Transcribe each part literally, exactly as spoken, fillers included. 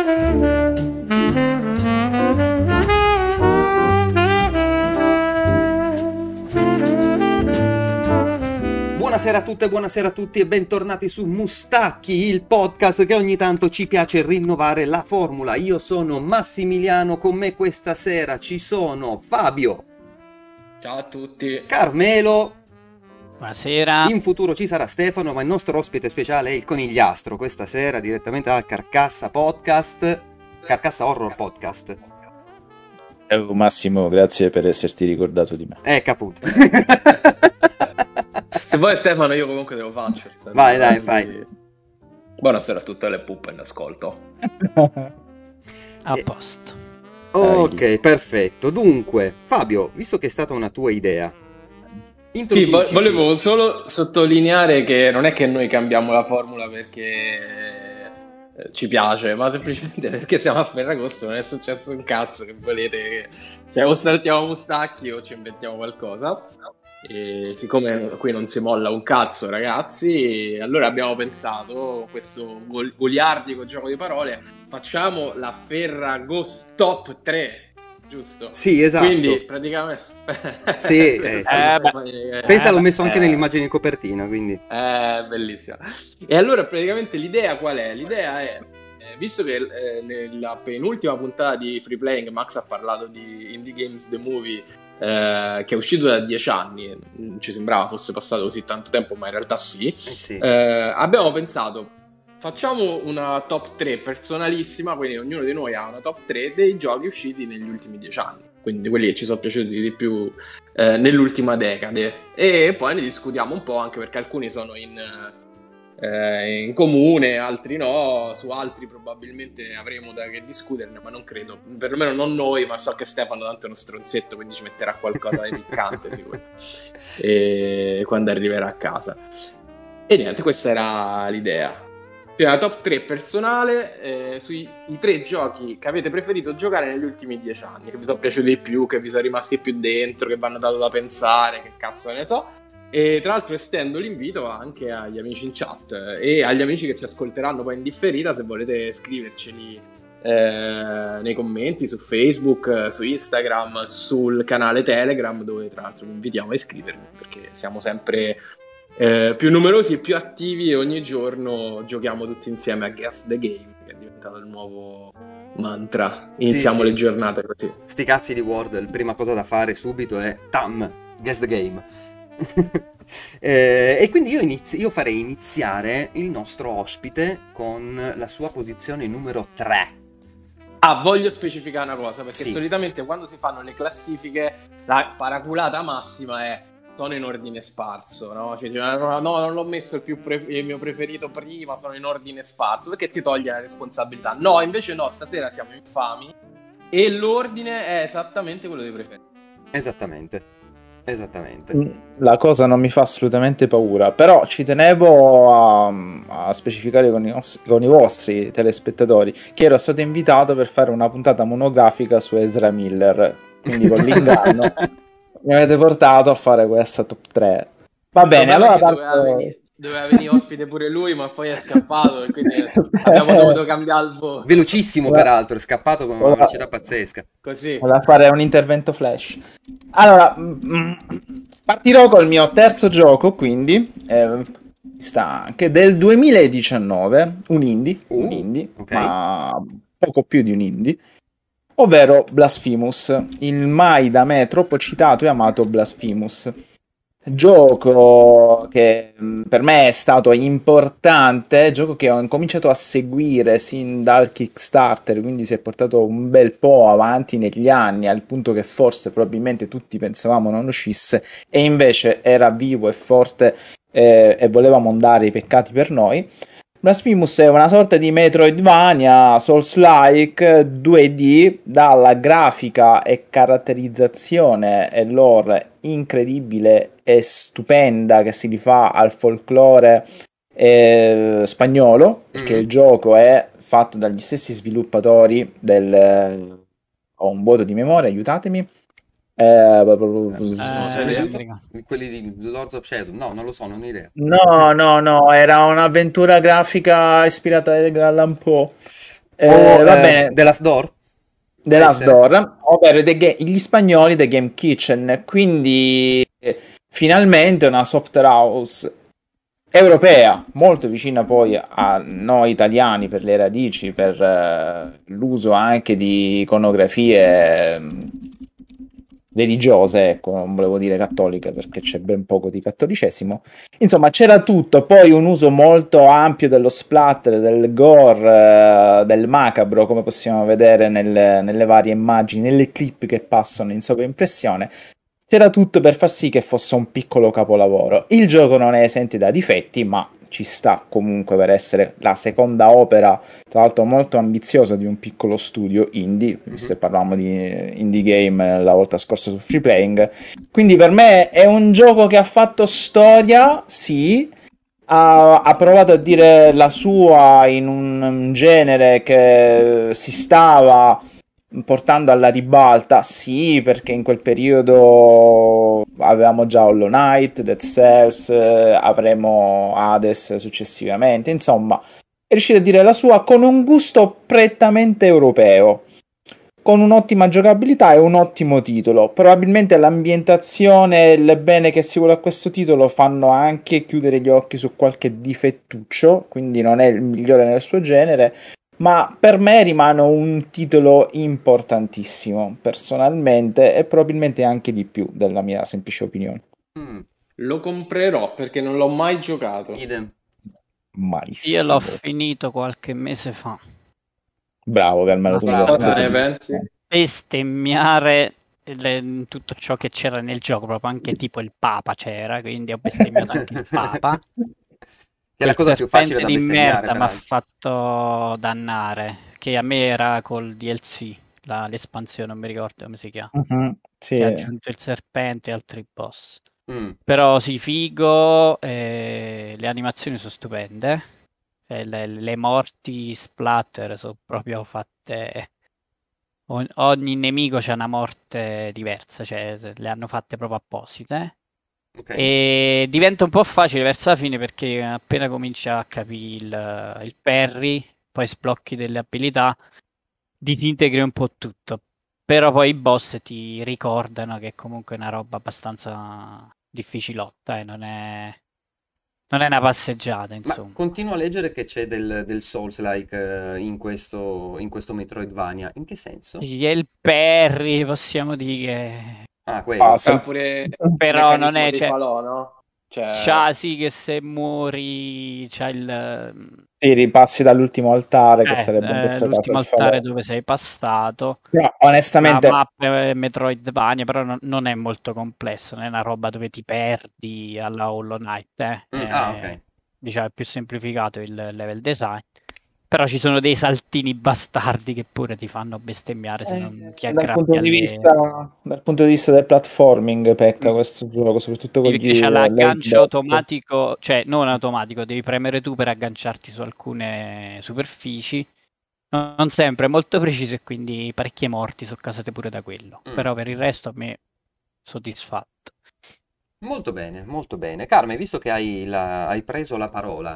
Buonasera a tutte, buonasera a tutti e bentornati su Mustacchi, il podcast che ogni tanto ci piace rinnovare la formula. Io sono Massimiliano, con me questa sera ci sono Fabio. Ciao a tutti. Carmelo. Buonasera. In futuro ci sarà Stefano, ma il nostro ospite speciale è il Conigliastro, questa sera direttamente dal Carcassa Podcast, Carcassa Horror Podcast. Ciao Massimo, grazie per esserti ricordato di me. Eh, caput. Se vuoi Stefano io comunque te lo faccio. Vai, dai, fai. Buonasera a tutte le puppe in ascolto. A posto. Ok, perfetto. Dunque, Fabio, visto che è stata una tua idea, sì, vo- volevo solo sottolineare che non è che noi cambiamo la formula perché ci piace, ma semplicemente perché siamo a Ferragosto, non è successo un cazzo che volete, cioè o saltiamo Mustacchi o ci inventiamo qualcosa. E siccome qui non si molla un cazzo, ragazzi, allora abbiamo pensato questo gol- goliardico gioco di parole, facciamo la Ferragost Top tre, giusto? Sì, esatto. Quindi praticamente sì, eh, sì. Eh, pensa l'ho messo anche eh, nell'immagine di copertina, quindi è bellissima. E allora praticamente l'idea qual è? L'idea è, eh, visto che eh, nella penultima puntata di Free Playing Max ha parlato di Indie Games The Movie, eh, che è uscito da dieci anni, non ci sembrava fosse passato così tanto tempo, ma in realtà sì, eh sì. Eh, abbiamo pensato facciamo una top tre personalissima, quindi ognuno di noi ha una top tre dei giochi usciti negli ultimi dieci anni, quindi quelli che ci sono piaciuti di più eh, nell'ultima decade, e poi ne discutiamo un po', anche perché alcuni sono in, eh, in comune, altri no, su altri probabilmente avremo da che discuterne, ma non credo, perlomeno non noi, ma so che Stefano tanto è uno stronzetto, quindi ci metterà qualcosa di piccante sicuro, e quando arriverà a casa. E niente, questa era l'idea. La top tre personale eh, sui i tre giochi che avete preferito giocare negli ultimi dieci anni, che vi sono piaciuti di più, che vi sono rimasti più dentro, che vi hanno dato da pensare, che cazzo ne so. E tra l'altro estendo l'invito anche agli amici in chat e agli amici che ci ascolteranno poi in differita, se volete scriverceli eh, nei commenti su Facebook, su Instagram, sul canale Telegram, dove tra l'altro vi invitiamo a iscrivervi, perché siamo sempre Eh, più numerosi e più attivi e ogni giorno giochiamo tutti insieme a Guess the Game, che è diventato il nuovo mantra. Iniziamo sì, sì. le giornate così. Sti cazzi di Wordle, prima cosa da fare subito è Tam, Guess the Game. eh, e quindi io, inizi- io farei iniziare il nostro ospite con la sua posizione numero tre. Ah, voglio specificare una cosa, perché sì. solitamente quando si fanno le classifiche la paraculata massima è sono in ordine sparso, no? Cioè, no, no, non l'ho messo il, più pre- il mio preferito prima, sono in ordine sparso, perché ti toglie la responsabilità. No, invece no, stasera siamo infami e l'ordine è esattamente quello dei preferiti. Esattamente, esattamente. La cosa non mi fa assolutamente paura, però ci tenevo a, a specificare con i, nostri, con i vostri telespettatori che ero stato invitato per fare una puntata monografica su Ezra Miller, quindi con l'inganno mi avete portato a fare questa top tre. Va bene, allora parto... doveva, venire, doveva venire ospite pure lui, ma poi è scappato e quindi abbiamo dovuto cambiare il voto. Velocissimo, allora, peraltro, è scappato con una allora, velocità pazzesca. Così. Vado a fare un intervento flash. Allora, partirò col mio terzo gioco, quindi eh, sta anche del duemiladiciannove, un indie, uh, un indie, okay. Ma poco più di un indie, ovvero Blasphemous, il mai da me troppo citato e amato Blasphemous. Gioco che per me è stato importante, gioco che ho incominciato a seguire sin dal Kickstarter, quindi si è portato un bel po' avanti negli anni, al punto che forse probabilmente tutti pensavamo non uscisse, e invece era vivo e forte eh, e voleva mondare i peccati per noi. Blasphemous è una sorta di Metroidvania Souls-like due D dalla grafica e caratterizzazione e lore incredibile e stupenda che si rifà al folklore eh, spagnolo, perché mm. il gioco è fatto dagli stessi sviluppatori del... ho un vuoto di memoria, aiutatemi. Eh, eh, quelli di Lords of Shadow, no, non lo so, non ho idea. No, no, no, era un'avventura grafica ispirata a Edgar Allan Poe. Eh, o va eh, bene, The Last Door? Può The Last essere? Door, ovvero The Ga- gli spagnoli The Game Kitchen, quindi eh, finalmente una software house europea, molto vicina poi a noi italiani per le radici, per eh, l'uso anche di iconografie ehm, religiose, ecco, non volevo dire cattoliche perché c'è ben poco di cattolicesimo. Insomma, c'era tutto, poi un uso molto ampio dello splatter, del gore, eh, del macabro, come possiamo vedere nel- nelle varie immagini, nelle clip che passano in sovraimpressione. C'era tutto per far sì che fosse un piccolo capolavoro. Il gioco non è esente da difetti, ma ci sta comunque per essere la seconda opera, tra l'altro molto ambiziosa, di un piccolo studio indie, visto Mhm. che parlavamo di indie game la volta scorsa su Free Playing. Quindi per me è un gioco che ha fatto storia, sì, ha, ha provato a dire la sua in un, un genere che si stava portando alla ribalta, sì, perché in quel periodo avevamo già Hollow Knight, Dead Cells, eh, avremo Hades successivamente, insomma, è riuscito a dire la sua con un gusto prettamente europeo, con un'ottima giocabilità e un ottimo titolo. Probabilmente l'ambientazione e il bene che si vuole a questo titolo fanno anche chiudere gli occhi su qualche difettuccio, quindi non è il migliore nel suo genere, ma per me rimane un titolo importantissimo, personalmente, e probabilmente anche di più della mia semplice opinione. Mm, Lo comprerò perché non l'ho mai giocato. idem. Io l'ho Malissimo. finito qualche mese fa. Bravo, Carmelo, Ma tu mi hai Bravo, Cosa subito ne Carme. pensi? bestemmiare le- tutto ciò che c'era nel gioco, proprio anche tipo il Papa c'era, quindi ho bestemmiato anche il Papa. Che è la Quel cosa più facile serpente da di bestemmiare, merda mi ha peraltro. fatto dannare, che a me era col D L C, la- l'espansione, non mi ricordo come si chiama, Mhm, che ha sì. aggiunto il serpente e altri boss. Mm. Però sì, figo, eh, le animazioni sono stupende, eh, le, le morti splatter sono proprio fatte. O- ogni nemico c'ha una morte diversa, cioè se- le hanno fatte proprio apposite. Ok. E diventa un po' facile verso la fine perché appena cominci a capire il, il parry, poi sblocchi delle abilità, disintegri un po' tutto. Però poi i boss ti ricordano che comunque è una roba abbastanza difficilotta e non è, non è una passeggiata, Ma insomma. continuo a leggere che c'è del, del Souls-like eh, in questo, in questo Metroidvania. In che senso? Sì, è il parry, possiamo dire, Ah, Ah, quello. C'ha se- pure il però non meccanismo è, dei cioè, falò, no? Cioè, c'ha sì che se muori c'ha il sì, ripassi dall'ultimo altare, che eh, sarebbe in eh, questo caso l'ultimo il altare falò. dove sei passato. Però, La onestamente, mappa è Metroidvania, però non, non è molto complessa, non è una roba dove ti perdi alla Hollow Knight, eh. Mm, ah, È, ok. diciamo, è più semplificato il level design. Però ci sono dei saltini bastardi che pure ti fanno bestemmiare se non eh, ti dal aggrappi punto di alle. vista, dal punto di vista del platforming pecca Mm. questo gioco, soprattutto Sì, con perché gli c'è le l'aggancio hitbox. automatico, cioè non automatico, devi premere tu per agganciarti su alcune superfici. Non sempre, è molto preciso e quindi parecchie morti sono casate pure da quello. Mm. Però per il resto a me soddisfatto. Molto bene, molto bene. Carme, visto che hai, la- hai preso la parola,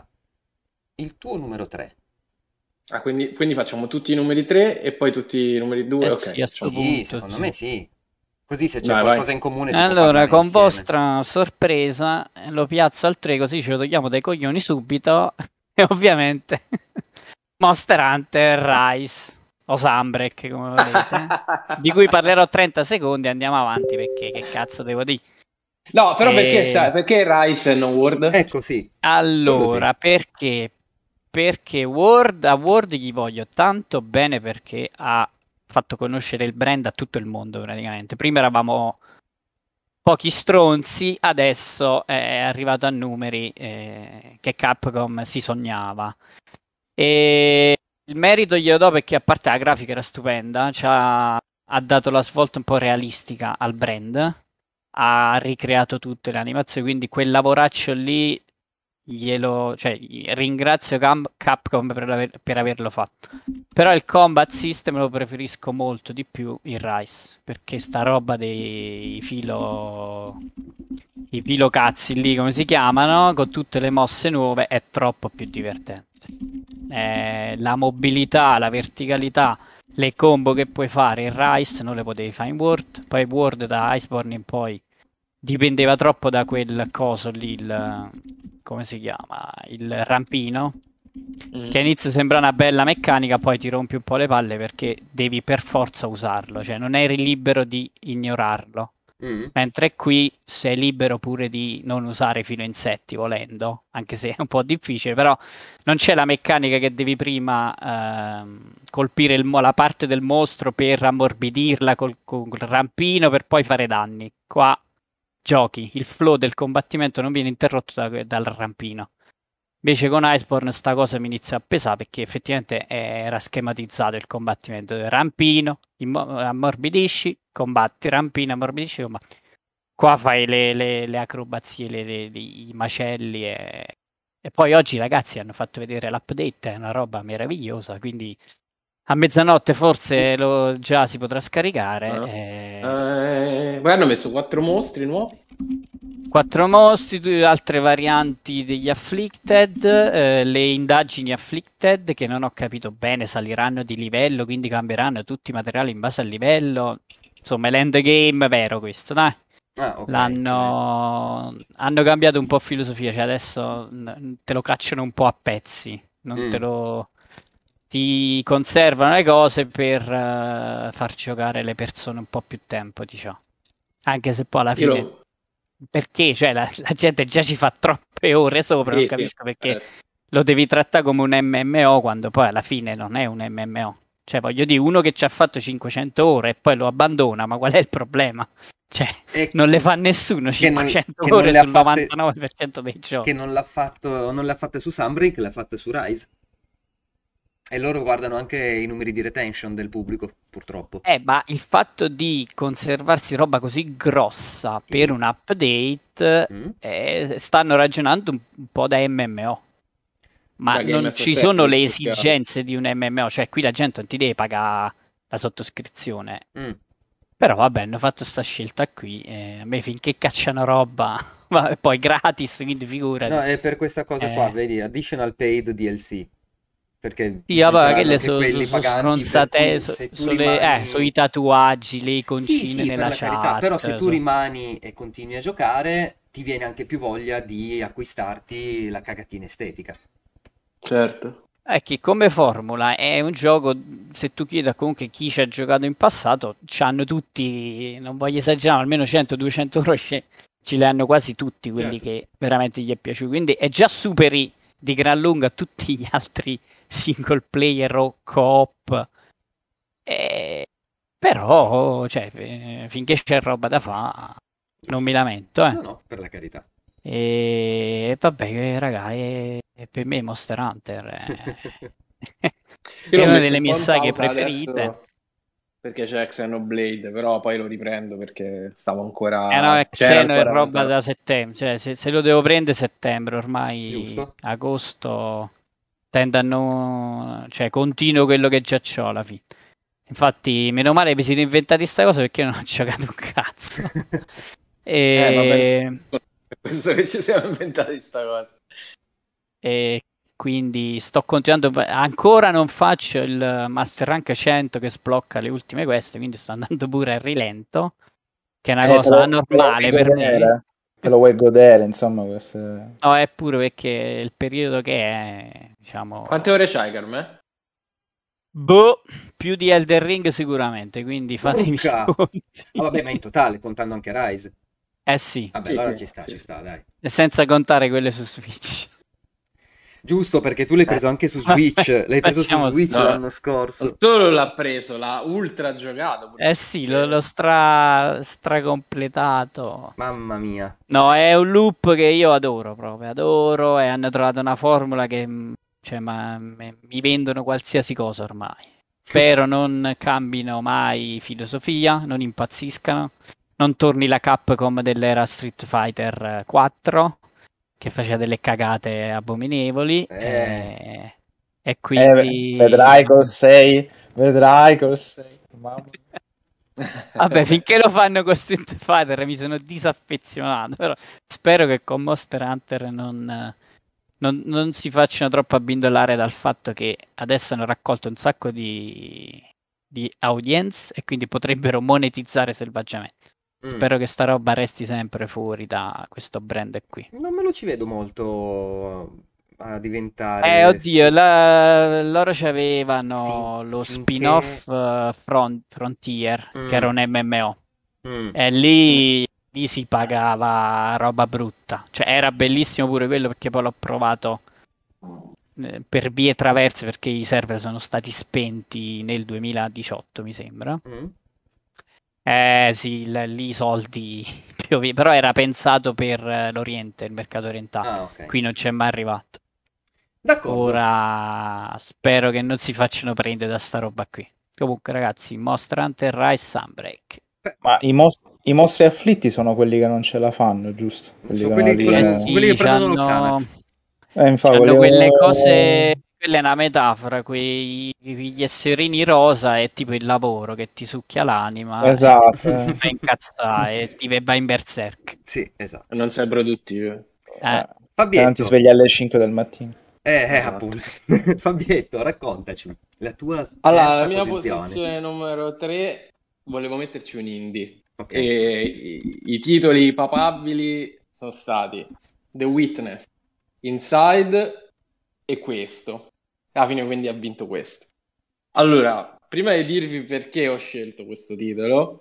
il tuo numero tre. ah, quindi, quindi facciamo tutti i numeri tre e poi tutti i numeri Eh due. sì, Ok, a sto facciamo. Sì, punto, secondo sì. me sì. Così se c'è Dai, vai. qualcosa in comune si può Allora, parlare con insieme. vostra sorpresa, eh, lo piazzo al tre così ce lo togliamo dai coglioni subito. E ovviamente Monster Hunter Rise o Sunbreak, come volete, di cui parlerò trenta secondi. Andiamo avanti perché che cazzo devo dire? No, però perché, E... sai, perché Rise e non Word? Ecco, sì, quello sì. Allora, perché? Perché Word, a Word gli voglio tanto bene perché ha fatto conoscere il brand a tutto il mondo praticamente. Prima eravamo pochi stronzi, adesso è arrivato a numeri eh, che Capcom si sognava. E il merito glielo do perché a parte la grafica era stupenda, ci ha, ha dato la svolta un po' realistica al brand, ha ricreato tutte le animazioni, quindi quel lavoraccio lì glielo, cioè, ringrazio Cam- Capcom per, aver- per averlo fatto. Però il combat system lo preferisco molto di più in Rise, perché sta roba dei filo i filocazzi lì come si chiamano, con tutte le mosse nuove, è troppo più divertente. Eh, la mobilità, la verticalità, le combo che puoi fare in Rise non le potevi fare in World. Poi World da Iceborne in poi dipendeva troppo da quel coso lì, il, come si chiama? Il rampino. Mm. Che all'inizio sembra una bella meccanica, poi ti rompi un po' le palle perché devi per forza usarlo, cioè non eri libero di ignorarlo. Mm. Mentre qui sei libero pure di non usare filo insetti volendo, anche se è un po' difficile, però non c'è la meccanica che devi prima ehm, colpire il mo- la parte del mostro per ammorbidirla col, col rampino per poi fare danni. Qua giochi, il flow del combattimento non viene interrotto da- dal rampino. Invece con Iceborne sta cosa mi inizia a pesare perché effettivamente era schematizzato il combattimento del rampino, immo- ammorbidisci, combatti, rampino, ammorbidisci, combatti. Qua fai le, le- le acrobazie, le- le- le- i macelli e... e poi oggi ragazzi hanno fatto vedere l'update, è una roba meravigliosa, quindi a mezzanotte forse lo, già si potrà scaricare. Ah. e- Eh, poi hanno messo quattro mostri nuovi. Quattro mostri, due altre varianti degli Afflicted, eh, le indagini Afflicted che non ho capito bene saliranno di livello, quindi cambieranno tutti i materiali in base al livello. Insomma, è l'endgame vero questo, dai. Ah, ok. L'hanno hanno cambiato un po' filosofia, cioè adesso mm, te lo cacciano un po' a pezzi, non te Mm. lo ti conservano le cose per eh, far giocare le persone un po' più tempo, diciamo. Anche se poi alla Io fine lo... perché? Cioè, la, la gente già ci fa troppe ore sopra, non Sì, sì, capisco perché eh. lo devi trattare come un M M O quando poi alla fine non è un M M O. Cioè, voglio dire, uno che ci ha fatto cinquecento ore e poi lo abbandona, ma qual è il problema? Cioè, E non le fa nessuno che non, cinquecento che non ore le ha sul fatte, novantanove per cento dei che giochi. non l'ha fatto, non le ha fatte su Sunbreak, le ha fatte su Rise. E loro guardano anche i numeri di retention del pubblico, purtroppo. Eh, ma il fatto di conservarsi roba così grossa per Sì. un update, Mm. eh, stanno ragionando un, un po' da M M O. Ma Da Game non as a ci sono le Service, più che altro. esigenze di un M M O, cioè qui la gente non ti deve pagare la sottoscrizione. Mm. Però vabbè, hanno fatto questa scelta qui, e a me finché cacciano roba, vabbè, poi gratis, quindi figurati. No, è per questa cosa qua, Eh, vedi, additional paid D L C. Perché sì, ci vabbè, saranno quelle anche sono so, quelli so paganti, per scronzate, cui so, se tu so le, eh, so i rimani... tatuaggi, le Sì, iconcine sì, per nella la carità, però se chat. tu so- rimani e continui a giocare, ti viene anche più voglia di acquistarti la cagatina estetica. Certo. È che come formula è un gioco, se tu chiedi a comunque chi ci ha giocato in passato, c'hanno tutti, non voglio esagerare, almeno cento duecento euro ce, ce le hanno quasi tutti quelli Certo. che veramente gli è piaciuto. Quindi è già superi di gran lunga tutti gli altri single player o co-op. Eh, però, cioè, eh, finché c'è roba da fare, non mi Giusto. lamento, eh. No, no, per la carità. E vabbè, eh, raga, è, è per me Monster Hunter è, Io è l'ho una messo delle un mie po' in saghe pausa preferite. adesso perché c'è Xenoblade, però poi lo riprendo perché stavo Eh no, è ancora... c'era Xeno è ancora roba tanta... da settembre, cioè se, se lo devo prendere settembre, ormai Giusto? agosto tende a non... cioè continuo quello che già c'ho alla fine. Infatti, meno male vi siete inventati sta cosa perché io non ho giocato un cazzo. Eh, ma penso E... per questo che ci siamo inventati sta cosa. e quindi sto continuando, ancora non faccio il Master Rank cento che sblocca le ultime queste, quindi sto andando pure a rilento, che è una Eh, te cosa lo, te lo normale vuoi per me. godere? Te lo vuoi godere, insomma, questo... No, è pure perché il periodo che è, Quante diciamo, ore c'hai, Carme? boh, più di Elden Ring sicuramente, quindi fatemi i Urca! conti. Ah, vabbè, ma in totale, contando anche Rise. Eh sì, Vabbè, Sì, allora sì, ci sta, sì, ci sì. sta, dai. e senza contare quelle su Switch. Giusto, perché tu l'hai Eh. preso anche su Vabbè, Switch. L'hai preso su facciamo Switch sto. No, l'anno non scorso. solo l'ha preso, l'ha ultra giocato pure Eh su sì, l'ho, Switch. l'ho stra, stracompletato. Mamma mia. No, è un loop che io adoro proprio, adoro e hanno trovato una formula che mh, cioè, ma, me- mi vendono qualsiasi cosa ormai. Spero non cambino mai filosofia, non impazziscano, non torni la Capcom dell'era Street Fighter quattro che faceva delle cagate abominevoli Eh, e, e Eh, quindi vedrai col sei, vedrai col sei. Mamma mia. vabbè, finché lo fanno con Street Fighter mi sono disaffezionato, però spero che con Monster Hunter non, non, non si facciano troppo abbindolare dal fatto che adesso hanno raccolto un sacco di, di audience e quindi potrebbero monetizzare selvaggiamente. Mm. Spero che sta roba resti sempre fuori da questo brand qui. Non me lo ci vedo molto a Eh, diventare oddio, s- la- loro fin- c'avevano lo finché... spin-off eh, Front- Frontier, che era Mm, un M M O. mm, E lì, lì si pagava roba brutta. Cioè, era bellissimo pure quello perché poi l'ho provato eh, per vie traverse perché i server sono stati spenti nel duemiladiciotto, mi sembra. mm. Eh sì, l- lì i soldi piovi- però era pensato per eh, l'Oriente, il mercato orientale. Ah, ok. Qui non c'è mai arrivato. D'accordo. Ora spero che non si facciano prendere da sta roba qui. Comunque, ragazzi, Monster Hunter Rise Sunbreak. Ma i, mos- i mostri afflitti sono quelli che non ce la fanno, giusto? Quelli Sono che non quelli, quelli- Eh sono arrivano. quelli che sì, prendono lo c'hanno, Xanax. Eh, infatti, c'hanno quelle cose, volevo... quella è una metafora, quei, quegli esserini rosa è tipo il lavoro che ti succhia l'anima e Esatto. ti eh. fa incazzare e ti vai in berserk. Sì, esatto. Non sei produttivo. Eh, Eh, e non ti Fabietto. svegli alle cinque del mattino. Eh, eh, Esatto. appunto. Fabietto, raccontaci la tua Allora, terza la mia posizione. posizione numero tre, volevo metterci un indie. Ok. E i, i titoli papabili sono stati The Witness, Inside e questo. Alla fine quindi ha vinto questo. Allora, prima di dirvi perché ho scelto questo titolo,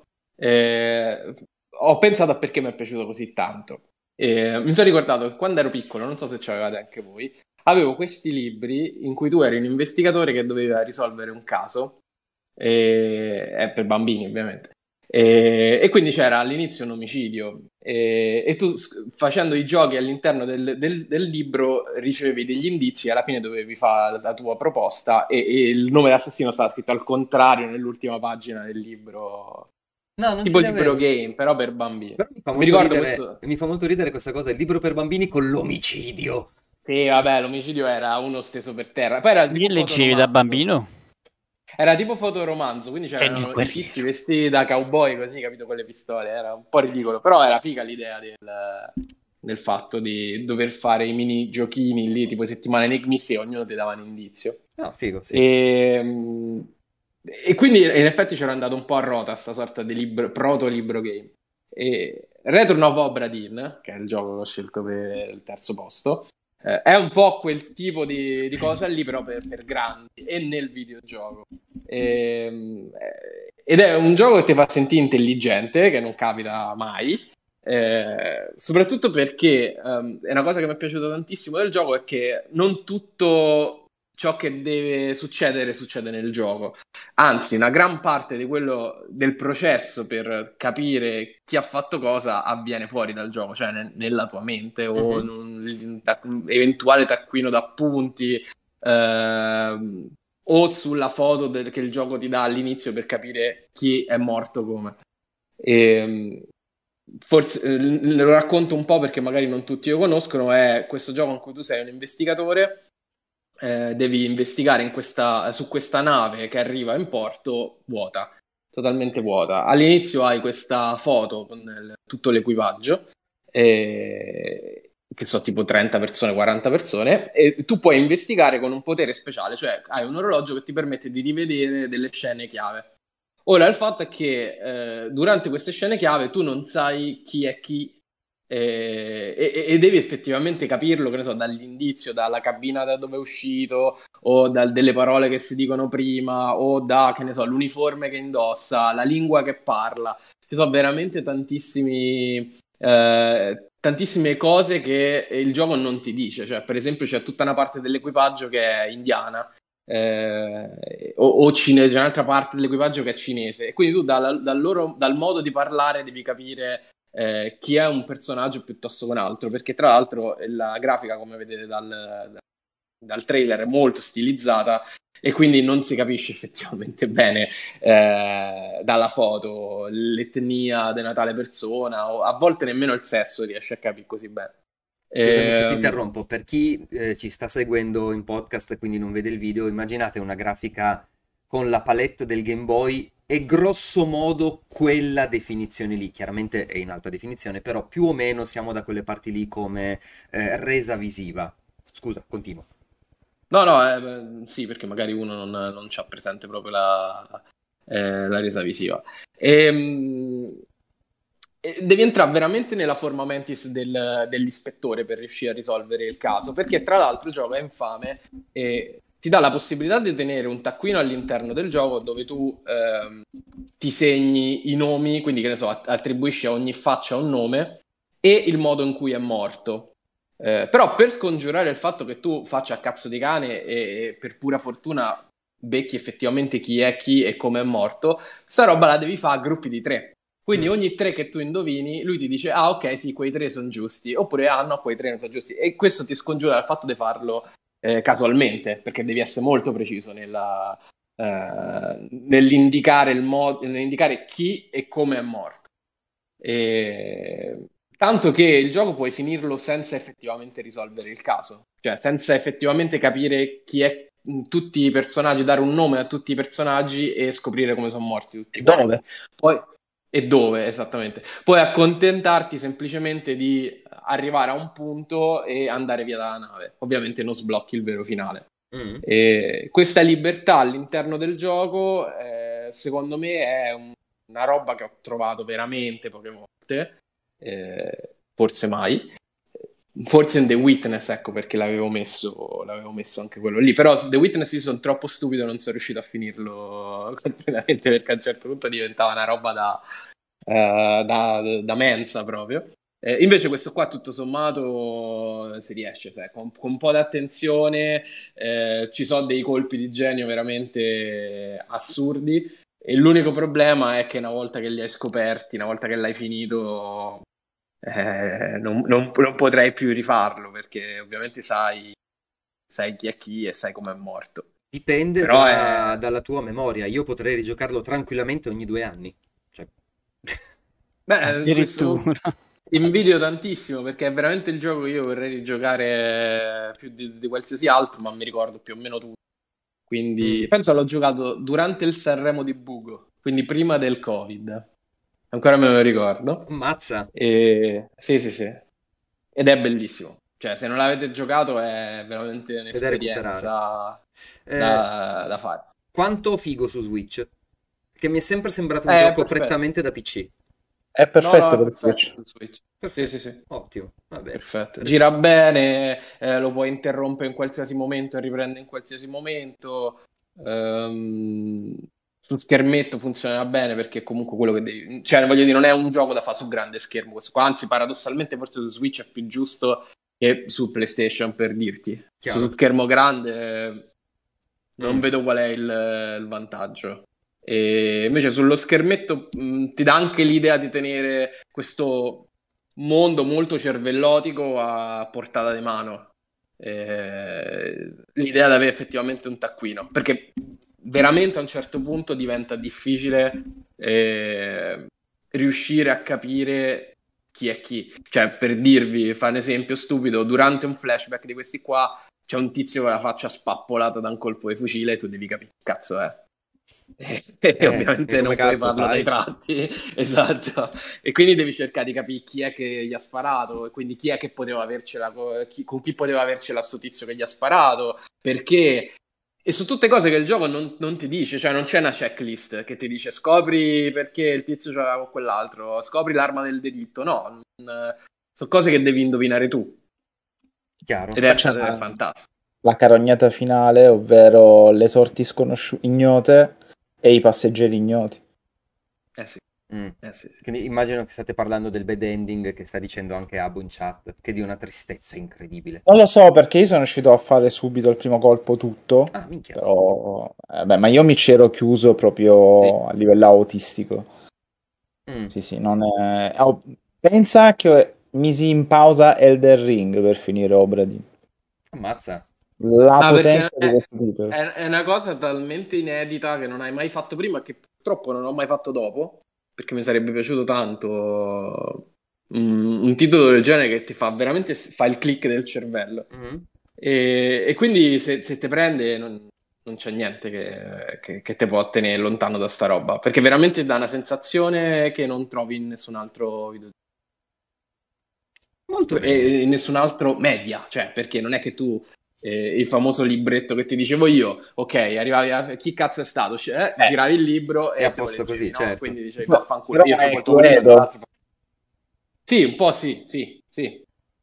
eh, ho pensato a perché mi è piaciuto così tanto. Eh, mi sono ricordato che quando ero piccolo, non so se ce l'avevate anche voi, avevo questi libri in cui tu eri un investigatore che doveva risolvere un caso, e... è per bambini ovviamente, e, e quindi c'era all'inizio un omicidio e, e tu s- facendo i giochi all'interno del, del- del libro ricevevi degli indizi e alla fine dovevi fare la tua proposta e, e il nome dell'assassino stava scritto al contrario nell'ultima pagina del libro, No, non tipo ce il libro l'avevo. game, però per bambini. Però mi fa Mi molto ricordo ridere, questo. mi fa molto ridere questa cosa, il libro per bambini con l'omicidio. Sì, vabbè, l'omicidio era uno steso per terra. Poi era tipo che leggevi da fotoromanzo. bambino? Era tipo fotoromanzo, quindi C'è il c'erano i guerriero. tizi vestiti da cowboy così, capito, con le pistole. Era un po' ridicolo, però era figa l'idea del, del fatto di dover fare i mini giochini lì, tipo settimana enigmistiche, e ognuno ti dava un indizio. No, figo, sì. E, e quindi in effetti c'era andato un po' a rota sta sorta di libro, proto-libro game. E Return of Obra Dinn, che è il gioco che ho scelto per il terzo posto, eh, è un po' quel tipo di, di cosa lì, però per, per grandi e nel videogioco. E, ed è un gioco che ti fa sentire intelligente, che non capita mai. Eh, soprattutto perché um, è una cosa che mi è piaciuta tantissimo del gioco è che non tutto ciò che deve succedere succede nel gioco, anzi una gran parte di quello del processo per capire chi ha fatto cosa avviene fuori dal gioco, cioè ne- nella tua mente o in un, ta- un eventuale taccuino d'appunti ehm, o sulla foto del- che il gioco ti dà all'inizio per capire chi è morto come. E, forse eh, lo racconto un po' perché magari non tutti lo conoscono. È questo gioco in cui tu sei un investigatore, eh, devi investigare in questa, su questa nave che arriva in porto vuota, totalmente vuota. All'inizio hai questa foto con il- tutto l'equipaggio, eh, che sono tipo trenta persone, quaranta persone, e tu puoi investigare con un potere speciale, cioè hai un orologio che ti permette di rivedere delle scene chiave. Ora, il fatto è che eh, durante queste scene chiave tu non sai chi è chi eh, e, e devi effettivamente capirlo, che ne so, dall'indizio, dalla cabina da dove è uscito, o dal, delle parole che si dicono prima, o da, che ne so, l'uniforme che indossa, la lingua che parla. Ci sono veramente tantissimi, eh, tantissime cose che il gioco non ti dice. Cioè, per esempio, c'è tutta una parte dell'equipaggio che è indiana. Eh, o, o cinese, c'è un'altra parte dell'equipaggio che è cinese, e quindi tu dal, dal, loro, dal modo di parlare devi capire eh, chi è un personaggio piuttosto che un altro, perché tra l'altro la grafica, come vedete dal, dal, dal trailer, è molto stilizzata e quindi non si capisce effettivamente bene eh, dalla foto l'etnia della tale persona, o a volte nemmeno il sesso riesce a capire così bene. Scusami se ti Ehm, interrompo, per chi eh, ci sta seguendo in podcast e quindi non vede il video, immaginate una grafica con la palette del Game Boy e grosso modo quella definizione lì, chiaramente è in alta definizione, però più o meno siamo da quelle parti lì come eh, resa visiva. Scusa, continuo. No, no, eh, sì, perché magari uno non, non c'ha presente proprio la, eh, la resa visiva. E, e devi entrare veramente nella forma mentis del- dell'ispettore per riuscire a risolvere il caso, perché tra l'altro il gioco è infame e ti dà la possibilità di tenere un taccuino all'interno del gioco dove tu ehm, ti segni i nomi, quindi che ne so, att- attribuisci a ogni faccia un nome e il modo in cui è morto. Eh, però per scongiurare il fatto che tu faccia a cazzo di cane e, e per pura fortuna becchi effettivamente chi è chi e come è morto, sta roba la devi fare a gruppi di tre. Quindi Mm. ogni tre che tu indovini, lui ti dice, ah ok, sì, quei tre sono giusti, oppure ah no, quei tre non sono giusti. E questo ti scongiura dal fatto di farlo eh, casualmente, perché devi essere molto preciso nella, eh, nell'indicare il modo, nell'indicare chi e come è morto. E... Tanto che il gioco puoi finirlo senza effettivamente risolvere il caso, cioè senza effettivamente capire chi è tutti i personaggi, dare un nome a tutti i personaggi e scoprire come sono morti tutti quanti. Dove? Poi, e dove, esattamente. Puoi accontentarti semplicemente di arrivare a un punto e andare via dalla nave. Ovviamente non sblocchi il vero finale. Mm. E questa libertà all'interno del gioco, eh, secondo me, è un- una roba che ho trovato veramente poche volte, eh, forse mai. Forse in The Witness, ecco perché l'avevo messo, l'avevo messo anche quello lì. Però su The Witness io sono troppo stupido e non sono riuscito a finirlo completamente perché a un certo punto diventava una roba da, eh, da, da mensa proprio. Eh, invece questo qua tutto sommato si riesce, sai, con, con un po' di attenzione, eh, ci sono dei colpi di genio veramente assurdi e l'unico problema è che una volta che li hai scoperti, una volta che l'hai finito, eh, non, non- non potrei più rifarlo perché ovviamente sai, sai chi è chi e sai com'è morto. Dipende Però da- è... dalla tua memoria. Io potrei rigiocarlo tranquillamente ogni due anni. Cioè... Beh, questo Addirittura. ti invidio tantissimo perché è veramente il gioco che io vorrei rigiocare più di, di qualsiasi altro, ma mi ricordo più o meno tutto. Quindi Mm, penso l'ho giocato durante il Sanremo di Bugo, quindi prima del Covid. Ancora me lo ricordo. ammazza. E... Sì, sì, sì. Ed è bellissimo. Cioè, se non l'avete giocato è veramente È da recuperare. un'esperienza Eh, da, da fare. quanto figo su Switch? Che mi è sempre sembrato un È gioco perfetto. prettamente da P C. È No, no, perfetto è per perfetto Switch. sul Switch. Sì, sì, Perfetto, sì. ottimo. Va bene. Perfetto. Per- Gira bene, eh, lo puoi interrompere in qualsiasi momento e riprende in qualsiasi momento. Ehm, Sul schermetto funziona bene perché comunque quello che devi... Cioè, voglio dire, non è un gioco da fare su grande schermo questo qua. Anzi, paradossalmente forse su Switch è più giusto che su PlayStation, per dirti. Su Chiaro? schermo grande eh, non Mm. vedo qual è il, il vantaggio. E invece sullo schermetto mh, ti dà anche l'idea di tenere questo mondo molto cervellotico a portata di mano. Eh, l'idea di avere effettivamente un taccuino, perché veramente a un certo punto diventa difficile eh, riuscire a capire chi è chi. Cioè, per dirvi, fa un esempio stupido, durante un flashback di questi qua c'è un tizio con la faccia spappolata da un colpo di fucile e tu devi capire che cazzo è. E, e Eh, e ovviamente come non puoi cazzo farlo dai fai? tratti, esatto. E quindi devi cercare di capire chi è che gli ha sparato, e quindi chi è che poteva avercela, co- chi- con chi poteva avercela sto tizio che gli ha sparato, perché. E su tutte cose che il gioco non, non ti dice, cioè non c'è una checklist che ti dice scopri perché il tizio c'aveva con quell'altro, scopri l'arma del delitto, no, non- sono cose che devi indovinare tu. Chiaro? Ed è, Poi c'è è la, fantastico. la carognata finale, ovvero le sorti sconosciute ignote e i passeggeri ignoti. Eh sì, Mm. eh sì, sì. Quindi immagino che state parlando del bad ending che sta dicendo anche Abu in chat, che è di una tristezza incredibile. Non lo so perché io sono riuscito a fare subito al primo colpo tutto, Ah, minchia. però eh, beh, ma io mi c'ero chiuso Sì. proprio a livello autistico. Mm. Sì, sì, non è... oh, pensa che misi in pausa Elden Ring per finire Obradin. Ammazza. La Ah, perché potenza di è, questo titolo. è- è una cosa talmente inedita che non hai mai fatto prima e che purtroppo non ho mai fatto dopo, perché mi sarebbe piaciuto tanto un, un titolo del genere che ti fa veramente fa il click del cervello. Mhm. E, e quindi se, se te prende non, non c'è niente che, che, che te può tenere lontano da sta roba, perché veramente dà una sensazione che non trovi in nessun altro videogioco. Molto bene. E, e nessun altro media, cioè perché non è che tu eh, il famoso libretto che ti dicevo io, ok, arrivavi a chi cazzo è stato? Eh, Eh, giravi il libro È a e te lo posto leggevi, così, no? certo. Quindi dicevi però vaffanculo. però Io c'ho è quel topolino, tra Cluedo. l'altro. Sì, un po' sì, sì, sì.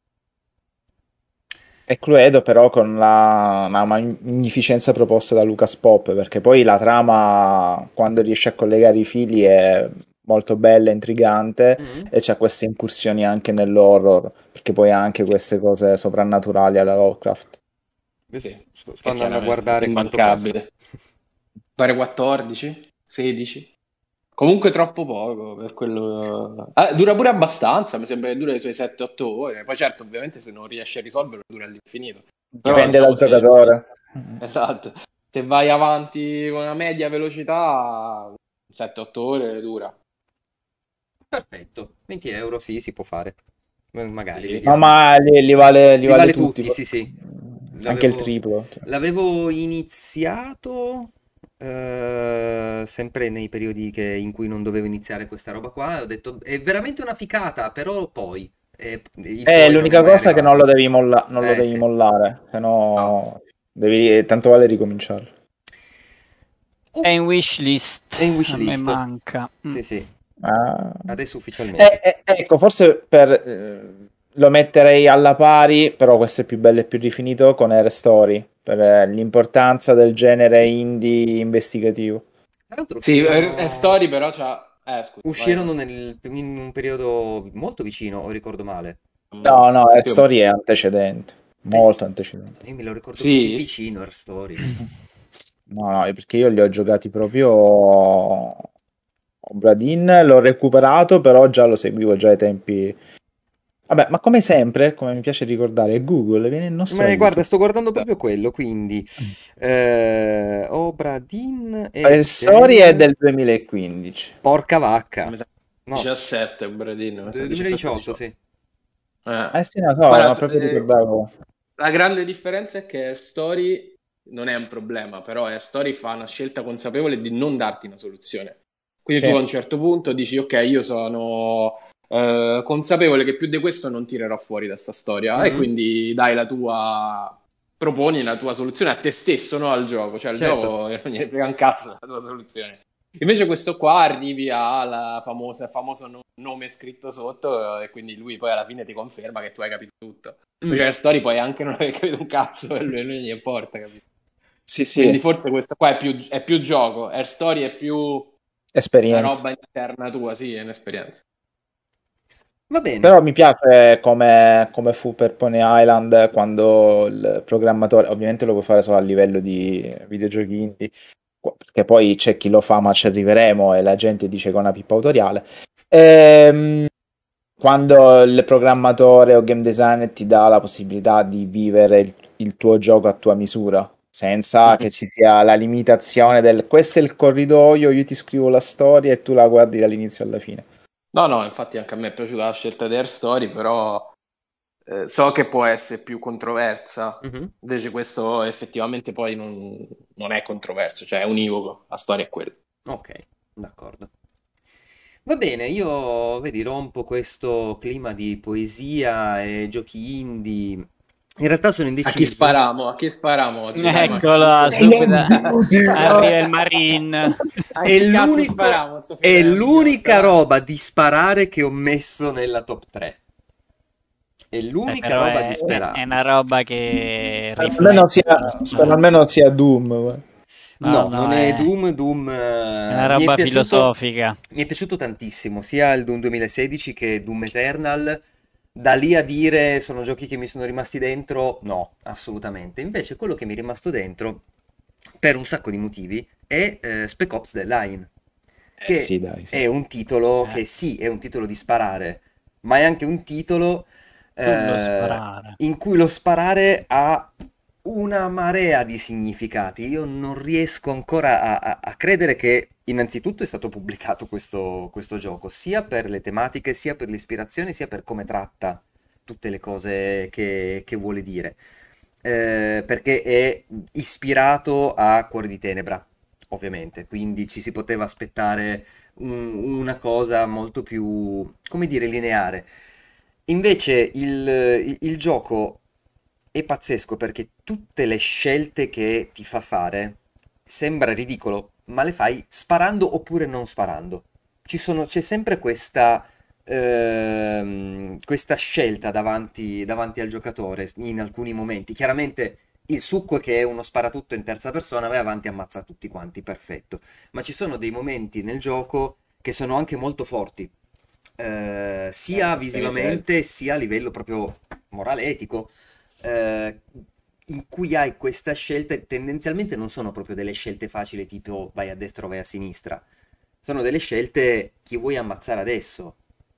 È Cluedo però con la, una magnificenza proposta da Lucas Pop, perché poi la trama, quando riesce a collegare i fili, è molto bella, intrigante, Mm. e c'ha queste incursioni anche nell'horror, perché poi ha anche Sì, queste cose soprannaturali alla Lovecraft. sì, Sto, sto è andando a chiaramente guardare quanto costa. immancabile. Pare quattordici, sedici. Comunque troppo poco per quello. Ah, dura pure abbastanza, mi sembra che dura le sue sette otto ore. Poi certo, ovviamente se non riesci a risolverlo dura all'infinito. Però Dipende diciamo dal se vai. giocatore. Esatto. Se vai avanti con una media velocità, sette otto ore dura. Perfetto, venti euro, sì, si può fare. Eh, Magari, Sì. No, vediamo. ma li, li vale, li Li vale vale tutti, tutti, sì, sì. anche il L'avevo triplo. l'avevo iniziato eh, sempre nei periodi che- in cui non dovevo iniziare questa roba qua. Ho detto, è veramente una ficata, però poi. E il È poi non è l'unica mai cosa che non lo arrivato. devi molla- non lo Eh devi sì. mollare, se No. no devi, tanto vale ricominciarlo. È Oh, in è in wishlist, a me wishlist. manca. Mm. Sì, sì. Ah. Adesso Eh, ufficialmente. eh, ecco, forse per, eh, lo metterei alla pari, però questo è più bello e più rifinito con Air Story, per eh, l'importanza del genere indie investigativo. Tra l'altro Sì, eh, eh, uscirono, Story però c'ha. Eh, scusa, vai uscirono Max. nel- in un periodo molto vicino, o ricordo male. Mm, No, no, Air più o meno. Story è antecedente, Eh, molto antecedente. io me lo ricordo così Sì? vicino, Her Story. No, no, è perché io li ho giocati proprio. Obradin l'ho recuperato, però già lo seguivo già ai tempi. Vabbè, ma come sempre, come mi piace ricordare, Google viene il nostro Ma guarda, aiuto. sto guardando proprio quello, quindi eh, Obra Dinn è Air Story è del... del duemilaquindici. Porca vacca. Mi sa No, diciassette, Bradino, mi sa del diciassette duemiladiciotto, diciotto. sì. Eh. Eh sì, lo so, ma Guarda, proprio eh, ricordavo. la grande differenza è che Air Story non è un problema, però Air Story fa una scelta consapevole di non darti una soluzione. Quindi Sì. tu a un certo punto dici, ok, io sono eh, consapevole che più di questo non tirerò fuori da sta storia e Mhm, quindi dai la tua, proponi la tua soluzione a te stesso, no al gioco. Cioè il certo. gioco non gliene frega un cazzo della tua soluzione. Invece questo qua arrivi al famoso, famoso no- nome scritto sotto eh, e quindi lui poi alla fine ti conferma che tu hai capito tutto. Mm, Invece la story puoi anche non aver capito un cazzo e lui non gli importa, capito? Sì, Quindi sì, forse questo qua è più, è più gioco, Air Story è più una esperienza. roba interna tua, sì, è un'esperienza. va bene. Però mi piace come, come fu per Pony Island quando il programmatore, ovviamente lo puoi fare solo a livello di videogiochi indie, qua- perché poi c'è chi lo fa, ma ci arriveremo e la gente dice che è una pippa autoriale. Ehm, Quando il programmatore o game designer ti dà la possibilità di vivere il, il tuo gioco a tua misura, senza Mhm. che ci sia la limitazione del questo è il corridoio, io ti scrivo la storia e tu la guardi dall'inizio alla fine. No, no, infatti anche a me è piaciuta la scelta di Air Story, però eh, so che può essere più controversa. Mhm. Invece questo effettivamente poi non, non è controverso, cioè è univoco, la storia è quella. Ok, d'accordo. Va bene, io vedi, rompo questo clima di poesia e giochi indie. In realtà sono A chi indeciso. spariamo? A chi spariamo oggi? Dai, Max, Eccolo, dici. subito arriva il Marine. A È chi cazzo l'unico, spariamo? Sto è finendo la l'unica pignotta, roba di sparare che ho messo nella top tre. È Beh, l'unica però roba di è, è- spera- è di una sparare. roba che Spero almeno sia, riflette spero tutta. almeno sia Doom. guarda. No, No, no, non è è, Doom. Doom è eh, una mi è roba piaciuto, filosofica. mi è piaciuto tantissimo, sia il Doom duemilasedici che Doom Eternal. Da lì a dire sono giochi che mi sono rimasti dentro, no, assolutamente. Invece quello che mi è rimasto dentro, per un sacco di motivi, è eh, Spec Ops The Line, Eh che sì, dai, sì. è un titolo Eh, che sì, è un titolo di sparare, ma è anche un titolo sullo eh, sparare. in cui lo sparare ha una marea di significati. Io non riesco ancora a, a- a credere che innanzitutto è stato pubblicato questo, questo gioco, sia per le tematiche, sia per l'ispirazione, sia per come tratta tutte le cose che, che vuole dire. Eh, perché è ispirato a Cuore di Tenebra, ovviamente, quindi ci si poteva aspettare un- una cosa molto più, come dire, lineare. Invece il, il- il gioco è pazzesco perché tutte le scelte che ti fa fare sembra ridicolo, ma le fai sparando oppure non sparando. Ci sono- c'è sempre questa, ehm, questa scelta davanti, davanti al giocatore in alcuni momenti. Chiaramente il succo è che è uno sparatutto in terza persona, vai avanti e ammazza tutti quanti, perfetto. Ma ci sono dei momenti nel gioco che sono anche molto forti, eh, Eh, sia porca miseria. visivamente sia a livello proprio morale etico, eh, in cui hai questa scelta e tendenzialmente non sono proprio delle scelte facili tipo vai a destra o vai a sinistra, sono delle scelte chi vuoi ammazzare adesso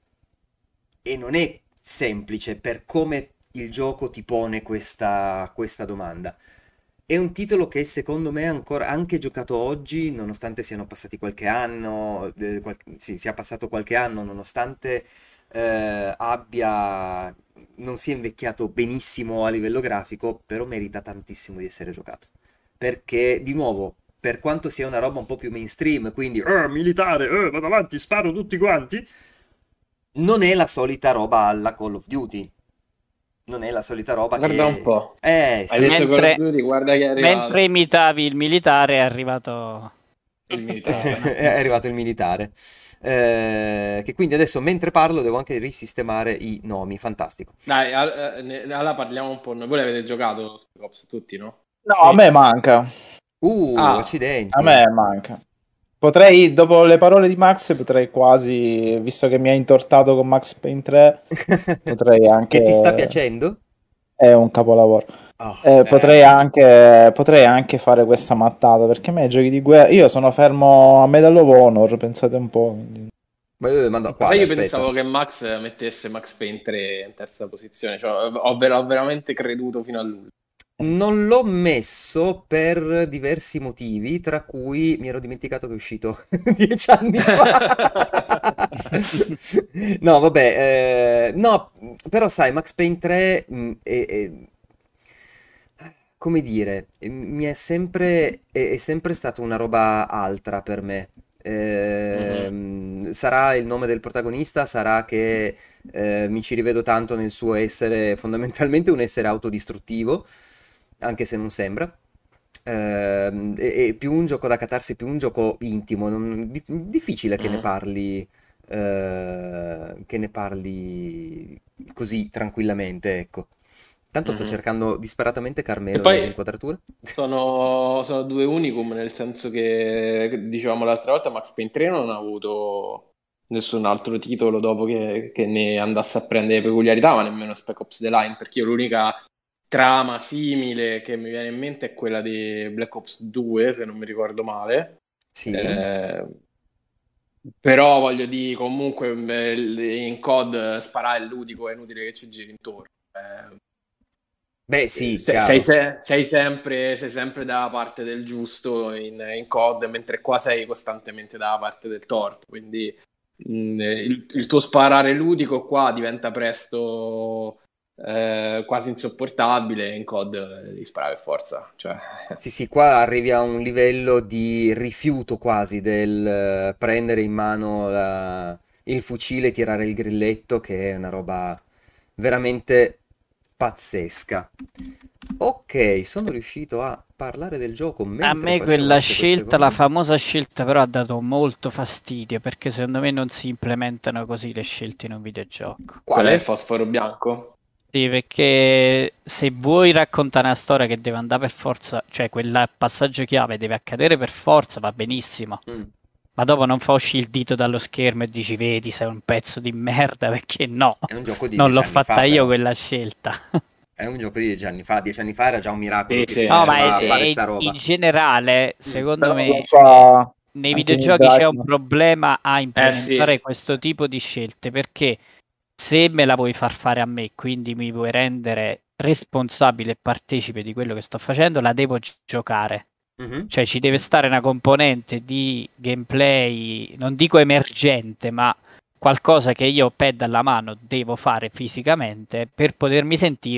e non è semplice per come il gioco ti pone questa, questa domanda. È un titolo che secondo me è ancora anche giocato oggi, nonostante siano passati qualche anno, eh, qual- sì, sia passato qualche anno, nonostante eh, abbia, non sia invecchiato benissimo a livello grafico, però merita tantissimo di essere giocato. Perché, di nuovo, per quanto sia una roba un po' più mainstream, quindi "Eh, militare, eh, vado avanti, sparo tutti quanti", non è la solita roba alla Call of Duty. Non è la solita roba Guarda un che... po'. Eh Hai sì, detto Call of Mentre, Duty, guarda che è mentre arrivato. imitavi il militare è arrivato Il questa militare. è notizia. arrivato il militare. Eh, che quindi adesso mentre parlo devo anche risistemare i nomi. Fantastico. Dai, al- eh, ne- allora parliamo un po'. Noi. Voi l'avete giocato Spec Ops tutti, no? No, a Sì. me manca. Uh, Ah, A accidenti. me manca. Potrei, dopo le parole di Max, potrei quasi, visto che mi ha intortato con Max Payne tre, potrei Che ti sta anche... piacendo? È un capolavoro. Oh, Eh, eh, potrei anche, potrei anche fare questa mattata, perché a me i giochi di guerra... Io sono fermo a Medal of Honor, pensate un po'. quindi- ma io mando ma sai, quale? io Aspetta. pensavo che Max mettesse Max Payne tre in terza posizione. Cioè, ho, ver- ho veramente creduto fino all'ultimo. Non l'ho messo per diversi motivi, tra cui mi ero dimenticato che è uscito dieci anni fa. No, vabbè, eh, no, però sai, Max Payne tre, mh, è, è- come dire, eh, mi è sempre, è, è sempre stata una roba altra per me. Mhm. Ehm, sarà il nome del protagonista, sarà che eh, mi ci rivedo tanto nel suo essere fondamentalmente un essere autodistruttivo, anche se non sembra. Ehm, è, è più un gioco da catarsi, più un gioco intimo, non- di- difficile che ne Mhm. parli, eh, che ne parli così tranquillamente, ecco. Tanto sto Mhm. cercando disperatamente E Carmelo poi nelle inquadrature. sono, sono due unicum, nel senso che, dicevamo l'altra volta, Max Payne tre non ha avuto nessun altro titolo dopo che, che ne andasse a prendere peculiarità, ma nemmeno Spec Ops The Line, perché io l'unica trama simile che mi viene in mente è quella di Black Ops due, se non mi ricordo male. Sì. Eh, però voglio dire, comunque eh, in C O D sparare è ludico, è inutile che ci giri intorno. Eh, Beh, eh, sì, sei, sei chiaro. se- sei sempre, sei sempre dalla parte del giusto in, in C O D, mentre qua sei costantemente dalla parte del torto. Quindi mh, il, il tuo sparare ludico qua diventa presto eh, quasi insopportabile. In C O D eh, devi sparare per forza. Cioè, Sì, sì, qua arrivi a un livello di rifiuto quasi del eh, prendere in mano la- il fucile e tirare il grilletto, che è una roba veramente pazzesca. Ok, sono riuscito a parlare del gioco A mentre me facevo quella tutte queste scelta, la cose. famosa scelta, però ha dato molto fastidio perché secondo me non si implementano così le scelte in un videogioco. qual è il Quale? fosforo bianco? Sì, perché se vuoi raccontare una storia che deve andare per forza, cioè quel passaggio chiave deve accadere per forza, va benissimo. Mm, Ma dopo non fa uscire il dito dallo schermo e dici, vedi, sei un pezzo di merda, perché no, È un gioco di non dieci l'ho anni fatta fa, io però. quella scelta. È un gioco di dieci anni fa. Dieci anni fa era già un miracolo Sì, che sì, ti No, ma è- faceva sì. fare è- sta in roba. generale, Mm. secondo Però lo me, eh, fa nei anche Neil videogiochi c'è un Druckmann. problema a Eh sì. implementare questo tipo di scelte, perché se me la vuoi far fare a me, quindi mi vuoi rendere responsabile e partecipe di quello che sto facendo, la devo gi- giocare. Mhm. Cioè ci deve stare una componente di gameplay, non dico emergente, ma qualcosa che io pad alla mano devo fare fisicamente per potermi sentire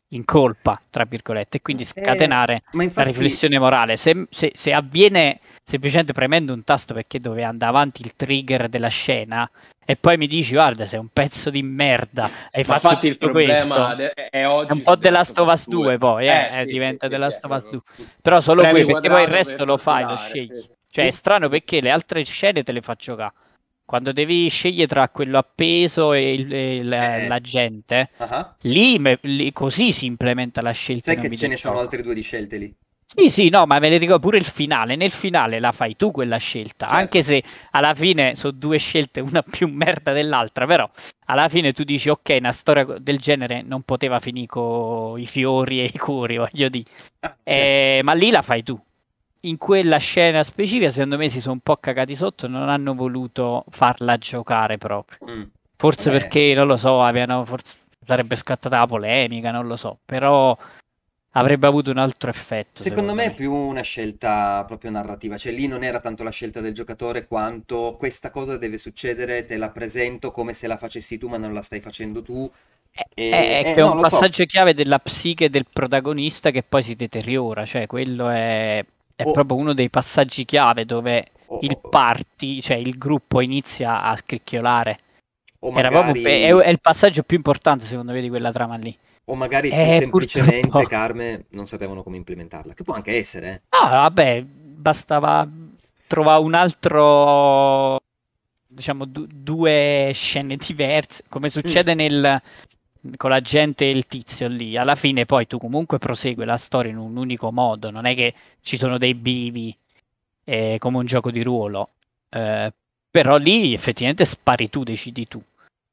in colpa, tra virgolette, e quindi Eh, scatenare ma la infatti, riflessione morale. Se, se- se avviene semplicemente premendo un tasto perché doveva andare avanti il trigger della scena e poi mi dici guarda sei un pezzo di merda, hai Ma fatto infatti il tutto problema questo, de- è è un oggi po' su The The Last Last of of Us Us due due. poi, eh, Eh eh, sì, sì, diventa The sì, sì, Last è of Us proprio due. Però solo premi qui, perché poi il quadrato per resto lo fai, lo torturare. scegli. Sì, sì. Cioè è strano perché le altre scene te le fa giocare. Quando devi scegliere tra quello appeso e, il- e la, eh, la gente, ah, lì, me- lì così si implementa la scelta sai in un che ce ne sono videogioco. altre due di scelte lì? Sì, sì, no, ma me ne ricordo pure il finale. Nel finale la fai tu quella scelta, anche Certo. se alla fine sono due scelte, una più merda dell'altra, però alla fine tu dici ok, una storia del genere non poteva finire con i fiori e i cuori, voglio dire. Ah, certo. Eh, ma lì la fai tu. In quella scena specifica, secondo me si sono un po' cagati sotto, non hanno voluto farla giocare proprio. Mm. Forse Vabbè, perché, non lo so, avevano, forse sarebbe scattata la polemica, non lo so, però avrebbe avuto un altro effetto, secondo secondo me è me. più una scelta proprio narrativa, cioè lì non era tanto la scelta del giocatore quanto questa cosa deve succedere, te la presento come se la facessi tu, ma non la stai facendo tu. È, E, è- è e che è no, un lo so. passaggio chiave della psiche del protagonista che poi si deteriora, cioè quello è, è O, proprio uno dei passaggi chiave dove o- il o- party, cioè il gruppo inizia a scricchiolare. o Era proprio, magari, è, è il passaggio più importante secondo me di quella trama lì. o magari più E semplicemente purtroppo... Carme non sapevano come implementarla, che può anche essere, eh. Ah, vabbè, bastava trovare un altro, diciamo, du- due scene diverse, come Mm, succede nel, con la gente e il tizio lì. Alla fine poi tu comunque prosegui la storia in un unico modo, non è che ci sono dei bivi eh, come un gioco di ruolo. Eh, però lì effettivamente spari tu, decidi tu.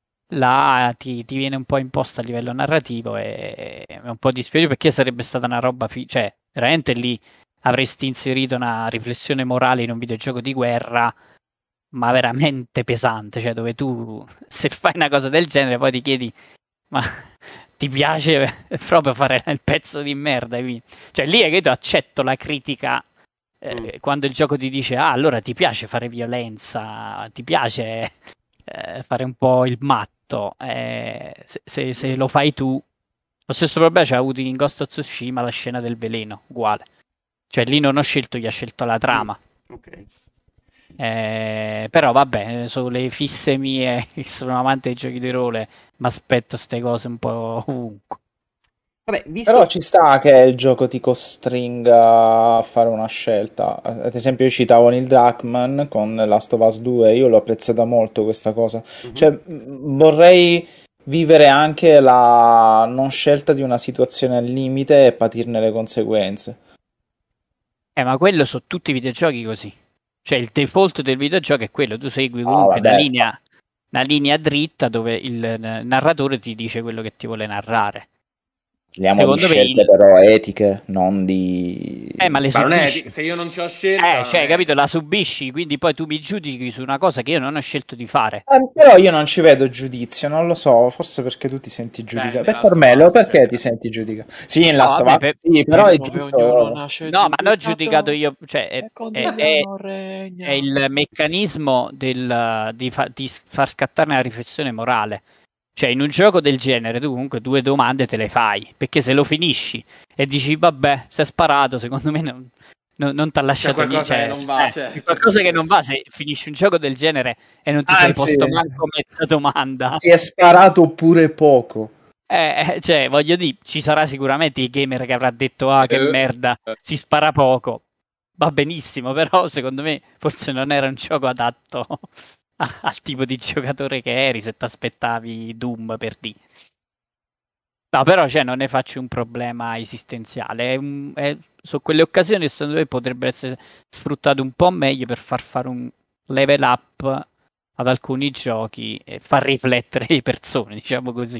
Là ti, ti viene un po' imposta a livello narrativo e è un po' dispiaciuto perché sarebbe stata una roba, fi- cioè veramente lì avresti inserito una riflessione morale in un videogioco di guerra, ma veramente pesante, cioè dove tu se fai una cosa del genere poi ti chiedi, ma ti piace proprio fare il pezzo di merda? Quindi- Cioè lì è che io accetto la critica mm. eh, quando il gioco ti dice, ah, allora ti piace fare violenza, ti piace eh, fare un po' il matto, eh, se, se- se lo fai tu, lo stesso problema c'è avuto in Ghost of Tsushima la scena del veleno, uguale. Cioè lì non ho scelto, gli ha scelto la Mm, trama. ok. Eh, però vabbè, sono le fisse mie che sono amante dei giochi di ruolo, mi aspetto queste cose un po' ovunque. Vabbè, Però visto... ci sta che il gioco ti costringa a fare una scelta. Ad esempio, io citavo Neil Druckmann con Last of Us due, io l'ho apprezzata molto questa cosa. Mhm. Cioè, mh, vorrei vivere anche la non scelta di una situazione al limite e patirne le conseguenze. Eh, ma quello su tutti i videogiochi così. Cioè il default del videogioco è quello, tu segui Ah, comunque una vabbè, linea, una linea dritta dove il eh, narratore ti dice quello che ti vuole narrare. parliamo di Secondo me scelte il... però etiche, non di... Eh, ma le Ma non è, subisci. se io non ci ho Eh, scelta, non cioè, è... capito? La subisci, quindi poi tu mi giudichi su una cosa che io non ho scelto di fare. Eh, però io non ci vedo giudizio, non lo so, forse perché tu ti senti Beh, giudicato. The Per Last of Carmelo, Us, cioè... perché ti senti giudicato? Sì, in No, Last of vabbè, Us, per- sì, però E è dove ognuno giusto. nasce no, ma non ho giudicato giudicato io, cioè, è, e con è- Dio è- non è regna. il meccanismo del, di, fa- di far scattare una riflessione morale. Cioè, in un gioco del genere, tu comunque due domande te le fai, perché se lo finisci e dici, vabbè, si è sparato, secondo me non, non, non ti ha C'è lasciato niente. qualcosa che Cioè, non va, eh, c'è certo, sì, qualcosa che sì. non va se finisci un gioco del genere e non ti sei Anzi, posto manco mezza domanda. si è sparato pure poco. Eh, eh, cioè, voglio dire, ci sarà sicuramente il gamer che avrà detto, ah, che Eh, merda, eh. si spara poco. Va benissimo, però secondo me forse non era un gioco adatto a- al tipo di giocatore che eri se ti aspettavi Doom per dire. No, però cioè, non ne faccio un problema esistenziale. È un- è- sono quelle occasioni che secondo me potrebbero essere sfruttate un po' meglio per far fare un level up ad alcuni giochi e far riflettere le persone, diciamo così.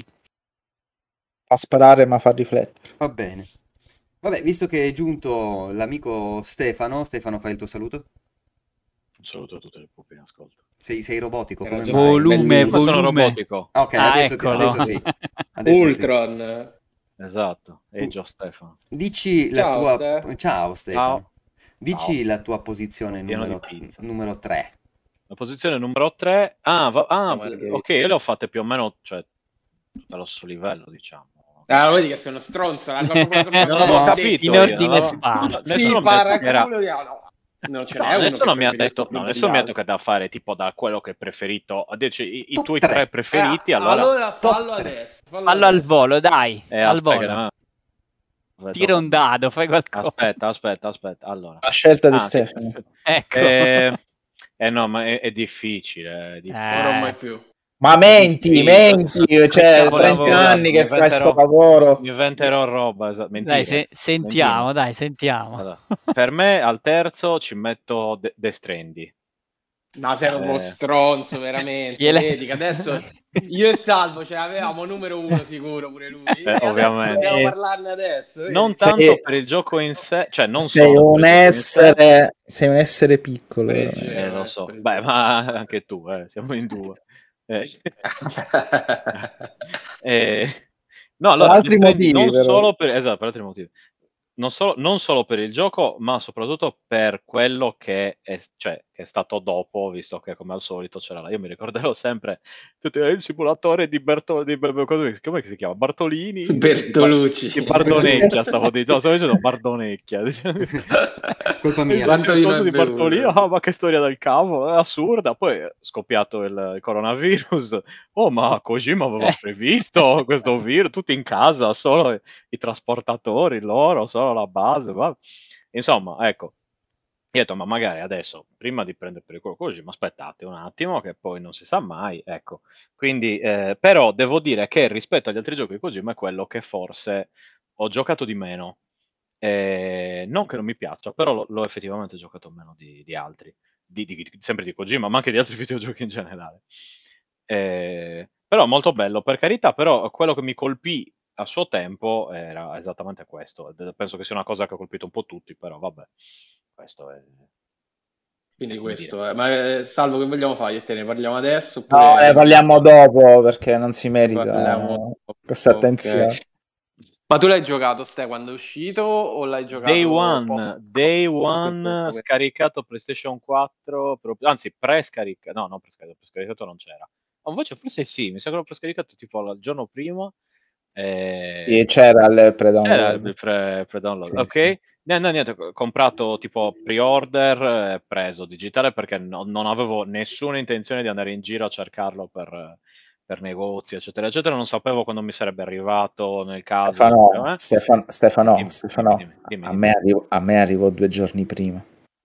Fa sparare ma fa riflettere. Va bene. Vabbè, visto che è giunto l'amico Stefano, Stefano, fai il tuo saluto? Un saluto a tutte le pupe in ascolto. Sei, sei robotico, Era come già mai? Volume, Come sono bellissimo. volume. robotico? Ah, ok, Ah, adesso, ti- eccolo. adesso sì. Adesso sì. Ultron. Esatto, e Mm, Gio Stefano. Dici la Ciao, tua... Ste. Ciao Ciao. Stefano. Ciao. Dici la tua Sono posizione pieno di numero, pizza. numero tre. La posizione numero tre. Ah, va- ah, La margherita. ok, io le ho fatte più o meno, cioè, tutte allo stesso livello, diciamo. Ah, vedi che sei uno stronzo. La cosa proprio Non l'avevo No, capito in io, ordine non avevo- sparso. Sì, nessuno mi ha detto che era... paraculo di- no, non ce No, n'è uno che nessuno mi ha preferisco detto, più no, degli nessuno mi ha detto altri. che da fare tipo da quello che è preferito, dici i, i top tuoi tre tre. preferiti, Eh, allora... allora Top fallo tre. adesso. Fallo Fallo al adesso. volo, dai, Eh, al aspetta, volo. eh, aspetta, Tira un dado, fai qualcosa. aspetta, aspetta, aspetta, allora... La scelta di Ah, sì. Stefano. Ecco. Eh, eh no, ma è, è difficile, è difficile. Ora mai Eh, più. Ma È menti, difficile. menti, che cioè trenta capolavoro. anni Mi che fai sto inventerò, lavoro. mi inventerò roba, esa- Dai, mentire, se- sentiamo, mentire. dai, sentiamo. Allora, per me al terzo ci metto De- Death Stranding. No, sei proprio Eh, stronzo, veramente. Gliele- Vedi che adesso io e Salvo ce l'avevamo numero uno sicuro pure lui. eh, E adesso dobbiamo ovviamente. Eh, parlarne adesso, Non vedi? tanto sei, per il gioco in sé, cioè non sei solo per un il gioco in sé, essere, sei un essere piccolo, veramente. eh, Pregevole, lo so. Beh, spregevole. ma anche tu, eh, siamo in due. Eh, eh, no, Per allora, Death altri Stranding motivi, non però. solo per, esatto, per altri motivi. Non solo, non solo per il gioco, ma soprattutto per quello che è, cioè, che è stato dopo, visto che come al solito c'era la... Io mi ricorderò sempre tutti, eh, il simulatore di Bertolini, come si chiama? Bartolini? Di, Bar- Bertolucci. di Bardonecchia, stavo dicendo, no, stavo dicendo Bardonecchia. Colpa Il, mia. il Quanto vino coso hai di Bartolini, bevuto? ah, ma che storia del cavolo, è assurda. Poi è scoppiato il, il coronavirus. Oh, ma Kojima aveva Eh, previsto questo virus, tutti in casa, solo i trasportatori, loro, solo la base. Va. Insomma, ecco. Io ho detto, ma magari adesso, prima di prendere per il culo Kojima, aspettate un attimo, che poi non si sa mai, ecco. Quindi, eh, però devo dire che rispetto agli altri giochi di Kojima è quello che forse ho giocato di meno. Eh, non che non mi piaccia, però l'ho, l'ho effettivamente giocato meno di, di altri, di, di- sempre di Kojima, ma anche di altri videogiochi in generale. Eh, però molto bello, per carità, però quello che mi colpì a suo tempo era esattamente questo. Ed Penso che sia una cosa che ha colpito un po' tutti, però vabbè, questo è, è Quindi come dire. questo, eh. Ma eh, Salvo, che vogliamo fare? Io e te ne parliamo adesso No, oppure ne rimaniamo? parliamo dopo perché non si Ne merita parliamo. questa Ok. attenzione. Ma tu l'hai giocato, Ste, quando è uscito o l'hai Day giocato One, post? Day Comunque, One, dopo? scaricato PlayStation quattro, proprio- anzi pre-scaricato, no, non pre-scaricato, pre-scaricato non c'era. O invece forse sì, mi sa che l'ho pre-scaricato tipo il giorno prima. Sì, eh, c'era il C'era pre-download. il pre- pre-download, Sì, sì. ok? No, no, niente, ho comprato tipo pre-order e preso digitale perché no- non avevo nessuna intenzione di andare in giro a cercarlo per, per negozi, eccetera, eccetera. Non sapevo quando mi sarebbe arrivato nel caso. Stefano, Eh? Stefano, Di- Stefano, Dimmi, dimmi, Stefano, dimmi, dimmi, a dimmi. me arrivo, a me arrivò due giorni prima,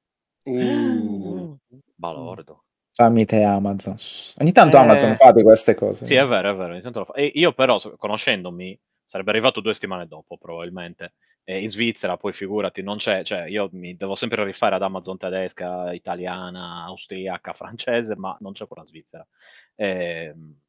Uh. Balordo. tramite Amazon. Ogni tanto Amazon Eh, fa di queste cose. sì, è vero, è vero. ogni tanto lo fa. E io però, so- conoscendomi, sarebbe arrivato due settimane dopo, probabilmente. E in Svizzera, poi figurati, non c'è, cioè io mi devo sempre rifare ad Amazon tedesca, italiana, austriaca, francese, ma non c'è quella svizzera. Ehm,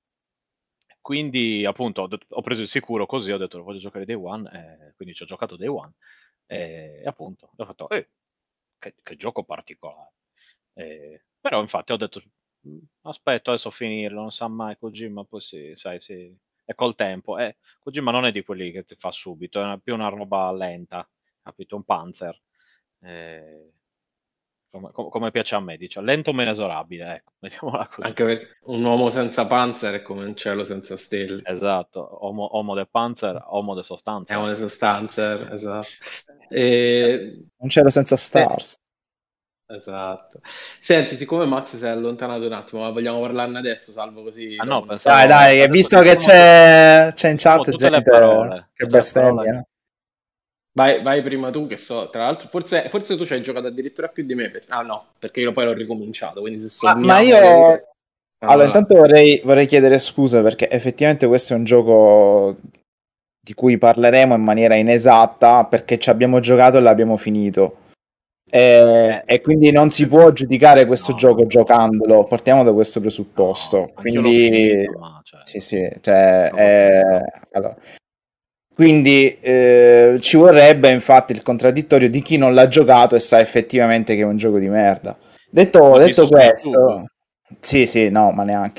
quindi, appunto, ho, detto- ho preso il sicuro così, ho detto, voglio giocare Day One, eh, quindi ci ho giocato Day One. E, appunto, ho fatto, eh, che, che gioco particolare. Eh, però, infatti, ho detto, "Mm, aspetto adesso a finirlo, non sa mai Kojima, poi sì, sai, sì, è col tempo. Eh, Kojima non è di quelli che ti fa subito, è una- più una roba lenta, capito? Un Panzer. Eh, come, come- come piace a me, dice, lento ma inesorabile, ecco, mettiamola così. Anche perché un uomo senza panzer è come un cielo senza stelle. Esatto, Homo, homo de Panzer, Homo de È Sostanza. una sostanza, esatto. E... Un cielo senza se- stars. Esatto. Senti, siccome Max si è allontanato un attimo, ma vogliamo parlarne adesso, Salvo, così Ah no, dopo. Dai, pensavo, dai, che adesso visto che diciamo, tu- c'è, c'è in diciamo chat tutte le gente parole, che tutte le parole. bestemmia. Vai, vai prima tu, che so, tra l'altro, forse, forse tu ci hai giocato addirittura più di me. per- Ah no, perché io poi l'ho ricominciato, quindi se Ma, ma sommiamo le io, ore... allora, Allora, intanto vorrei, vorrei chiedere scusa perché effettivamente questo è un gioco di cui parleremo in maniera inesatta perché ci abbiamo giocato e l'abbiamo finito. E, Eh, e quindi non si eh, può giudicare questo no, no, gioco no, giocandolo. Partiamo da questo no, presupposto. anch'io l'ho Quindi, finito, ma cioè, sì, sì, cioè, gioco eh, finito. allora. Quindi eh, ci vorrebbe infatti il contraddittorio di chi non l'ha giocato e sa effettivamente che è un gioco di merda. Detto, L'ho detto visto su YouTube. questo, sì, sì, no, ma neanche.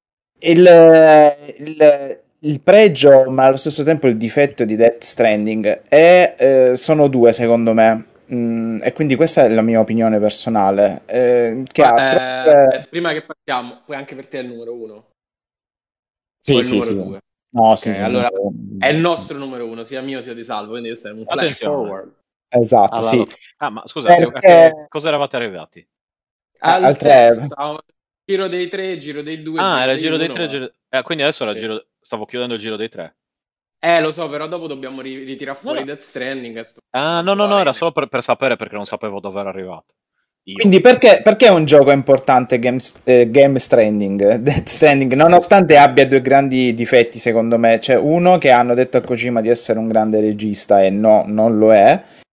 Il, il- il pregio, ma allo stesso tempo il difetto di Death Stranding è, eh, sono due, secondo me. Mm, e quindi questa è la mia opinione personale. eh, che ma ha eh, troppe... aspetta, prima che partiamo, poi anche per te è il numero uno o Sì, il sì, numero sì. due? No, Ok, sì, sì, allora no. è il nostro numero uno, sia mio sia di Salvo, quindi questo è un flash Attenzione. forward. Esatto, Alla sì. lot- Ah, ma scusa, a che, a Perché che- cosa eravate arrivati? Al al terzo, tre stavamo giro dei tre, giro dei due, Ah, giro era il dei giro dei uno, tre, ma... giro- eh, quindi adesso era il Sì. giro... stavo chiudendo il giro dei tre. Eh, lo so, però dopo dobbiamo ri- ritirare No, fuori no. Death Stranding e sto Ah, no, no, no, puntuale. era solo per, per sapere perché non sapevo dove era arrivato. Io. Quindi perché, perché è un gioco importante Game, eh, Game Stranding, Death Stranding, nonostante abbia due grandi difetti secondo me, c'è uno che hanno detto a Kojima di essere un grande regista e no, non lo è,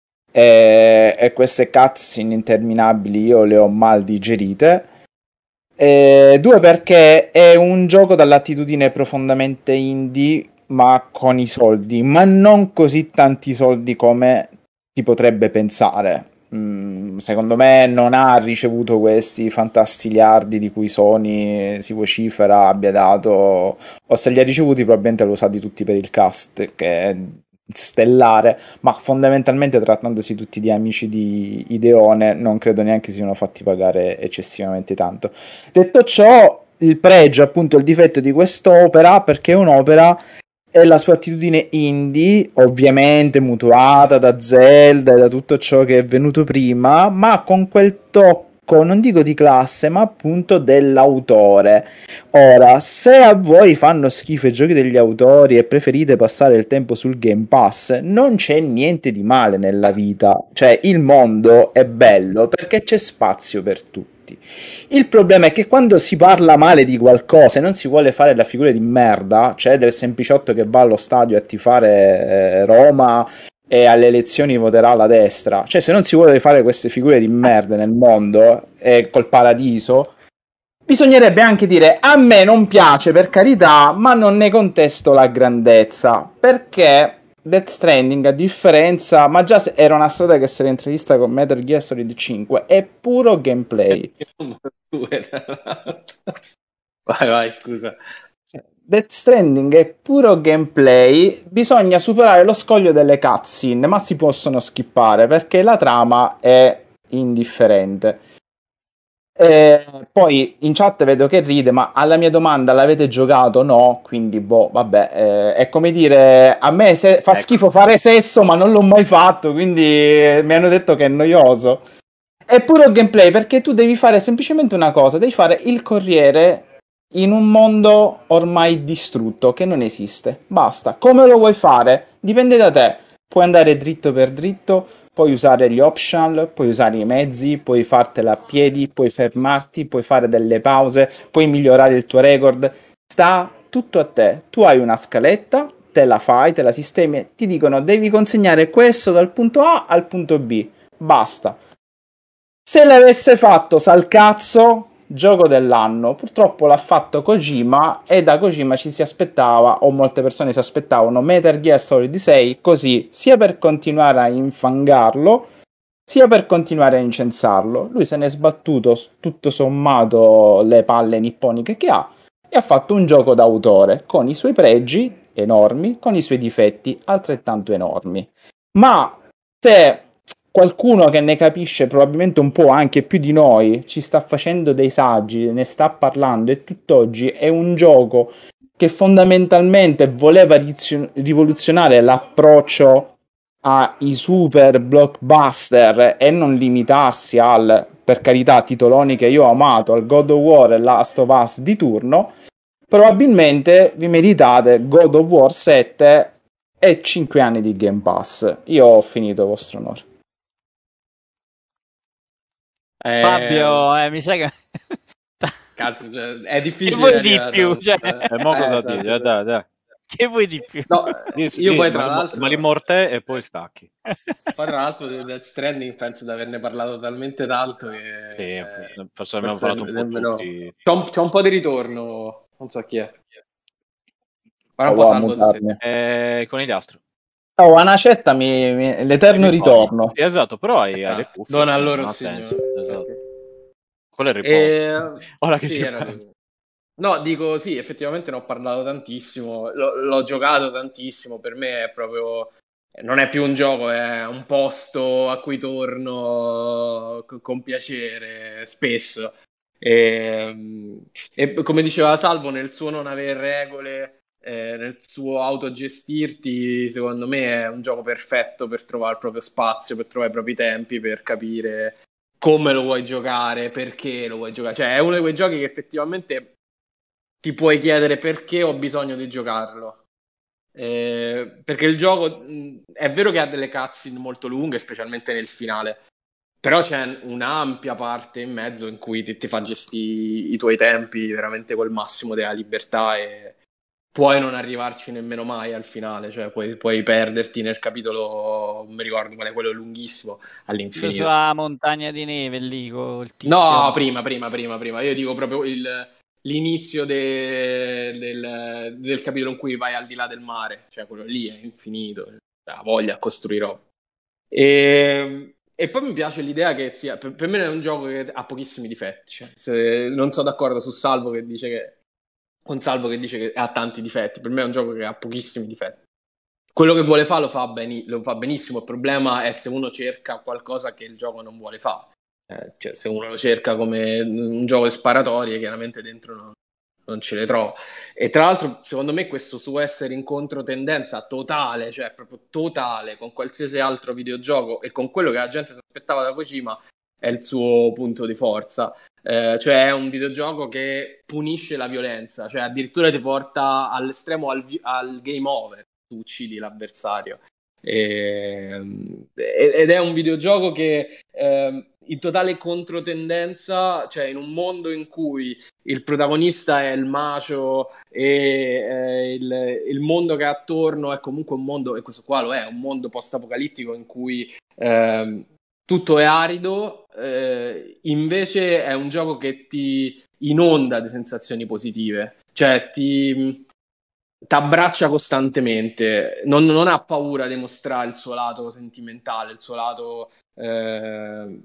e, e queste cutscene interminabili io le ho mal digerite. E due perché è un gioco dall'attitudine profondamente indie, ma con i soldi, ma non così tanti soldi come si potrebbe pensare. Mm, secondo me non ha ricevuto questi fantastiliardi di cui Sony si vocifera abbia dato, o se li ha ricevuti probabilmente li ha usati tutti per il cast, che è stellare, ma fondamentalmente trattandosi tutti di amici di Ideone, non credo neanche siano fatti pagare eccessivamente tanto. Detto ciò, il pregio, appunto, il difetto di quest'opera, perché è un'opera, è la sua attitudine indie, ovviamente mutuata da Zelda e da tutto ciò che è venuto prima, ma con quel tocco, non dico di classe, ma appunto dell'autore. Ora, se a voi fanno schifo i giochi degli autori e preferite passare il tempo sul Game Pass, non c'è niente di male nella vita. Cioè, il mondo è bello perché c'è spazio per tutti. Il problema è che quando si parla male di qualcosa e non si vuole fare la figura di merda, cioè del sempliciotto che va allo stadio a tifare eh, Roma e alle elezioni voterà la destra, cioè se non si vuole fare queste figure di merda nel mondo e col paradiso, bisognerebbe anche dire a me non piace per carità, ma non ne contesto la grandezza, perché Death Stranding a differenza, ma già se era una storia che se l'intervista con Metal Gear Solid cinque è puro gameplay. Due, tra l'altro. Vai, vai, scusa. Death Stranding è puro gameplay, bisogna superare lo scoglio delle cutscene, ma si possono skippare perché la trama è indifferente. E poi in chat vedo che ride, ma alla mia domanda l'avete giocato? No, quindi boh, vabbè, eh, è come dire, a me se- fa Ecco. schifo fare sesso, ma non l'ho mai fatto, quindi eh, mi hanno detto che è noioso. È puro gameplay perché tu devi fare semplicemente una cosa, devi fare il corriere in un mondo ormai distrutto, che non esiste. Basta. Come lo vuoi fare? Dipende da te. Puoi andare dritto per dritto, puoi usare gli optional, puoi usare i mezzi, puoi fartela a piedi, puoi fermarti, puoi fare delle pause, puoi migliorare il tuo record. Sta tutto a te. Tu hai una scaletta, te la fai, te la sistemi, ti dicono devi consegnare questo dal punto A al punto B. Basta. Se l'avesse fatto sal cazzo, gioco dell'anno. Purtroppo l'ha fatto Kojima e da Kojima ci si aspettava, o molte persone si aspettavano, Metal Gear Solid sei così, sia per continuare a infangarlo, sia per continuare a incensarlo. Lui se ne è sbattuto tutto sommato le palle nipponiche che ha e ha fatto un gioco d'autore con i suoi pregi enormi, con i suoi difetti altrettanto enormi. Ma se qualcuno che ne capisce probabilmente un po' anche più di noi ci sta facendo dei saggi, ne sta parlando e tutt'oggi è un gioco che fondamentalmente voleva rivoluzionare l'approccio ai super blockbuster e non limitarsi al, per carità, titoloni che io ho amato, al God of War e Last of Us di turno, probabilmente vi meritate God of War sette e cinque anni di Game Pass. Io ho finito, vostro onore. Eh, Fabio, eh, mi sa che... Cazzo, cioè, è Che difficile vuoi di arrivare più? da... Cioè, E mo Eh, cosa esatto, dici? Eh, esatto. dai, dai. che vuoi di più? No, Di, io di, poi tra ma, l'altro... ma li morte e poi stacchi. Poi tra l'altro di Death Stranding penso di averne parlato talmente tanto che Sì, eh, forse abbiamo forse parlato un po' nemmeno... tutti. C'è un, c'è un po' di ritorno, non so chi è. Guarda un po' Provo a Salvo se sei... mutarmi. Eh, conigliastro. Oh, una certa mi, mi- l'eterno ritorno. Sì, esatto, però hai, hai le Esatto. cuffie, Dona quindi loro non il ha senso. signore. Esatto. Ok. Quello è il riposo. E... Ora che Sì, ci era penso. lui. No, dico sì, effettivamente ne ho parlato tantissimo, l'ho, l'ho giocato tantissimo, per me è proprio, non è più un gioco, è un posto a cui torno co- con piacere, spesso. E, e come diceva Salvo, nel suo non avere regole, eh, nel suo autogestirti, secondo me è un gioco perfetto per trovare il proprio spazio, per trovare i propri tempi, per capire come lo vuoi giocare, perché lo vuoi giocare. Cioè, è uno di quei giochi che effettivamente ti puoi chiedere perché ho bisogno di giocarlo. Eh, perché il gioco mh, è vero che ha delle cutscene molto lunghe, specialmente nel finale, però c'è un'ampia parte in mezzo in cui ti, ti fa gestire i tuoi tempi veramente col massimo della libertà e puoi non arrivarci nemmeno mai al finale, cioè puoi, puoi perderti nel capitolo, non mi ricordo qual è quello lunghissimo, Quello all'infinito. sulla montagna di neve lì col tizio. No, prima, prima, prima, prima. Io dico proprio il, l'inizio de- del, del capitolo in cui vai al di là del mare, cioè quello lì è infinito, ha voglia a costruire roba. E, e poi mi piace l'idea che sia, per, per me è un gioco che ha pochissimi difetti, cioè, se- non sono d'accordo su Salvo che dice che, con Salvo che dice che ha tanti difetti, per me è un gioco che ha pochissimi difetti. Quello che vuole fare lo fa, beni- lo fa benissimo, il problema è se uno cerca qualcosa che il gioco non vuole fare. Eh, cioè, se uno lo cerca come un gioco di sparatorie, chiaramente dentro non, non ce le trova. E tra l'altro, secondo me, questo suo essere in controtendenza totale, cioè proprio totale, con qualsiasi altro videogioco e con quello che la gente si aspettava da Kojima, è il suo punto di forza. Eh, cioè, è un videogioco che punisce la violenza, cioè addirittura ti porta all'estremo al, vi- al game over, tu uccidi l'avversario. E- ed è un videogioco che eh, in totale controtendenza, cioè in un mondo in cui il protagonista è il macio e eh, il, il mondo che ha attorno è comunque un mondo, e questo qua lo è, un mondo post-apocalittico in cui eh, tutto è arido, eh, invece è un gioco che ti inonda di sensazioni positive, cioè ti t'abbraccia costantemente, non, non ha paura di mostrare il suo lato sentimentale, il suo lato eh,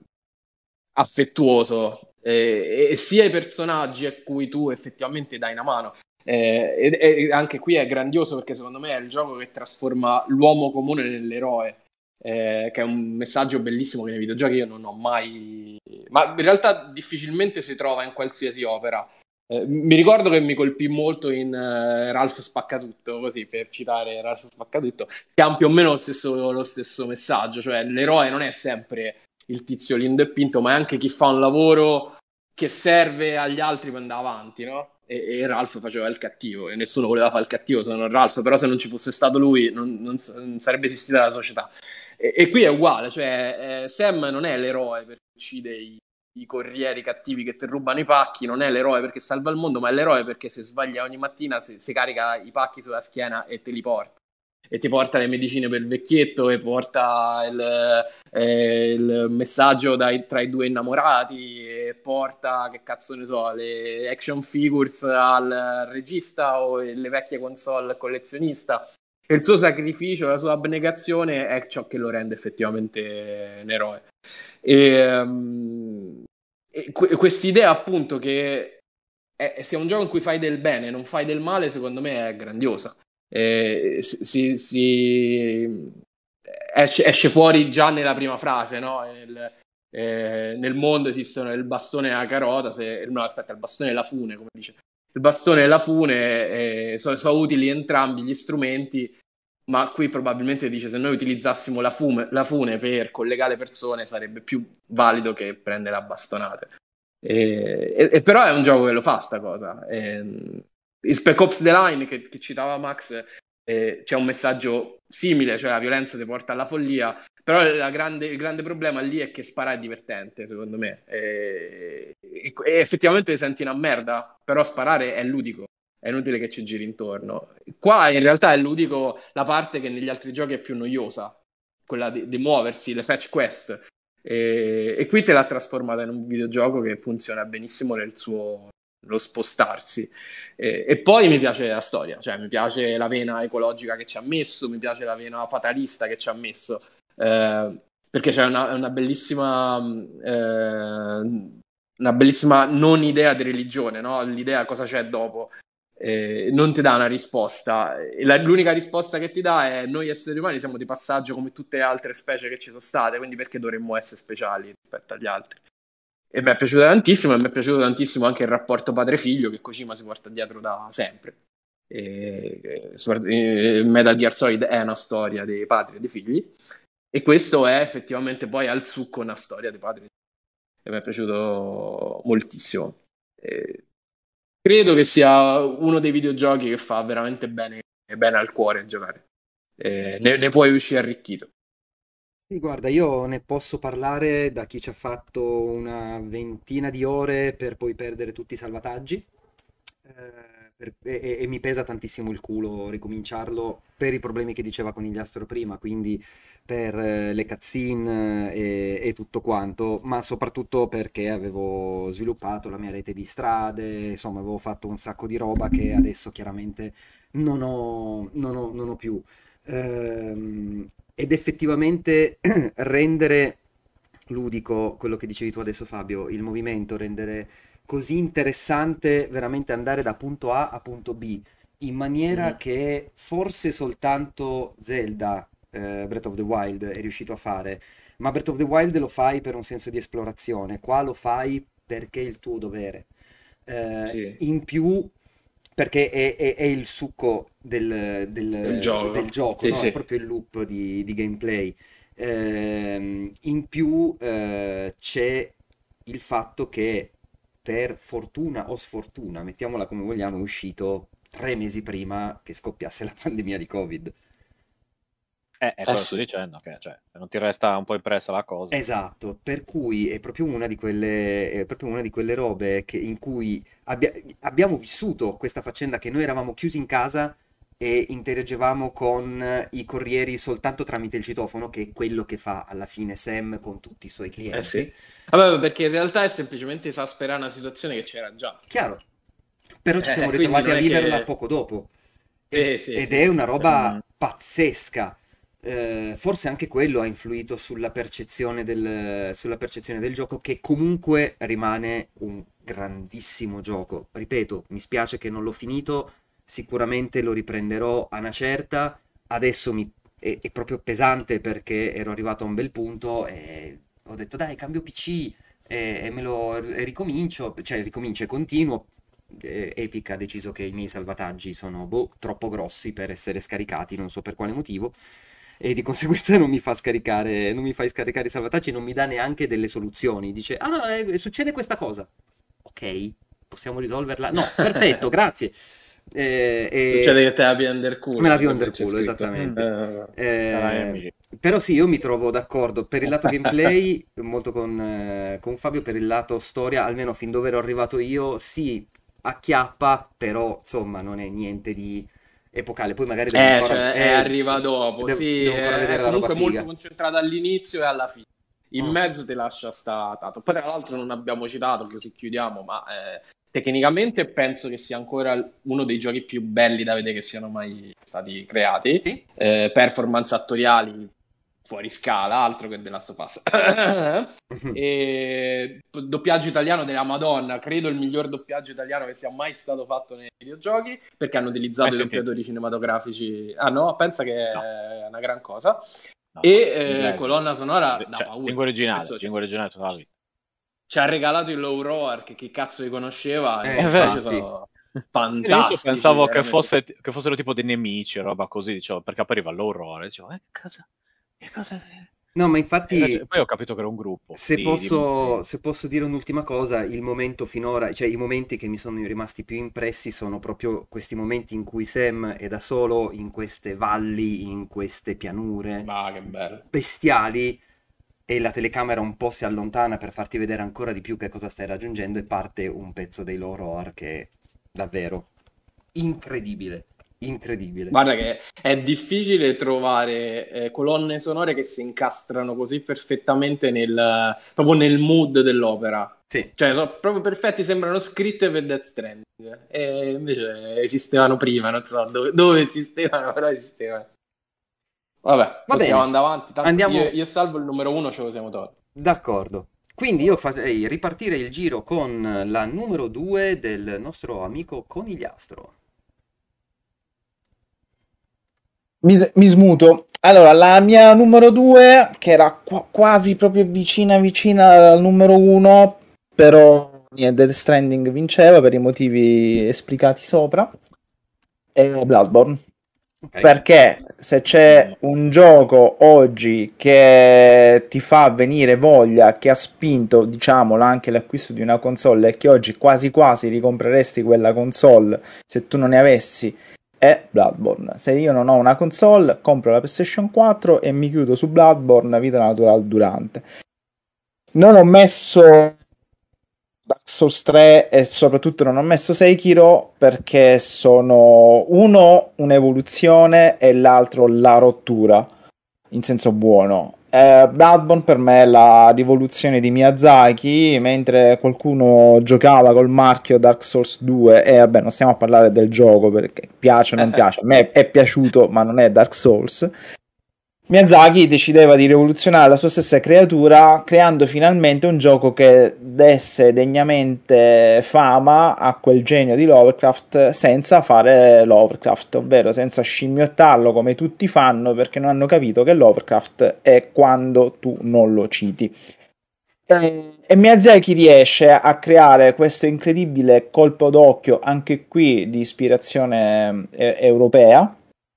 affettuoso, e, e sia i personaggi a cui tu effettivamente dai una mano. Eh, e, e anche qui è grandioso perché secondo me è il gioco che trasforma l'uomo comune nell'eroe, eh, che è un messaggio bellissimo che nei videogiochi io non ho mai... ma in realtà difficilmente si trova in qualsiasi opera. Eh, mi ricordo che mi colpì molto in uh, Ralph Spaccatutto, così per citare Ralph Spaccatutto, che ha più o meno lo stesso, lo stesso messaggio, cioè l'eroe non è sempre il tizio lindo e pinto, ma è anche chi fa un lavoro che serve agli altri per andare avanti, no? E, e Ralph faceva il cattivo e nessuno voleva fare il cattivo se non Ralph, però se non ci fosse stato lui non, non, non sarebbe esistita la società. E, e qui è uguale, cioè eh, Sam non è l'eroe perché uccide i i corrieri cattivi che ti rubano i pacchi, non è l'eroe perché salva il mondo, ma è l'eroe perché se sveglia ogni mattina si, si carica i pacchi sulla schiena e te li porta. E ti porta le medicine per il vecchietto e porta il, eh, il messaggio dai, tra i due innamorati e porta, che cazzo ne so, le action figures al regista o le vecchie console al collezionista. E il suo sacrificio, la sua abnegazione è ciò che lo rende effettivamente un eroe. E, um, e que- quest'idea appunto che è, sia un gioco in cui fai del bene, non fai del male, secondo me è grandiosa. Eh, si, si- esce, esce fuori già nella prima frase, no? Nel, eh, nel mondo esistono il bastone e la carota, se, no aspetta, il bastone e la fune, come dice. Il bastone e la fune eh, sono, sono utili entrambi gli strumenti, ma qui probabilmente dice se noi utilizzassimo la, fume, la fune per collegare le persone sarebbe più valido che prendere la bastonata. E, e, e però è un gioco che lo fa sta cosa. E, in Spec Ops The Line che, che citava Max eh, c'è un messaggio simile, cioè la violenza ti porta alla follia, però la grande, il grande problema lì è che sparare è divertente secondo me e, e, e effettivamente ti senti una merda, però sparare è ludico, è inutile che ci giri intorno. Qua in realtà è ludico la parte che negli altri giochi è più noiosa, quella di, di muoversi, le fetch quest. E, e qui te l'ha trasformata in un videogioco che funziona benissimo nel suo lo spostarsi. E, e poi mi piace la storia, cioè mi piace la vena ecologica che ci ha messo, mi piace la vena fatalista che ci ha messo, eh, perché c'è una, una bellissima eh, una bellissima non idea di religione, no? L'idea cosa c'è dopo. Eh, non ti dà una risposta. La, l'unica risposta che ti dà è noi esseri umani siamo di passaggio come tutte le altre specie che ci sono state, quindi perché dovremmo essere speciali rispetto agli altri? E mi è piaciuto tantissimo, e mi è piaciuto tantissimo anche il rapporto padre-figlio che Kojima si porta dietro da sempre. E, e Metal Gear Solid è una storia dei padri e dei figli, e questo è effettivamente poi al succo una storia dei padri e mi è piaciuto moltissimo. E credo che sia uno dei videogiochi che fa veramente bene, bene al cuore giocare. E ne, ne puoi uscire arricchito. Sì, guarda, io ne posso parlare da chi ci ha fatto una ventina di ore per poi perdere tutti i salvataggi. Eh, per- e, e- e mi pesa tantissimo il culo ricominciarlo per i problemi che diceva Conigliastro prima, quindi per eh, le cutscene eh, e, e tutto quanto, ma soprattutto perché avevo sviluppato la mia rete di strade, insomma, avevo fatto un sacco di roba che adesso chiaramente non ho, non ho- non ho più. Ehm, ed effettivamente rendere ludico quello che dicevi tu adesso, Fabio, il movimento, rendere così interessante veramente andare da punto A a punto B, in maniera Mhm. che forse soltanto Zelda, eh, Breath of the Wild è riuscito a fare, ma Breath of the Wild lo fai per un senso di esplorazione, qua lo fai perché è il tuo dovere. Eh, Sì, in più, perché è, è- è il succo del, del del- del gioco. gioco, Sì, no? È sì. proprio il loop di, di gameplay. Ehm, in più eh, c'è il fatto che per fortuna o sfortuna, mettiamola come vogliamo, è uscito tre mesi prima che scoppiasse la pandemia di Covid. Eh, è Eh quello che sto sì. dicendo, che cioè, se non ti resta un po' impressa la cosa. Esatto, per cui è proprio una di quelle, è proprio una di quelle robe che- in cui abbia- abbiamo vissuto questa faccenda che noi eravamo chiusi in casa e interagivamo con i corrieri soltanto tramite il citofono, che è quello che fa alla fine Sam con tutti i suoi Eh sì. clienti. Vabbè, perché in realtà è semplicemente esasperare una situazione che c'era già. Chiaro, però ci siamo Eh, quindi ritrovati a non è viverla che... poco dopo ed, Sì, sì, ed è sì. una Mm. roba pazzesca. Eh, forse anche quello ha influito sulla percezione del, sulla percezione del gioco, che comunque rimane un grandissimo gioco. Ripeto, mi spiace che non l'ho finito, sicuramente lo riprenderò a una certa. Adesso mi- è, è proprio pesante perché ero arrivato a un bel punto e ho detto dai, cambio P C e, e me lo e ricomincio, cioè ricomincio e continuo. eh, Epic ha deciso che i miei salvataggi sono boh, troppo grossi per essere scaricati, non so per quale motivo, e di conseguenza non mi fa scaricare, non mi fai scaricare i salvataggi, non mi dà neanche delle soluzioni. Dice, ah no, eh, succede questa cosa. Ok, possiamo risolverla? No, perfetto, grazie. Eh, Succede e che te la piedi under me la culo, più come under c'è culo, scritto. Mm. esattamente. Eh, Sarai Eh, M G. però sì, io mi trovo d'accordo per il lato gameplay, molto con, eh, con Fabio, per il lato storia, almeno fin dove ero arrivato io, sì, acchiappa, però insomma non è niente di epocale. Poi magari devo Eh, ancora, cioè, eh, eh, arriva dopo, devo, sì, devo ancora è vedere la roba comunque molto figa. concentrata all'inizio e alla fine. In Mm. mezzo ti lascia sta tanto. Poi tra l'altro non abbiamo citato, così chiudiamo, ma eh, tecnicamente penso che sia ancora uno dei giochi più belli da vedere che siano mai stati creati. Sì? Eh, performance attoriali fuori scala, altro che The Last of Us. E doppiaggio italiano della Madonna, credo il miglior doppiaggio italiano che sia mai stato fatto nei videogiochi, perché hanno Mai utilizzato i sentito? doppiatori cinematografici. Ah no, pensa che No, è una gran cosa. no, E no. eh, Inglese. colonna sonora da Cioè, paura. lingua originale, Questo ci, lingua originale tutta la vita. ci ha regalato il Low Roar, che chi cazzo li conosceva, Eh, e È invece vero. infatti. sono All'inizio fantastici, pensavo che, veramente. fosse, che fossero tipo dei nemici o roba così, dicevo, perché appariva l'orrore. Dicevo, eh, cosa? Che cosa è? No, ma E invece, infatti, poi ho capito che era un gruppo se di, di posso, musicisti. se posso dire un'ultima cosa, il momento finora, cioè i momenti che mi sono rimasti più impressi sono proprio questi momenti in cui Sam è da solo in queste valli, in queste pianure Ma che bello. bestiali e la telecamera un po' si allontana per farti vedere ancora di più che cosa stai raggiungendo e parte un pezzo dei loro horror che è davvero incredibile, incredibile. Guarda che è difficile trovare eh, colonne sonore che si incastrano così perfettamente nel, proprio nel mood dell'opera. Sì. Cioè, sono proprio perfetti, sembrano scritte per Death Stranding. E invece esistevano prima, non so dove, dove esistevano, però esistevano. Vabbè, Va possiamo bene, andare avanti. Tanto io, andiamo io salvo il numero uno, ce lo siamo tolti. d'accordo. Quindi io farei ripartire il giro con la numero due del nostro amico Conigliastro. Mi, s- mi smuto. Allora, la mia numero due, che era qua- quasi proprio vicina vicina al numero uno, però niente, Death Stranding vinceva per i motivi esplicati sopra. è Bloodborne. Ok. Perché se c'è un gioco oggi che ti fa venire voglia, che ha spinto, diciamolo, anche l'acquisto di una console e che oggi quasi quasi ricompreresti quella console se tu non ne avessi, è Bloodborne. Se io non ho una console, compro la PlayStation quattro e mi chiudo su Bloodborne vita natural durante. Non ho messo Dark Souls tre e soprattutto non ho messo Sekiro perché sono uno un'evoluzione e l'altro la rottura in senso buono. Eh, Bloodborne per me è la rivoluzione di Miyazaki, mentre qualcuno giocava col marchio Dark Souls due e vabbè non stiamo a parlare del gioco perché piace o non piace, a me è piaciuto ma non è Dark Souls. Miyazaki decideva di rivoluzionare la sua stessa creatura creando finalmente un gioco che desse degnamente fama a quel genio di Lovecraft senza fare Lovecraft, ovvero senza scimmiottarlo come tutti fanno perché non hanno capito che Lovecraft è quando tu non lo citi. E, e Miyazaki riesce a creare questo incredibile colpo d'occhio anche qui di ispirazione eh, europea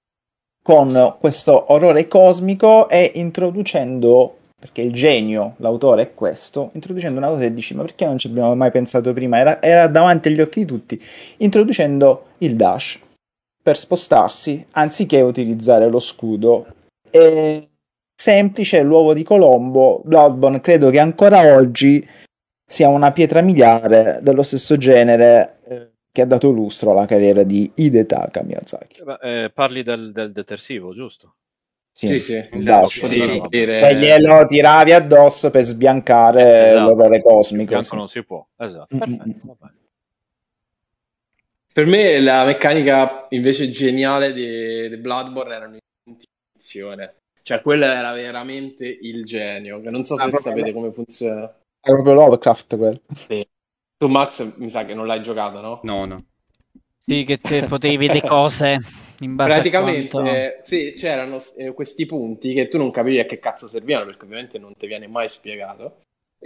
con questo orrore cosmico e introducendo, perché il genio, l'autore è questo, introducendo una cosa e dici, ma perché non ci abbiamo mai pensato prima? Era, era davanti agli occhi di tutti, introducendo il dash per spostarsi anziché utilizzare lo scudo. È semplice, l'uovo di Colombo, Bloodborne credo che ancora oggi sia una pietra miliare dello stesso genere eh, che ha dato lustro alla carriera di Hidetaka Miyazaki. Eh, beh, eh, parli del, del detersivo, giusto? Sì, Sì, sì, il Dash, dash, sì, sì, sì, sì. vuol vabbè. che dire... glielo tiravi addosso per sbiancare Esatto. l'orrore Il cosmico. bianco Sì. non si può, esatto. Mm, Perfetto, mm, mm. va bene. Per me la meccanica invece geniale di, di Bloodborne era un'intuizione. Cioè, quello era veramente il genio. Che non so Ah, se proprio- sapete come funziona. È proprio Lovecraft quello. Sì. Tu, Max, mi sa che non l'hai giocato, no? No, no. Sì, che te potevi vedere cose in base a quanto... Praticamente, sì, c'erano eh, questi punti che tu non capivi a che cazzo servivano, perché ovviamente non ti viene mai spiegato.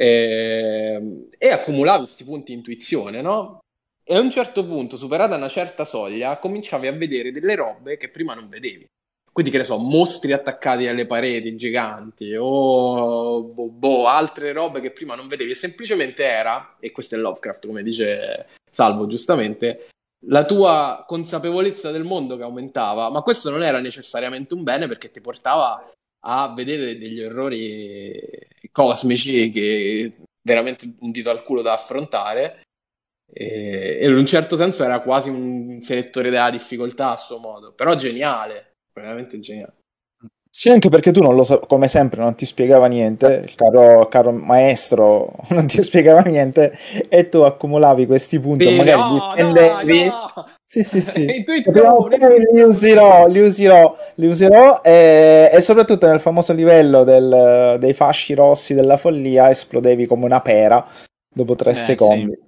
E, e accumulavi questi punti intuizione, no? E a un certo punto, superata una certa soglia, cominciavi a vedere delle robe che prima non vedevi. Quindi, che ne so, mostri attaccati alle pareti giganti o boh, boh, altre robe che prima non vedevi. E semplicemente era, e questo è Lovecraft, come dice Salvo giustamente, la tua consapevolezza del mondo che aumentava, ma questo non era necessariamente un bene perché ti portava a vedere degli errori cosmici che veramente un dito al culo da affrontare e, e in un certo senso era quasi un selettore della difficoltà a suo modo, però geniale, veramente geniale. Sì, anche perché tu non lo so, come sempre non ti spiegava niente, il caro, caro maestro non ti spiegava niente e tu accumulavi questi punti o Sì, magari li no, dai, spendevi. no! Sì, sì, sì. Cioè, prima o Intuizione, poi li userò, li userò, li userò e, e soprattutto nel famoso livello del- dei fasci rossi della follia esplodevi come una pera dopo tre Eh, sì. secondi.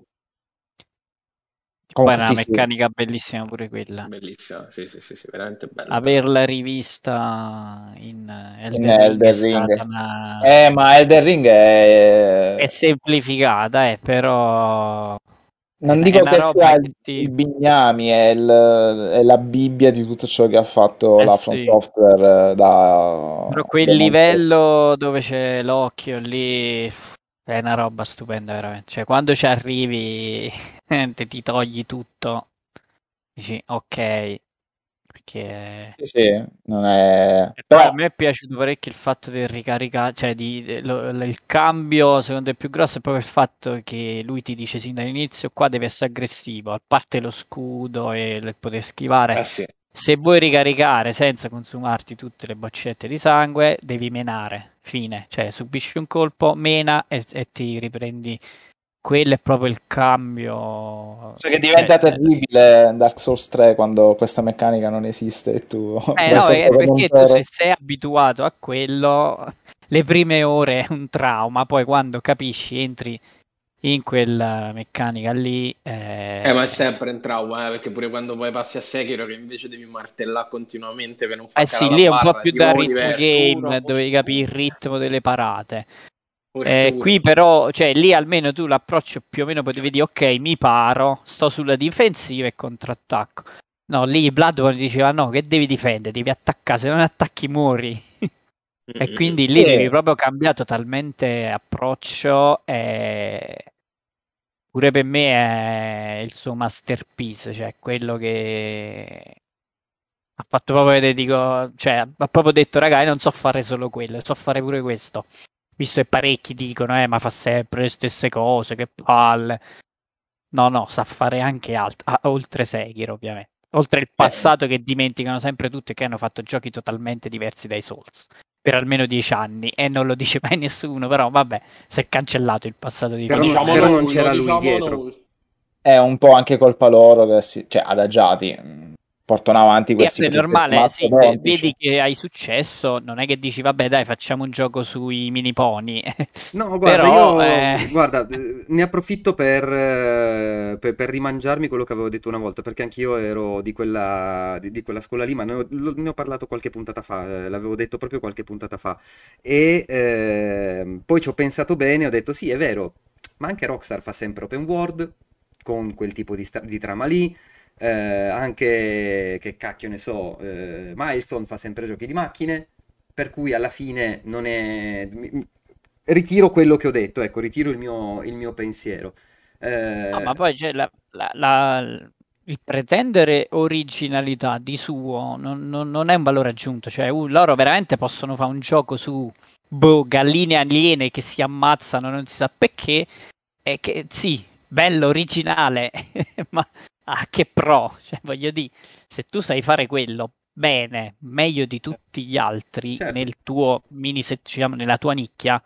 Poi Comunque era sì, una sì. meccanica bellissima pure quella. Bellissima, sì, sì, sì, sì, veramente bella. Averla rivista in In Elden Ring è Elden Ring. stata una... Eh, ma Elden Ring è... è semplificata, eh, però è Non una, è dico una che roba sia che il, ti... il Bignami, è, il- è la Bibbia di tutto ciò che ha fatto Eh la From sì, Software eh, da però quel Demon Souls. livello dove c'è l'occhio lì è una roba stupenda veramente. Cioè, quando ci arrivi te ti togli tutto, dici ok, perché... Sì, sì, non è... E poi a Però, me è piaciuto parecchio il fatto del ricaricare, cioè di, de- lo- lo- il cambio secondo me più grosso è proprio il fatto che lui ti dice sin dall'inizio qua devi essere aggressivo, a parte lo scudo e il poter schivare, Eh sì. se vuoi ricaricare senza consumarti tutte le boccette di sangue devi menare, fine, cioè subisci un colpo, mena e, e ti riprendi, quello è proprio il cambio, so che cioè, diventa terribile Dark Souls tre quando questa meccanica non esiste e tu Eh vai no, è sotto come un perché tu se toro. sei abituato a quello, le prime ore è un trauma, poi quando capisci, entri in quella meccanica lì, Eh, ma è eh, sempre un trauma, eh, perché pure quando poi passi a Sekiro che invece devi martellare continuamente per non eh far sì, calare la lì è un po' barra, è più di da nuovo rhythm diverso. game, dove capi il ritmo delle parate. Eh, Postura. qui però, cioè lì almeno tu l'approccio più o meno potevi dire ok, mi paro, sto sulla difensiva e contrattacco. No, lì Bloodborne diceva no, che devi difendere, devi attaccare, se non attacchi muori. E quindi lì Sì. devi proprio cambiare totalmente approccio e pure per me è il suo masterpiece, cioè quello che ha fatto proprio vedere, dico, cioè ha proprio detto raga, io non so fare solo quello, so fare pure questo. Visto che parecchi dicono, eh, ma fa sempre le stesse cose, che palle. No, no, sa fare anche altro, ah, oltre Sekiro ovviamente. Oltre il Eh, passato che dimenticano sempre tutti e che hanno fatto giochi totalmente diversi dai Souls per almeno dieci anni e non lo dice mai nessuno, però vabbè, si è cancellato il passato di Lo Però, From non- diciamo Software. però non noi, lo c'era lui diciamo dietro. noi. È un po' anche colpa loro che si, cioè adagiati, mh, portano avanti Sì, questi vabbè, progetti normale, sì, ve- mastodontici. vedi che hai successo, non è che dici vabbè dai facciamo un gioco sui mini pony, No, guarda, però eh, io guarda, eh, ne approfitto per, eh, per- per rimangiarmi quello che avevo detto una volta, perché anch'io ero di quella, di, di quella scuola lì, ma ne ho, lo- ne ho parlato qualche puntata fa, eh, l'avevo detto proprio qualche puntata fa. E ehm, poi ci ho pensato bene, ho detto sì, è vero, ma anche Rockstar fa sempre open world, con quel tipo di, sta- di trama lì, eh, anche, che cacchio ne so, eh, Milestone fa sempre giochi di macchine. Per cui alla fine non è... mi- mi- ritiro quello che ho detto, ecco, ritiro il mio, il mio pensiero. no, ma Eh, poi c'è la, la- la- il pretendere originalità di suo non, non- non è un valore aggiunto, cioè uh, loro veramente possono fare un gioco su boh, galline aliene che si ammazzano, non si sa perché, e che sì, bello, originale, ma a che pro? Cioè, voglio dire, se tu sai fare quello bene, meglio di tutti gli altri certo, nel tuo mini, se- diciamo, nella tua nicchia,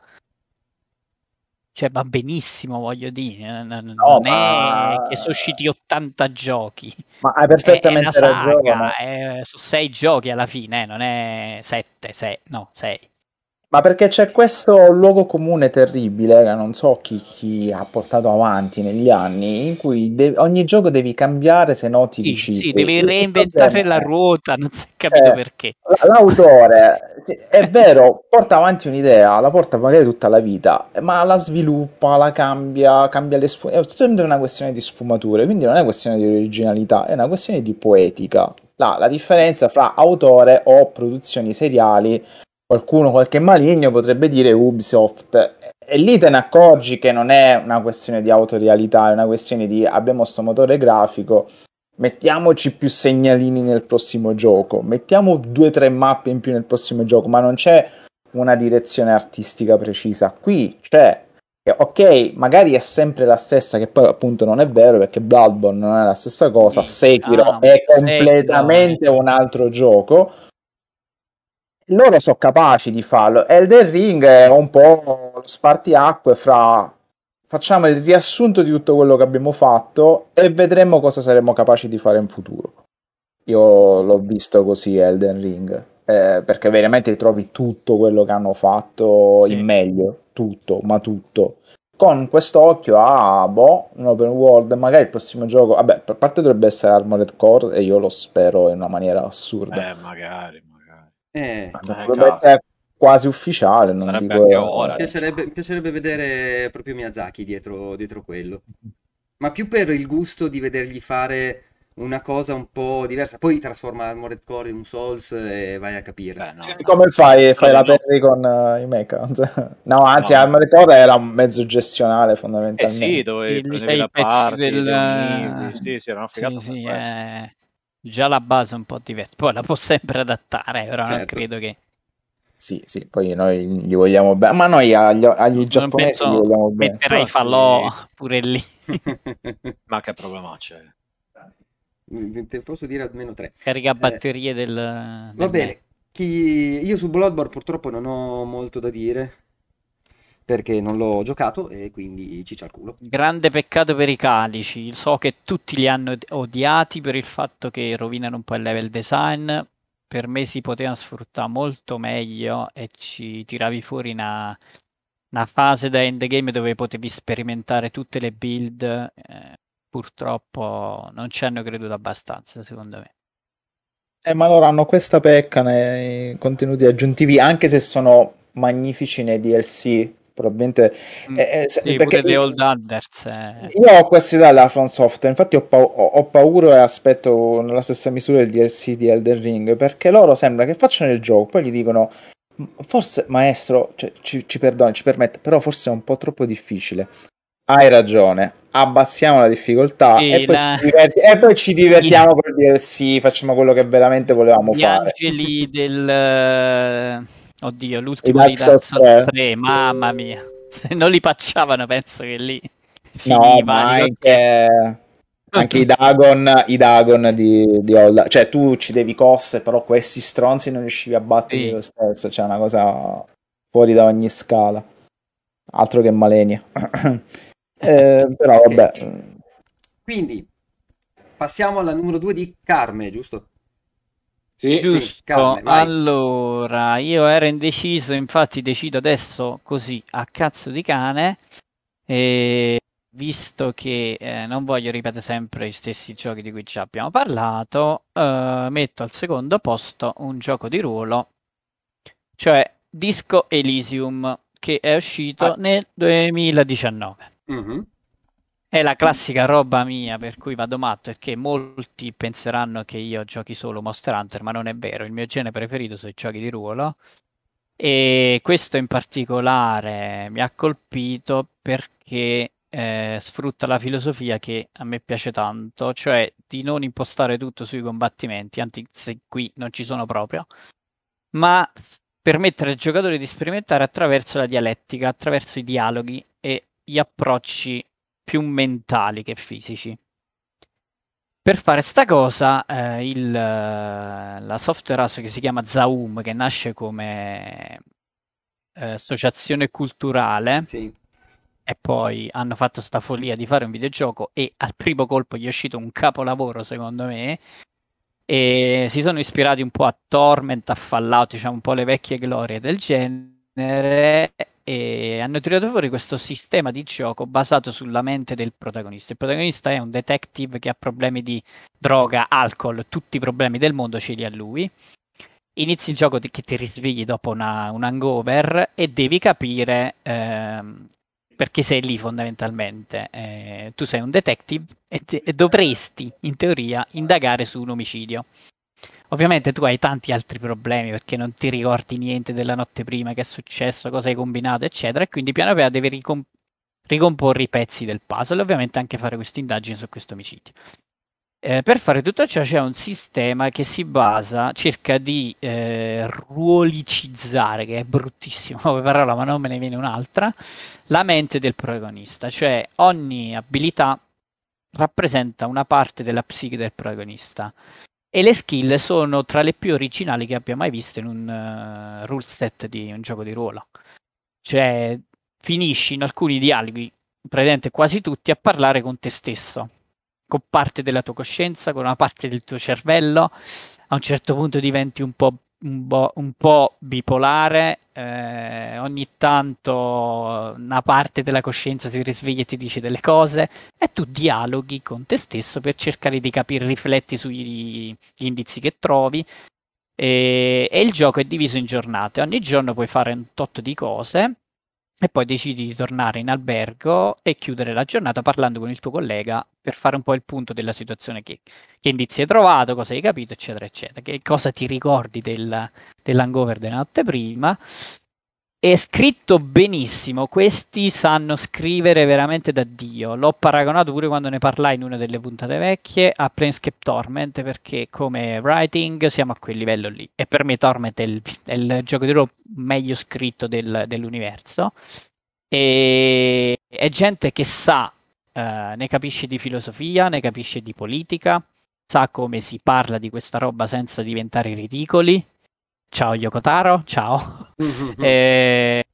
cioè va benissimo, voglio dire, n- No, non ma, è che susciti ottanta giochi, ma hai è, è una perfettamente saga, ragione. è- su sei giochi alla fine, eh, non è sette, sei, no, sei. Ma perché c'è questo luogo comune terribile, che non so chi, chi ha portato avanti negli anni, in cui de- ogni gioco devi cambiare, se no ti Sì, ricicli. sì, devi Il, il problema reinventare la è, ruota, non si è capito cioè, perché. l- l'autore, sì, è vero, porta avanti un'idea, la porta magari tutta la vita, ma la sviluppa, la cambia, cambia le sfumature, è sempre una questione di sfumature, quindi non è questione di originalità, è una questione di poetica. La, la differenza fra autore o produzioni seriali. Qualcuno, qualche maligno potrebbe dire Ubisoft, e lì te ne accorgi che non è una questione di autorialità, è una questione di abbiamo sto motore grafico, mettiamoci più segnalini nel prossimo gioco, mettiamo due o tre mappe in più nel prossimo gioco, ma non c'è una direzione artistica precisa. Qui c'è, ok, magari è sempre la stessa, che poi appunto non è vero perché Bloodborne non è la stessa cosa, Sì, Sekiro diciamo, è Sekiro, eh. completamente un altro gioco. Loro sono capaci di farlo. Elden Ring è un po' lo spartiacque fra facciamo il riassunto di tutto quello che abbiamo fatto e vedremo cosa saremo capaci di fare in futuro. Io l'ho visto così Elden Ring, eh, perché veramente trovi tutto quello che hanno fatto in Sì. meglio, tutto, ma tutto. Con quest'occhio a boh, un open world, magari il prossimo gioco, vabbè, per parte dovrebbe essere Armored Core e io lo spero in una maniera assurda. Eh, magari, magari. eh, Eh, Dovrebbe cazzo. essere quasi ufficiale, non Sarebbe dico. anche mi ora, piacerebbe, diciamo. mi piacerebbe vedere proprio Miyazaki dietro, dietro quello. Ma più per il gusto di vedergli fare una cosa un po' diversa. Poi trasforma Armored Core in un Souls e vai a capire. Beh, no, dai. Come fai? Quello Fai di la no. Perry con eh, i mecha? No, anzi, No. Armored Core era un mezzo gestionale Eh sì, fondamentalmente. dove Sì, lì prendevi c'hai i la pezzi party, del... le univi. Sì, sì, era una Sì, figata per sì, quello. eh, già la base è un po' diversa. Poi la può sempre adattare, però non Certo. credo che... Sì, sì, poi noi gli vogliamo bene, ma noi agli, agli Non giapponesi gli penso vogliamo bene. metterai Ma falò sì, pure lì. ma che problema c'è? Te posso dire almeno tre. Eh, Caricabatterie del, va del Mac. bene. Chi... Io su Bloodborne purtroppo non ho molto da dire perché non l'ho giocato e quindi ciccia al culo. Grande peccato per i calici. So che tutti li hanno odiati per il fatto che rovinano un po' il level design. Per me si poteva sfruttare molto meglio e ci tiravi fuori una, una fase da endgame dove potevi sperimentare tutte le build. Eh, purtroppo non ci hanno creduto abbastanza, secondo me. Eh, ma loro hanno questa pecca nei contenuti aggiuntivi, anche se sono magnifici nei D L C. probabilmente Mm. eh, eh, Sì, perché pure The Old Hunters. eh. io ho questa idea della From Software, infatti ho, pau- ho- ho paura e aspetto nella stessa misura il D L C di Elden Ring, perché loro sembra che facciano il gioco, poi gli dicono forse maestro, cioè, ci, ci perdoni, ci permette, però forse è un po' troppo difficile. Hai ragione, abbassiamo la difficoltà e Sì, poi, la- ci diverti- e poi ci gli, divertiamo per dire sì, facciamo quello che veramente volevamo gli fare. angeli del... eh, Oddio, I l'ultimo di Dark Dark Souls Souls tre. tre, mamma mia. Se non li patchavano penso che lì No, finiva, ma dico ok. anche, anche i Dagon, i Dagon di, di Old, cioè tu ci devi cosse, però questi stronzi non riuscivi a batterli Sì. lo stesso, cioè una cosa fuori da ogni scala, altro che Malenia. Eh, però Ok, vabbè, quindi passiamo alla numero due di Carme, giusto? Sì. Sì, Giusto, Carme, vai. allora io ero indeciso, infatti decido adesso così a cazzo di cane, e visto che eh, non voglio ripetere sempre gli stessi giochi di cui già abbiamo parlato, eh, metto al secondo posto un gioco di ruolo, cioè Disco Elysium, che è uscito Ah, nel duemiladiciannove. mhm. È la classica roba mia per cui vado matto, perché molti penseranno che io giochi solo Monster Hunter, ma non è vero. Il mio genere preferito sono i giochi di ruolo e questo in particolare mi ha colpito perché eh, sfrutta la filosofia che a me piace tanto, cioè di non impostare tutto sui combattimenti, anzi se qui non ci sono proprio, ma s- permettere ai giocatori di sperimentare attraverso la dialettica, attraverso i dialoghi e gli approcci più mentali che fisici. Per fare sta cosa, eh, il, eh, la software house che si chiama Zaum, che nasce come eh, associazione culturale, Sì. e poi hanno fatto sta follia di fare un videogioco e al primo colpo gli è uscito un capolavoro, secondo me, e si sono ispirati un po' a Torment, a Fallout, diciamo un po' le vecchie glorie del genere, e hanno tirato fuori questo sistema di gioco basato sulla mente del protagonista. Il protagonista è un detective che ha problemi di droga, alcol, tutti i problemi del mondo ce li ha lui. Inizi il gioco di- che ti risvegli dopo una, un hangover e devi capire ehm, perché sei lì fondamentalmente. Eh, tu sei un detective e, te- e dovresti, in teoria, indagare su un omicidio. Ovviamente tu hai tanti altri problemi perché non ti ricordi niente della notte prima, che è successo, cosa hai combinato, eccetera, e quindi piano piano devi ricom- ricomporre i pezzi del puzzle e ovviamente anche fare queste indagini su questo omicidio. Eh, per fare tutto ciò c'è un sistema che si basa, cerca di eh, ruolicizzare, che è bruttissimo come parola, ma non me ne viene un'altra, la mente del protagonista, cioè ogni abilità rappresenta una parte della psiche del protagonista e le skill sono tra le più originali che abbia mai visto in un uh, rule set di un gioco di ruolo. Cioè, finisci in alcuni dialoghi, praticamente quasi tutti, a parlare con te stesso, con parte della tua coscienza, con una parte del tuo cervello. A un certo punto diventi un po', un bo- un po' bipolare, eh, ogni tanto una parte della coscienza ti risveglia e ti dice delle cose, e tu dialoghi con te stesso per cercare di capire, rifletti sugli gli indizi che trovi. E, e il gioco è diviso in giornate. Ogni giorno puoi fare un tot di cose e poi decidi di tornare in albergo e chiudere la giornata parlando con il tuo collega per fare un po' il punto della situazione, che, che indizi hai trovato, cosa hai capito, eccetera, eccetera. Che cosa ti ricordi del, dell'hangover della notte prima. È scritto benissimo, questi sanno scrivere veramente da Dio. L'ho paragonato pure quando ne parlai in una delle puntate vecchie a Planescape Torment, perché come writing siamo a quel livello lì. E per me Torment è il, è il gioco di ruolo meglio scritto del- dell'universo. E è gente che sa, eh, ne capisce di filosofia, ne capisce di politica, sa come si parla di questa roba senza diventare ridicoli. Ciao Yokotaro, ciao. Eh,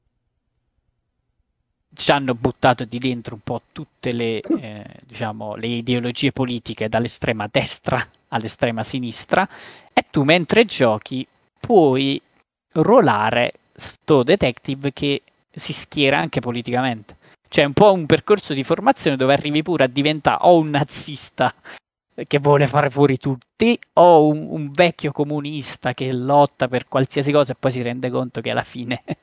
ci hanno buttato di dentro un po' tutte le, eh, diciamo, le ideologie politiche dall'estrema destra all'estrema sinistra, e tu mentre giochi puoi ruolare sto detective che si schiera anche politicamente. Cioè è un po' un percorso di formazione dove arrivi pure a diventare o un nazista che vuole fare fuori tutti, o un, un vecchio comunista che lotta per qualsiasi cosa e poi si rende conto che alla fine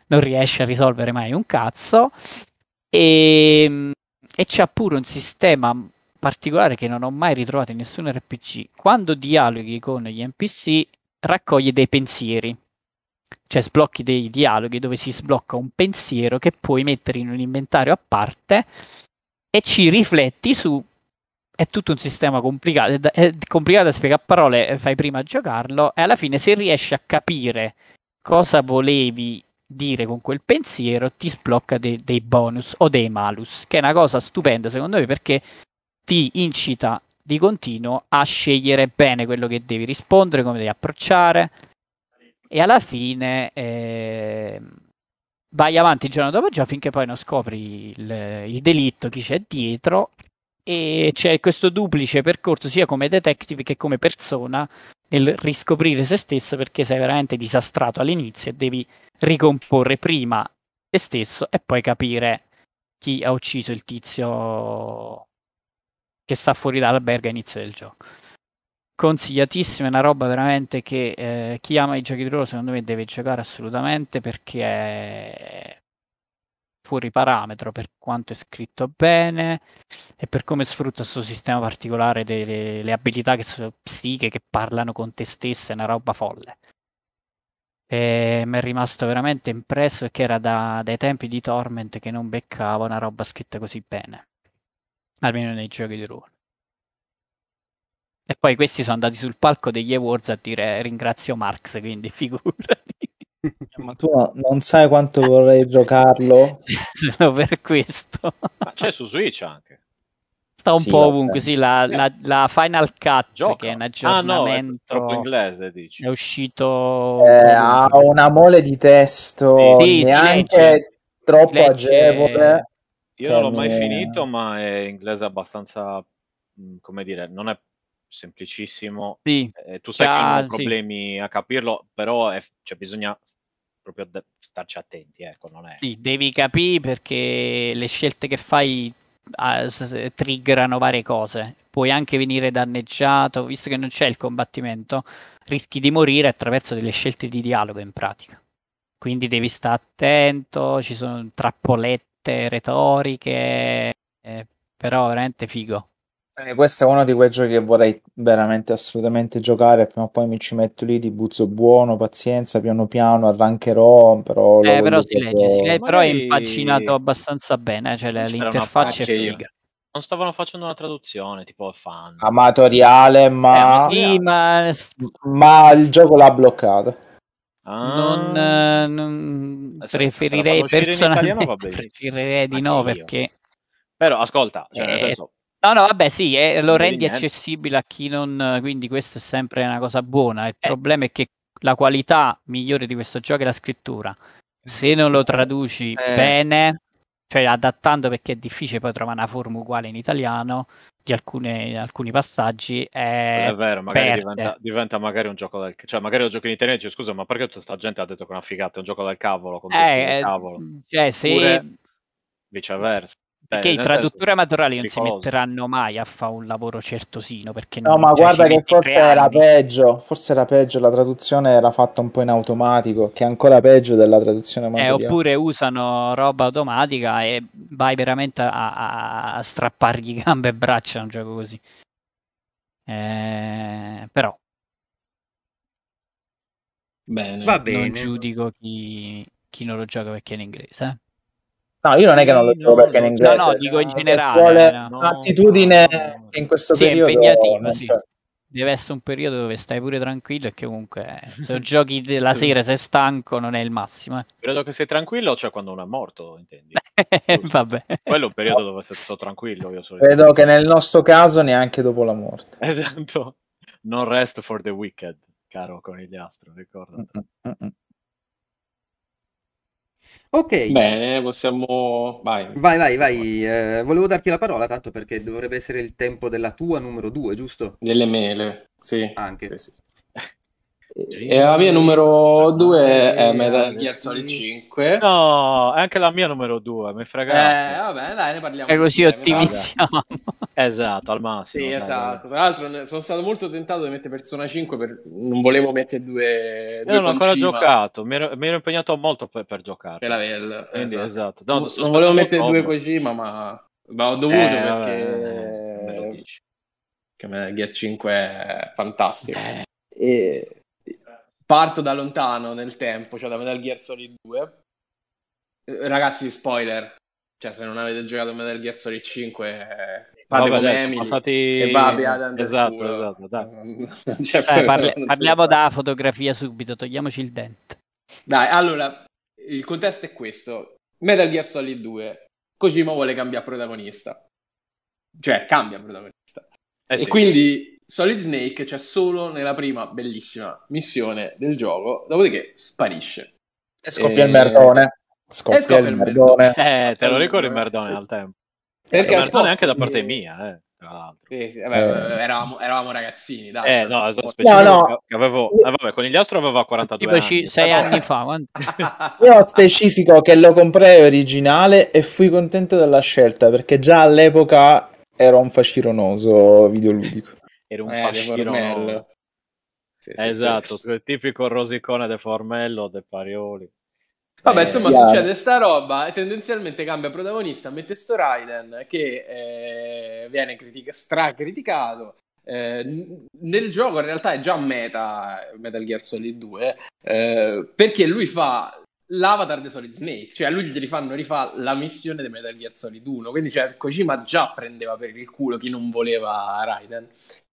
non riesce a risolvere mai un cazzo. E, e c'ha pure un sistema particolare che non ho mai ritrovato in nessun R P G. Quando dialoghi con gli N P C, raccoglie dei pensieri. Cioè sblocchi dei dialoghi dove si sblocca un pensiero che puoi mettere in un inventario a parte e ci rifletti su. È tutto un sistema complicato, è, da, è complicato da spiegare a parole, fai prima a giocarlo e alla fine se riesci a capire cosa volevi dire con quel pensiero ti sblocca de- dei bonus o dei malus, che è una cosa stupenda secondo me perché ti incita di continuo a scegliere bene quello che devi rispondere, come devi approcciare e alla fine eh, vai avanti giorno dopo giorno finché poi non scopri il, il delitto, chi c'è dietro e c'è questo duplice percorso sia come detective che come persona nel riscoprire se stesso perché sei veramente disastrato all'inizio e devi ricomporre prima te stesso e poi capire chi ha ucciso il tizio che sta fuori dall'albergo all'inizio del gioco. Consigliatissima, è una roba veramente che eh, chi ama i giochi di ruolo secondo me deve giocare assolutamente perché è fuori parametro per quanto è scritto bene e per come sfrutta questo sistema particolare delle le abilità che sono psiche che parlano con te stessa, è una roba folle. E mi è rimasto veramente impresso perché era da, dai tempi di Torment che non beccavo una roba scritta così bene, almeno nei giochi di ruolo. E poi questi sono andati sul palco degli awards a dire ringrazio Marx, quindi figurati. Ma tu no- non sai quanto vorrei giocarlo? Solo per questo. Ma c'è su Switch anche. Sta un Sì, po' vabbè. ovunque, sì, la, Eh, la- la Final Cut, Gioca. che è un Ah no, è troppo aggiornamento, inglese, dici. è uscito un Eh, po' ha ovunque. una mole di testo Sì, Sì, si legge, neanche si troppo legge, agevole io non che l'ho mai mi... finito, ma è inglese abbastanza, mh, come dire, non è semplicissimo. sì, Eh, tu sai che io non ho c'ha, sì, problemi a capirlo, però è- cioè, bisogna proprio de- starci attenti, ecco, non è... sì, devi capire perché le scelte che fai ah, s- triggerano varie cose. Puoi anche venire danneggiato, visto che non c'è il combattimento, rischi di morire attraverso delle scelte di dialogo in pratica. Quindi devi stare attento, ci sono trappolette retoriche, eh, però veramente figo. Eh, questo è uno di quei giochi che vorrei veramente assolutamente giocare, prima o poi mi ci metto lì di buzzo buono, pazienza, piano piano arrancherò, però lo Eh, però voglio si legge, si Ma legge, proprio... però è impaginato magari abbastanza bene, cioè non le- c'era una l'interfaccia è Anche io. figa. non stavano facendo una traduzione, tipo fan. amatoriale, Eh, ma... Sì, amatoriale. ma s- ma il gioco l'ha bloccato. non, Ah, eh, non- nel senso, se la fanno preferirei uscire in italiano va personalmente benissimo. preferirei di Anche no io. perché Però ascolta, cioè nel eh, senso, no, no, vabbè, sì, eh, lo meglio di rendi niente. accessibile a chi non, quindi questo è sempre una cosa buona. Il Eh, problema è che la qualità migliore di questo gioco è la scrittura. Se non lo traduci eh, bene, cioè adattando perché è difficile poi trovare una forma uguale in italiano di alcune- alcuni passaggi, quello eh, è vero, magari diventa, perde. diventa magari un gioco del... Cioè, magari lo giochi in italiano e dici, scusa, ma perché tutta sta gente ha detto che è una figata, è un gioco del cavolo, con testi del Eh, eh, cavolo. cioè, se Oppure viceversa. perché Cioè, i nel senso, traduttori amatoriali non si pericoloso. metteranno mai a fare un lavoro certosino perché No, non, ma cioè, ci guarda che metti tre forse era anni. peggio, forse era peggio, la traduzione era fatta un po' in automatico, che è ancora peggio della traduzione Eh, amatoriale. oppure usano roba automatica e vai veramente a, a- a strappargli gambe e braccia a un gioco così. Eh, però Va Bene. non bene. giudico chi, chi non lo gioca perché è in inglese. Eh. No, io non è che non lo Chi gioco non perché è in lo No, no, inglese, dico in gioca, che ci generale. vuole No. non fa un'attitudine rumore. che in questo Sì, è periodo impegnativo, non sì. c'è. Deve essere un periodo dove stai pure tranquillo e che comunque se lo giochi la sera sei stanco non è il massimo. Credo che sei tranquillo, cioè quando uno è morto, intendi? Eh. Giusto. Vabbè. Quello è un periodo No, dove sei sto tranquillo, io credo solitamente. che nel nostro caso neanche dopo la morte. Esatto. Non rest for the wicked, caro conigliastro, Mm, ricordatelo. mm, mm, mm. Ok, Bene, possiamo... Vai. vai, vai, Per forza. vai. eh, volevo darti la parola tanto perché dovrebbe essere il tempo della tua numero due, giusto? Delle mele. Sì, Anche. sì, sì. E la mia numero due è Metal Gear Solid cinque. No, è anche la mia numero due, mi Eh, frega. vabbè, dai, ne parliamo È così insieme. Tra l'altro- ottimizziamo. Esatto, al massimo. Sì, dai, esatto. Tra l'altro ne- sono stato molto tentato di mettere Persona cinque, per... non volevo mettere due, Io due non ho ancora Kojima. giocato, mi ero, mi ero impegnato molto per, per giocare. Per averla, Quindi, esatto. esatto. No, Non sto non volevo aspettando mettere due ottobre. Kojima, ma... ma ho dovuto Eh, vabbè, eh, me lo perché dici. che Metal Gear cinque è fantastico. Eh, E parto da lontano nel tempo, cioè da Metal Gear Solid due. Eh, Ragazzi, spoiler. Cioè, se non avete giocato a Metal Gear Solid cinque, eh, fate vabbè, come dai, sono Emily passati... e va a piada del Esatto, culo. esatto, dai. Non c'è Dai, parli- non si parliamo può fare. dalla fotografia subito, togliamoci il dente. Dai, allora, il contesto è questo. Metal Gear Solid due. Kojima vuole cambiare protagonista. Cioè, cambia protagonista. Eh E sì. quindi Solid Snake c'è solo nella prima bellissima missione del gioco, dopodiché sparisce. E scoppia il E- merdone. Scoppia, e scoppia il il merdone. Eh, te lo merdone. ricordi il merdone al tempo? Perché Il al merdone anche posto da parte di- mia, eh, tra l'altro. Sì, sì, vabbè, Eh. eravamo, eravamo ragazzini, dai. Eh, no, esatto, Mo- specifico No, no. che- che avevo... Eh, vabbè, Conigliastro aveva quarantadue Tipo ci- anni. sei però- anni fa. quanti- Io specifico che lo comprai originale e fui contento della scelta perché già all'epoca ero un facironoso videoludico. Era un Eh, di fascino, Formello. no? Sì, sì, Esatto, sì. quel tipico rosicone de Formello, de Parioli. Vabbè, Eh, insomma, Anziano. succede sta roba e tendenzialmente cambia protagonista, mette sto Raiden che eh, viene critica- stra-criticato. Eh, n- nel gioco in realtà è già meta Metal Gear Solid due, eh, perché lui fa l'avatar di Solid Snake, cioè a lui gli rifanno rifà la missione di Metal Gear Solid uno, quindi cioè, Kojima già prendeva per il culo chi non voleva Raiden.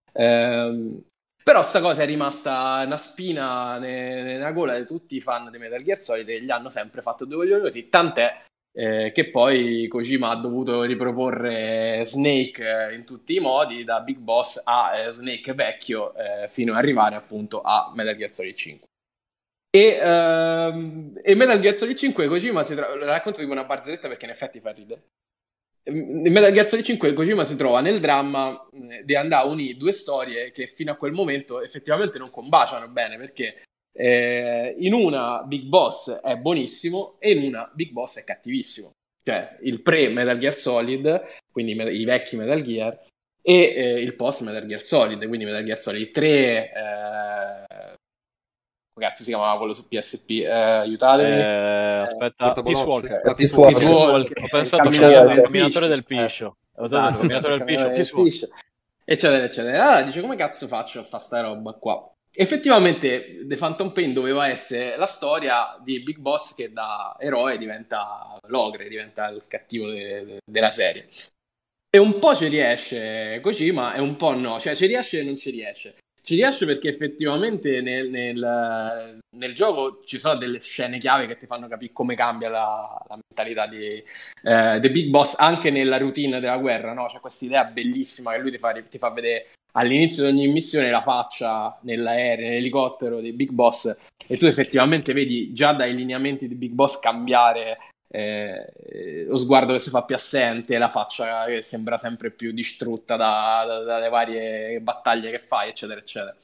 Ehm, però sta cosa è rimasta una spina ne- nella gola di tutti i fan di Metal Gear Solid e gli hanno sempre fatto due coglioni così, tant'è eh, che poi Kojima ha dovuto riproporre Snake eh, in tutti i modi, da Big Boss a eh, Snake vecchio, eh, fino ad arrivare appunto a Metal Gear Solid cinque. E, ehm, e Metal Gear Solid cinque Kojima si tra- la racconto tipo una barzelletta perché in effetti fa ridere. In Metal Gear Solid cinque Kojima si trova nel dramma eh, di andare a unire due storie che fino a quel momento effettivamente non combaciano bene, perché eh, in una Big Boss è buonissimo e in una Big Boss è cattivissimo. Cioè il pre-Metal Gear Solid, quindi i, i vecchi Metal Gear, e eh, il post-Metal Gear Solid, quindi Metal Gear Solid tre... Eh, come cazzo si chiamava quello su P S P? Eh, aiutatemi. eh, aspetta, Portable Peace Ops? Walker. Ah, Peace Peace Walker. Peace Walker. Walker, Ho il pensato al camminatore del camminatore del piscio. piscio. Eh, Ho detto esatto, camminatore del il piscio, camminatore del Peace Walker. piscio, eccetera, eccetera. Allora dice, come cazzo faccio a fare sta roba qua? Effettivamente The Phantom Pain doveva essere la storia di Big Boss che da eroe diventa l'ogre, diventa il cattivo de- de- della serie. E un po' ci riesce Kojima e un po' no, cioè ci riesce e non ci riesce. Ci riesce perché effettivamente nel, nel- nel gioco ci sono delle scene chiave che ti fanno capire come cambia la, la mentalità di eh, The Big Boss anche nella routine della guerra, no? C'è questa idea bellissima che lui ti fa, ti fa vedere all'inizio di ogni missione la faccia nell'aereo, nell'elicottero di Big Boss e tu effettivamente vedi già dai lineamenti di Big Boss cambiare eh, lo sguardo che si fa più assente, la faccia che sembra sempre più distrutta da, da- dalle varie battaglie che fai, eccetera, eccetera.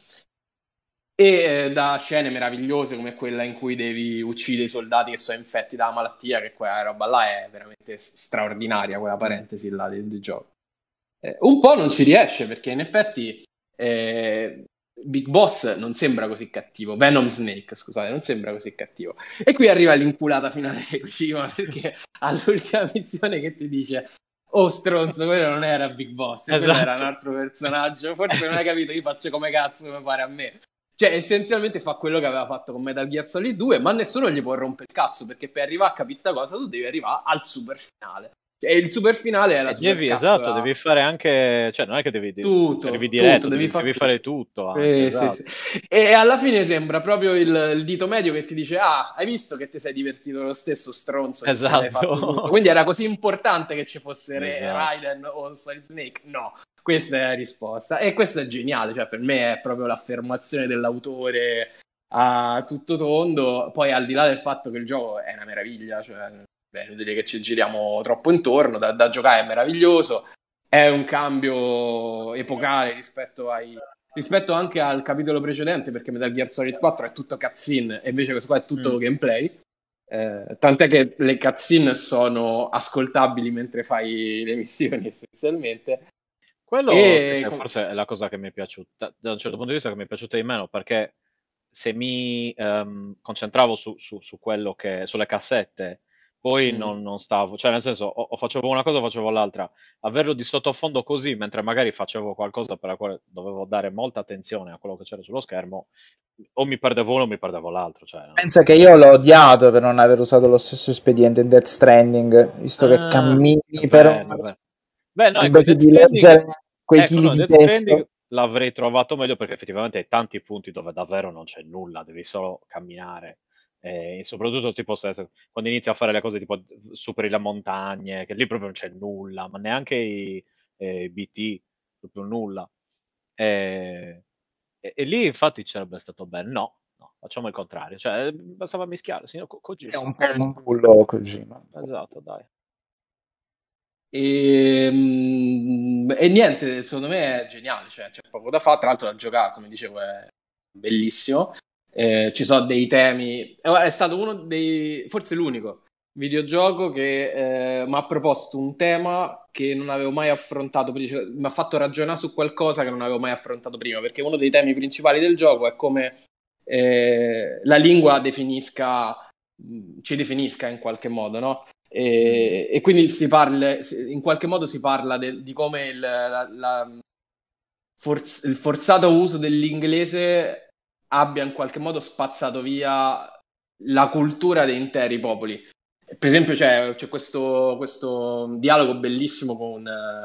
E eh, da scene meravigliose come quella in cui devi uccidere i soldati che sono infetti dalla malattia, che quella roba là è veramente s- straordinaria, quella parentesi là del, del gioco. Eh, un po' non ci riesce perché in effetti eh, Big Boss non sembra così cattivo, Venom Snake, scusate, non sembra così cattivo. E qui arriva l'inculata finale di Kojima perché all'ultima missione che ti dice: oh stronzo, quello non era Big Boss, quello Esatto. era un altro personaggio, forse non hai capito, io faccio come cazzo come pare a me. Cioè, essenzialmente fa quello che aveva fatto con Metal Gear Solid due, ma nessuno gli può rompere il cazzo, perché per arrivare a capire sta cosa tu devi arrivare al super finale. E il super finale è la E super devi, cazzola. esatto, devi fare anche, cioè non è che devi, Tutto, arrivi tutto, diretto, devi devi, fare devi tutto. fare tutto anche, Eh, esatto. sì, sì. E alla fine sembra proprio il, il dito medio che ti dice: ah, hai visto che ti sei divertito lo stesso, stronzo, che Esatto. l'hai fatto tutto. Quindi era così importante che ci fosse Re- Esatto. Raiden o Solid Snake? No, questa è la risposta. E questo è geniale, cioè per me è proprio l'affermazione dell'autore a tutto tondo. Poi al di là del fatto che il gioco è una meraviglia, cioè beh, non dire che ci giriamo troppo intorno, da, da giocare è meraviglioso, è un cambio epocale rispetto ai, rispetto anche al capitolo precedente, perché Metal Gear Solid quattro è tutto cutscene e invece questo qua è tutto Mm. gameplay. Eh, tant'è che le cutscene sono ascoltabili mentre fai le missioni essenzialmente. Quello E sì che com- forse è la cosa che mi è piaciuta, da un certo punto di vista che mi è piaciuta di meno, perché se mi ehm, concentravo su, su- su quello che, sulle cassette, poi Mm. non, non stavo, cioè nel senso, o, o facevo una cosa o facevo l'altra. Averlo di sottofondo così, mentre magari facevo qualcosa per la quale dovevo dare molta attenzione a quello che c'era sullo schermo, o mi perdevo uno o mi perdevo l'altro. Cioè, non- Pensa che io l'ho odiato per non aver usato lo stesso espediente in Death Stranding, visto che Ah, cammini è per vero, è vero. Beh, no, ecco, in invece Death di Stranding, leggere quei ecco, chili no, in di Death Stranding testo. l'avrei trovato meglio perché effettivamente hai tanti punti dove davvero non c'è nulla, devi solo camminare. E soprattutto tipo se, se- quando inizi a fare le cose tipo superi le montagne, che lì proprio non c'è nulla, ma neanche i eh, B T, proprio nulla. E, e- e lì infatti ci sarebbe stato bello. No, no, facciamo il contrario. Cioè, bastava mischiare, signor Ko- È Kojima. un po' un bullo Kojima. Esatto, dai. E, mm, e niente, secondo me è geniale, cioè c'è poco da fare. Tra l'altro, da giocare, come dicevo, è bellissimo. Eh, ci sono dei temi. È stato uno dei, forse l'unico videogioco che eh, mi ha proposto un tema che non avevo mai affrontato. Cioè, mi ha fatto ragionare su qualcosa che non avevo mai affrontato prima. Perché uno dei temi principali del gioco è come eh, la lingua definisca, ci definisca in qualche modo, no? E, e quindi si parla, in qualche modo si parla de, di come il, la, la forz, il forzato uso dell'inglese abbia in qualche modo spazzato via la cultura di interi popoli. Per esempio c'è, c'è questo, questo dialogo bellissimo con,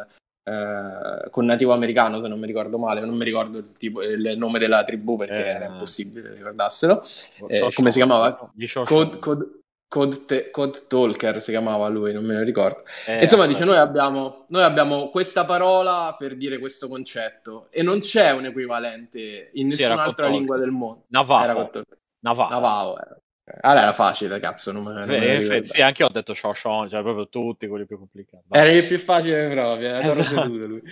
eh, con nativo americano, se non mi ricordo male, non mi ricordo il, tipo, il nome della tribù perché era Eh, impossibile ricordarselo. Eh, come si Shoshone, chiamava? gli Code, Shoshone. Code, Code, te- Code Talker si chiamava lui, non me lo ricordo. Eh, E insomma, dice: aspetta. noi abbiamo, noi abbiamo questa parola per dire questo concetto, e non c'è un equivalente in Sì, era Code nessun'altra lingua Talker. del mondo. Era Code Navajo. Talker. Navajo. Navajo era. Allora era facile, cazzo, non me, non me Beh, lo in effetti, sì, ricordavo. anche io ho detto Shoshone, cioè proprio tutti quelli più complicati. Era Vabbè. il più facile proprio, era toro Esatto. seduto lui.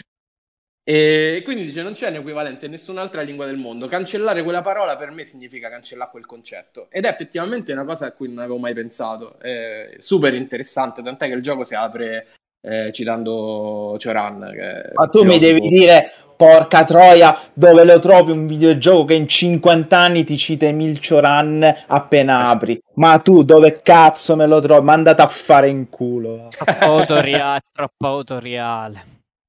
E quindi dice: non c'è un equivalente in nessun'altra lingua del mondo. Cancellare quella parola per me significa cancellare quel concetto. Ed è effettivamente una cosa a cui non avevo mai pensato. È super interessante, tant'è che il gioco si apre eh, citando Cioran, che è Ma un tu mi devi filosofo. dire, porca troia, dove lo trovi un videogioco che in cinquanta anni ti cita Emil Cioran appena Eh sì. apri? Ma tu dove cazzo me lo trovi? Ma andate a fare in culo. Troppo autoriale, troppo autoriale.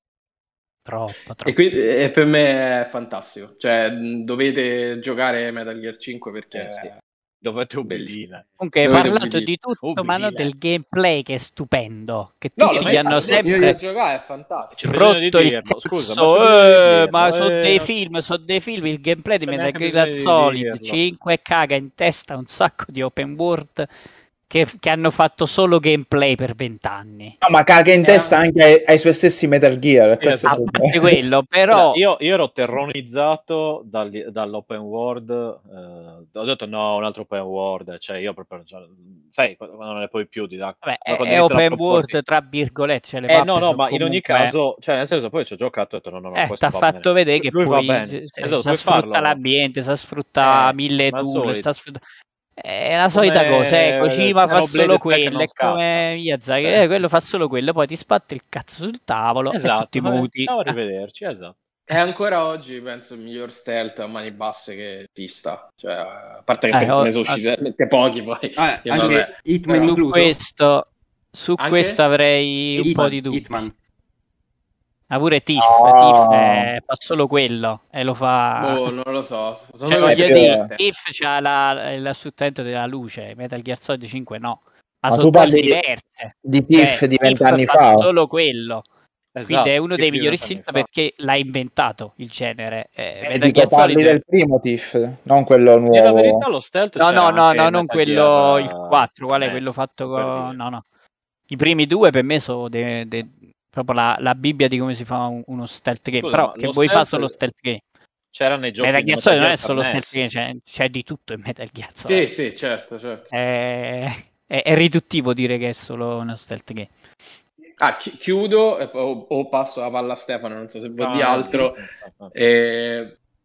Troppo, E, troppo. quindi, e per me è fantastico. Cioè, mh, dovete giocare Metal Gear cinque perché Eh, sì. è Dovete bellissimo. ubbidire. Comunque hai Dovete parlato ubbidire. di tutto, ma non Ubbidire. del gameplay che è stupendo. Che No, l'ho tutti ma gli hanno giocato, io, io, io sempre giocare è C'è fantastico. bisogno di rotto il dirlo, scusa, ma c'è cazzo. bisogno di Eh, ma dirlo. sono Eh, dei non film, sono dei film. Il gameplay di c'è Metal neanche Gear bisogno di Solid dirlo. cinque caga in testa un sacco di open world che, che hanno fatto solo gameplay per vent'anni. No, ma caga in Eh, testa anche ai, ai suoi stessi Metal Gear. Sì, Questo è il A esatto. parte problema. quello, Guarda, però io, io ero terrorizzato dal- dall'open world, eh, ho detto no, un altro open world, cioè io proprio, cioè, sai, quando non ne puoi più di da- vabbè, da è, quando è iniziano a open proporti. world tra virgolette, cioè le Eh no, mappe no, sono ma in ogni comunque. caso, cioè nel senso, poi ci ho giocato e ho detto no, no, no, Eh, questo t'ha va bene. fatto vedere Lui, che lui va poi bene, eh, esatto, sa puoi sfrutta farlo. l'ambiente, sa sfrutta Eh, mille ma al tool, sa solito. sfrutta. È la solita cosa, eh. Come Kojima fa solo Xenoblade tre che quello, non è scatta. come Miyazaki, Cioè, eh, quello fa solo quello, poi ti sbatte il cazzo sul tavolo e tutti esatto, eh, muti. ciao, Eh, arrivederci, esatto. è ancora oggi, penso, il miglior stealth a mani basse che esista. Cioè, a parte che eh, per ho- ne sono a- usciti veramente pochi poi. Ah, E vabbè. anche Hitman Però, su incluso? questo, su questo anche? avrei un po' Hitman, di dubbi. Hitman. Ma pure Tiff, Tiff No, eh, fa solo quello e lo fa. Boh, non lo so. Secondo Cioè, me questo voglio è dire, divertente. perché... Tiff c'ha la, il sfruttamento della luce, Metal Gear Solid cinque no, ma Ma sono tu cose parli di, diverse. di Cioè, Tiff di Tiff vent'anni fa fa? solo quello, quindi è Esatto, uno Tiff dei di migliori vent'anni film fa. perché l'ha inventato il genere. Eh, Eh, Metal dico, Gear parli Solid. del primo Tiff, non quello Di la verità, nuovo. lo stealth No, c'era no, no, anche no, in non Metal Gear quello, il eh, quattro, qual è quello Next, fatto per con. dire. No, no. I primi due per me sono de- de- proprio la, la Bibbia di come si fa un- uno stealth game, Scusa, però ma che lo vuoi fa solo stealth stealth game. c'era nei Metal giochi di Gear Metal Solid non Gear è per solo stealth N E S. game, c'è, c'è di tutto in Metal Gear Sì, Solid. sì, certo, certo. È, è- è riduttivo dire che è solo uno stealth game. Ah, chi- chiudo e poi- o, o passo la palla a Stefano, non so se vuol No, di no, no, altro. no, no. Eh,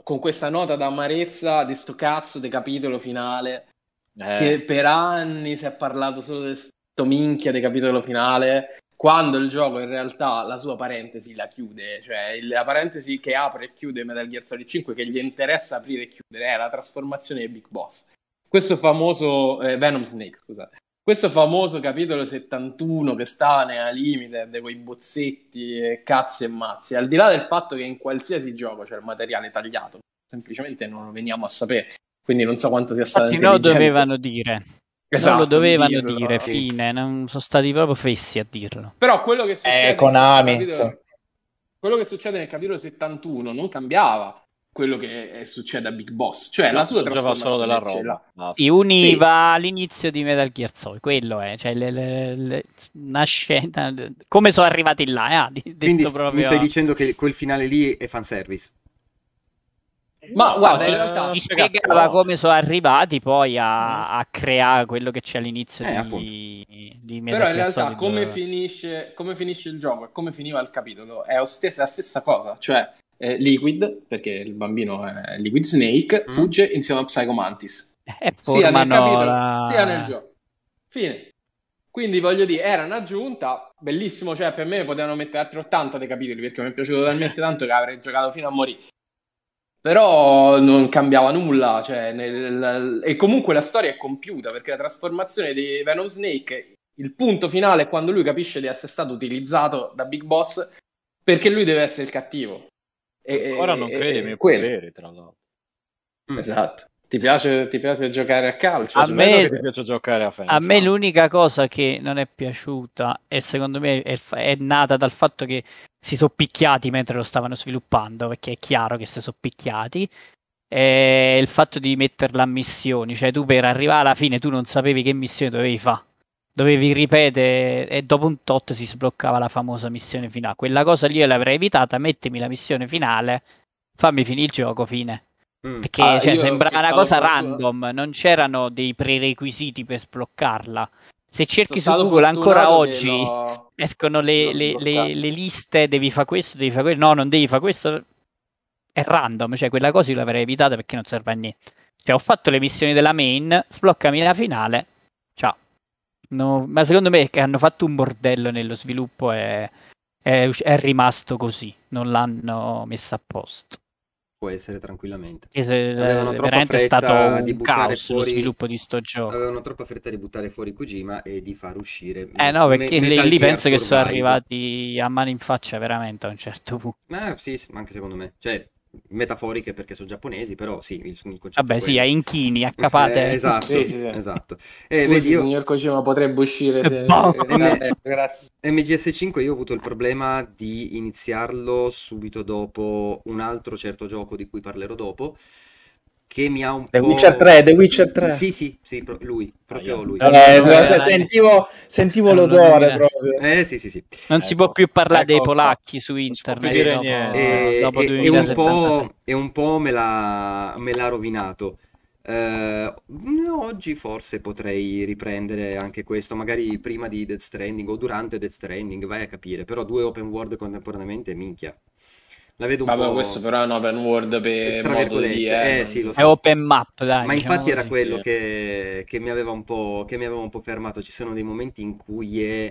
con questa nota d'amarezza di sto cazzo di capitolo finale, Eh, che per anni si è parlato solo di sto minchia di capitolo finale, quando il gioco in realtà la sua parentesi la chiude, cioè il- la parentesi che apre e chiude Metal Gear Solid cinque, che gli interessa aprire e chiudere, è la trasformazione di Big Boss. Questo famoso eh, Venom Snake, scusate. Questo famoso capitolo settantuno che stava nella Limited con i bozzetti e cazzi e mazzi, al di là del fatto che in qualsiasi gioco c'è il materiale tagliato, semplicemente non lo veniamo a sapere, quindi non so quanto sia stato Infatti, no, intelligente. dovevano dire. Esatto, non lo di dovevano dirlo. dire, fine. Non sono stati proprio fessi a dirlo. Però quello che succede Eh, in questo Konami, capitolo, sì. quello che succede nel capitolo settantuno non cambiava quello che eh, succede a Big Boss, cioè no, la sua aggiungeva solo della trasformazione. roba. Cioè, basta. Si univa all'inizio di Metal Gear Solid, quello è, cioè le, le- le- una scena, come sono arrivati là, eh? Ah, di- Quindi detto st- mi proprio. stai dicendo che quel finale lì è fanservice? Ma No, guarda, è in Ti, realtà una ti spiegazione. spiegava come sono arrivati poi Mm. a, a creare quello che c'è all'inizio Eh, appunto. di, di Metal Però in Gear realtà Solid. come finisce, come finisce il gioco e come finiva il capitolo è lo stesso- la stessa cosa, cioè eh, Liquid, perché il bambino è Liquid Snake, Mm? fugge insieme a Psycho Mantis, E sia nel formano capitolo sia nel la... gioco. Fine. Quindi voglio dire, era un'aggiunta, bellissimo, cioè per me potevano mettere altri ottanta dei capitoli perché mi è piaciuto talmente tanto che avrei giocato fino a morire. Però non cambiava nulla, cioè, nel- e comunque la storia è compiuta perché la trasformazione di Venom Snake, il punto finale è quando lui capisce di essere stato utilizzato da Big Boss perché lui deve essere il cattivo. E, Ancora e- non e- crede ai e miei quello. poteri, tra l'altro. Mm. Esatto. Ti piace, ti piace giocare a calcio? A Cioè, me- vedo che ti piace giocare a Final A me Fantasy. l'unica cosa che non è piaciuta e secondo me è, è nata dal fatto che si sono picchiati mentre lo stavano sviluppando, perché è chiaro che si sono picchiati, è il fatto di metterla a missioni, cioè tu per arrivare alla fine tu non sapevi che missione dovevi fare, dovevi ripetere e dopo un tot si sbloccava la famosa missione finale. Quella cosa lì io l'avrei evitata, mettimi la missione finale, fammi finire il gioco, fine. Mm. Perché Ah, cioè, io sembra sono una stato cosa fortunato. random, non c'erano dei prerequisiti per sbloccarla. Se cerchi Sono su stato Google ancora fortunato che oggi l'ho, escono le, l'ho le- le- sbloccato. le liste, devi fare questo, devi fare quello, no, non devi fare questo, è random, cioè quella cosa io l'avrei evitata perché non serve a niente. Cioè ho fatto le missioni della main, sbloccami la finale, ciao. No, ma secondo me è che hanno fatto un bordello nello sviluppo e è, è rimasto così, non l'hanno messa a posto. Può essere tranquillamente. Che se- Avevano eh, troppa veramente è stato fretta di un buttare caos lo fuori. sviluppo di sto gioco. Avevano troppa fretta di buttare fuori Kojima e di far uscire Eh Me- no, Me- perché lì, Metal lì Gear penso che sono Survive. arrivati a mano in faccia veramente a un certo punto. Ma sì, sì, anche secondo me. Cioè, metaforiche perché sono giapponesi, però sì, il, il concetto Vabbè, è sì, a quello. inchini, Eh, accapate. esatto, Sì, sì, sì. esatto. E Scusi, vedi, io signor Kojima, potrebbe uscire se... Boh. Vabbè, grazie. M G S cinque io ho avuto il problema di iniziarlo subito dopo un altro certo gioco di cui parlerò dopo, che mi ha un The po'... Witcher tre, The Witcher tre. Sì, sì, sì, pro- lui, proprio lui. Eh, Eh, cioè, eh, sentivo sentivo eh, non l'odore mi- proprio. Eh sì, sì, sì. Non si Ecco, può più parlare dei ecco qua. polacchi su Non si può più internet dire dopo, niente. E, dopo e- e un duemilasettantasei. po', e un po' me l'ha me l'ha rovinato. Eh, oggi forse potrei riprendere anche questo, magari prima di Death Stranding o durante Death Stranding, vai a capire. Però due open world contemporaneamente, minchia. La vedo un Vabbè, questo po', però è un open world per tra modo di... virgolette. Eh, Eh sì, lo non... È so. open map, dai, Ma diciamo infatti era così. quello Sì. che, che mi aveva un po', che mi aveva un po' fermato. Ci sono dei momenti in cui è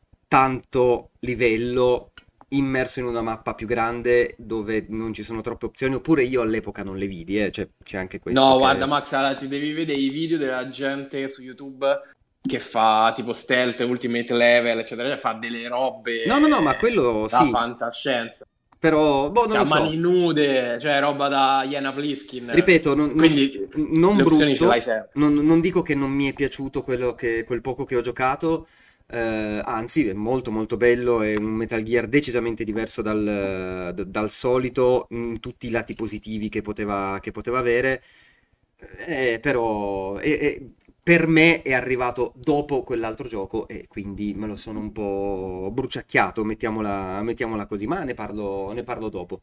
tanto livello immerso in una mappa più grande dove non ci sono troppe opzioni, oppure io all'epoca non le vidi, eh, cioè, c'è anche questo No, che... guarda Max, allora, ti devi vedere i video della gente su YouTube che fa tipo stealth, ultimate level, eccetera, cioè fa delle robe No, no, no, ma quello da sì, fantascienza. però, boh, non Cioè, lo a so. mani nude, cioè roba da Iena Pliskin. Ripeto, non, non- Quindi non le opzioni ce l'hai brutto, sempre. non, non dico che non mi è piaciuto quello che, quel poco che ho giocato, eh, anzi è molto molto bello, è un Metal Gear decisamente diverso dal, d- dal solito in tutti i lati positivi che poteva, che poteva avere, eh, però eh, eh, per me è arrivato dopo quell'altro gioco e quindi me lo sono un po' bruciacchiato, mettiamola, mettiamola così, ma ne parlo, ne parlo dopo.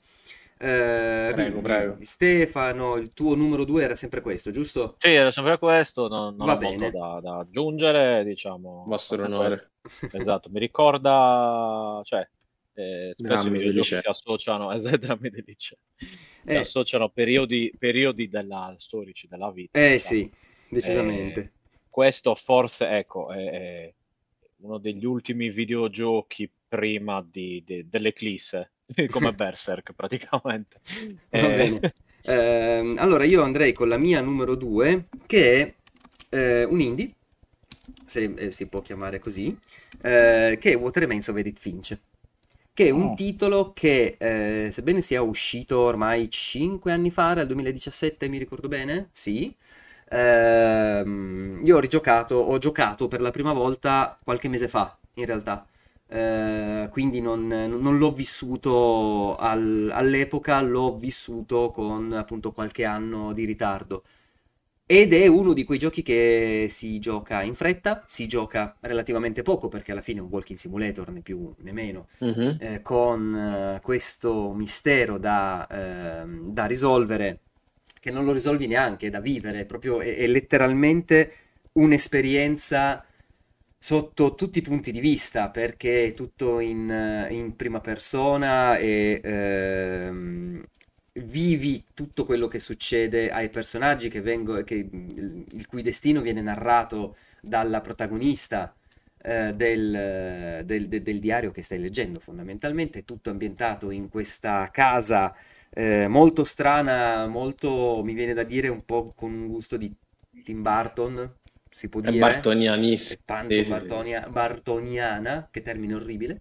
Eh, Prego, quindi prego. Stefano, il tuo numero due era sempre questo, giusto? Sì, era sempre questo, non, non Va ho molto bene. da, da aggiungere, diciamo. Vostro fatto onore. questo. Esatto, mi ricorda, cioè, Eh, spesso i Drammi del videogiochi liceo. si associano, esatto, drammi del liceo. Si Eh, associano a periodi, periodi della, storici della vita, eh diciamo. sì, Eh, decisamente. questo forse, ecco, è, è uno degli ultimi videogiochi prima di, di- dell'eclisse, come Berserk praticamente. Va Eh, bene. Ehm, allora io andrei con la mia numero due, che è eh, un indie, se eh, si può chiamare così, eh, che è What Remains of Edith Finch, che è un Oh, titolo che, eh, sebbene sia uscito ormai cinque anni fa, dal duemiladiciassette, mi ricordo bene? Sì. Ehm, io ho rigiocato, ho giocato per la prima volta qualche mese fa, in realtà. Eh, quindi non, non l'ho vissuto al- all'epoca, l'ho vissuto con appunto qualche anno di ritardo. Ed è uno di quei giochi che si gioca in fretta, si gioca relativamente poco perché alla fine è un walking simulator, né più né meno, Mhm. eh, con eh, questo mistero da, ehm, da risolvere, che non lo risolvi neanche, è da vivere, proprio è, è letteralmente un'esperienza sotto tutti i punti di vista, perché è tutto in, eh, in prima persona e ehm, vivi tutto quello che succede ai personaggi che vengo- che- il cui destino viene narrato dalla protagonista eh, del, del- del- del diario che stai leggendo, fondamentalmente è tutto ambientato in questa casa eh, molto strana, molto, mi viene da dire, un po' con un gusto di Tim Burton, si può È dire, è bartonianissimo. tanto Sì, sì, sì. bartonia- bartoniana, che termine orribile.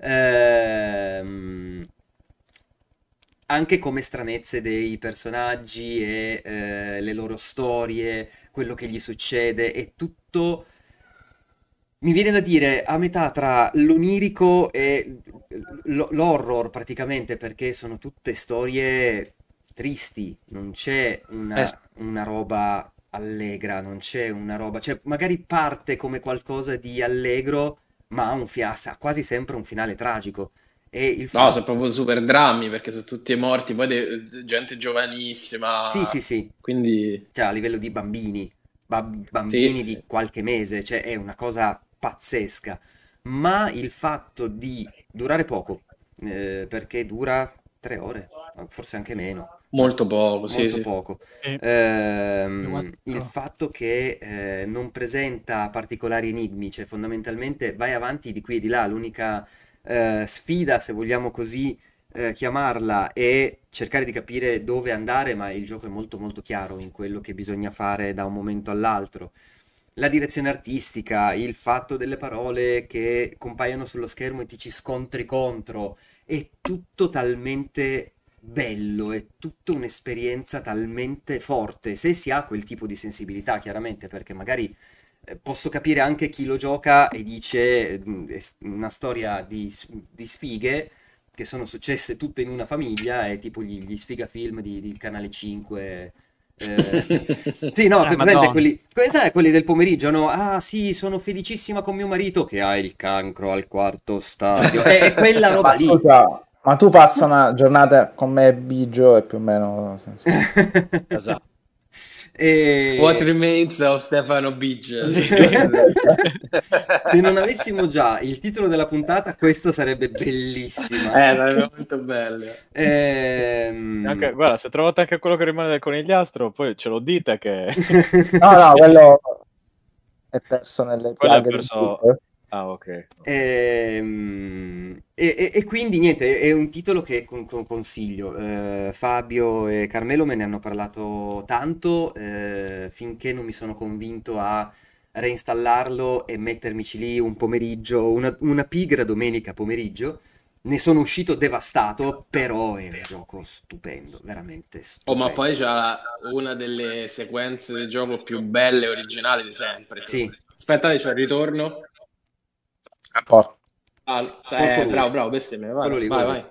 Ehm, Anche come stranezze dei personaggi e eh, le loro storie, quello che gli succede, è tutto, mi viene da dire, a metà tra l'onirico e l- l'horror praticamente, perché sono tutte storie tristi, non c'è Eh, una, una roba allegra, non c'è una roba, cioè magari parte come qualcosa di allegro, ma ha un fia- ha quasi sempre un finale tragico. E il no, sono fatto... proprio super drammi perché sono tutti morti, poi de- gente Sì, giovanissima, sì, sì, quindi cioè a livello di bambini, ba- sì, bambini sì. di qualche mese, cioè è una cosa pazzesca. Ma il fatto di durare poco, eh, perché dura tre ore, forse anche meno, ma Molto poco, sì, molto sì. poco. Sì, Ehm, il quattro. fatto che eh, non presenta particolari enigmi, cioè fondamentalmente vai avanti di qui e di là, l'unica eh, sfida, se vogliamo così eh, chiamarla, è cercare di capire dove andare, ma il gioco è molto molto chiaro in quello che bisogna fare da un momento all'altro. La direzione artistica, il fatto delle parole che compaiono sullo schermo e ti ci scontri contro, è tutto talmente bello, è tutta un'esperienza talmente forte, se si ha quel tipo di sensibilità, chiaramente, perché magari eh, posso capire anche chi lo gioca e dice "Mm, è s- una storia di, s- di sfighe che sono successe tutte in una famiglia, è tipo gli, gli sfiga film di, di Canale cinque. eh. Sì, no, Eh, pre- presente Madonna. quelli, que- sai, quelli del pomeriggio, no? Ah, sì, sono felicissima con mio marito che ha il cancro al quarto stadio. È, è quella roba ma lì. scusa, ma tu passa una giornata con me e Bigio e più o meno... esatto. What E... Remains of Stefano Bigge, Sì. praticamente. Se non avessimo già il titolo della puntata, questa sarebbe bellissima. Eh, sarebbe molto bello. Anche, Ehm... guarda, se trovate anche quello che rimane del conigliastro, poi ce lo dite che No, no, quello è perso nelle quello è piaghe del perso. Twitter. Ah, ok. Ok. Ehm, E, e- e quindi niente, è un titolo che con- con- consiglio. Eh, Fabio e Carmelo me ne hanno parlato tanto, eh, finché non mi sono convinto a reinstallarlo e mettermici lì un pomeriggio, una, una pigra domenica pomeriggio. Ne sono uscito devastato, però è un gioco stupendo, veramente Oh, ma poi stupendo. c'ha una delle sequenze del gioco più belle e originali di sempre. Sì, Aspettate, c'è il ritorno. Porco. s- Ah, porco eh, lui, bravo, bravo, bestemmia, vai, quello lì, quello vai, lì. vai.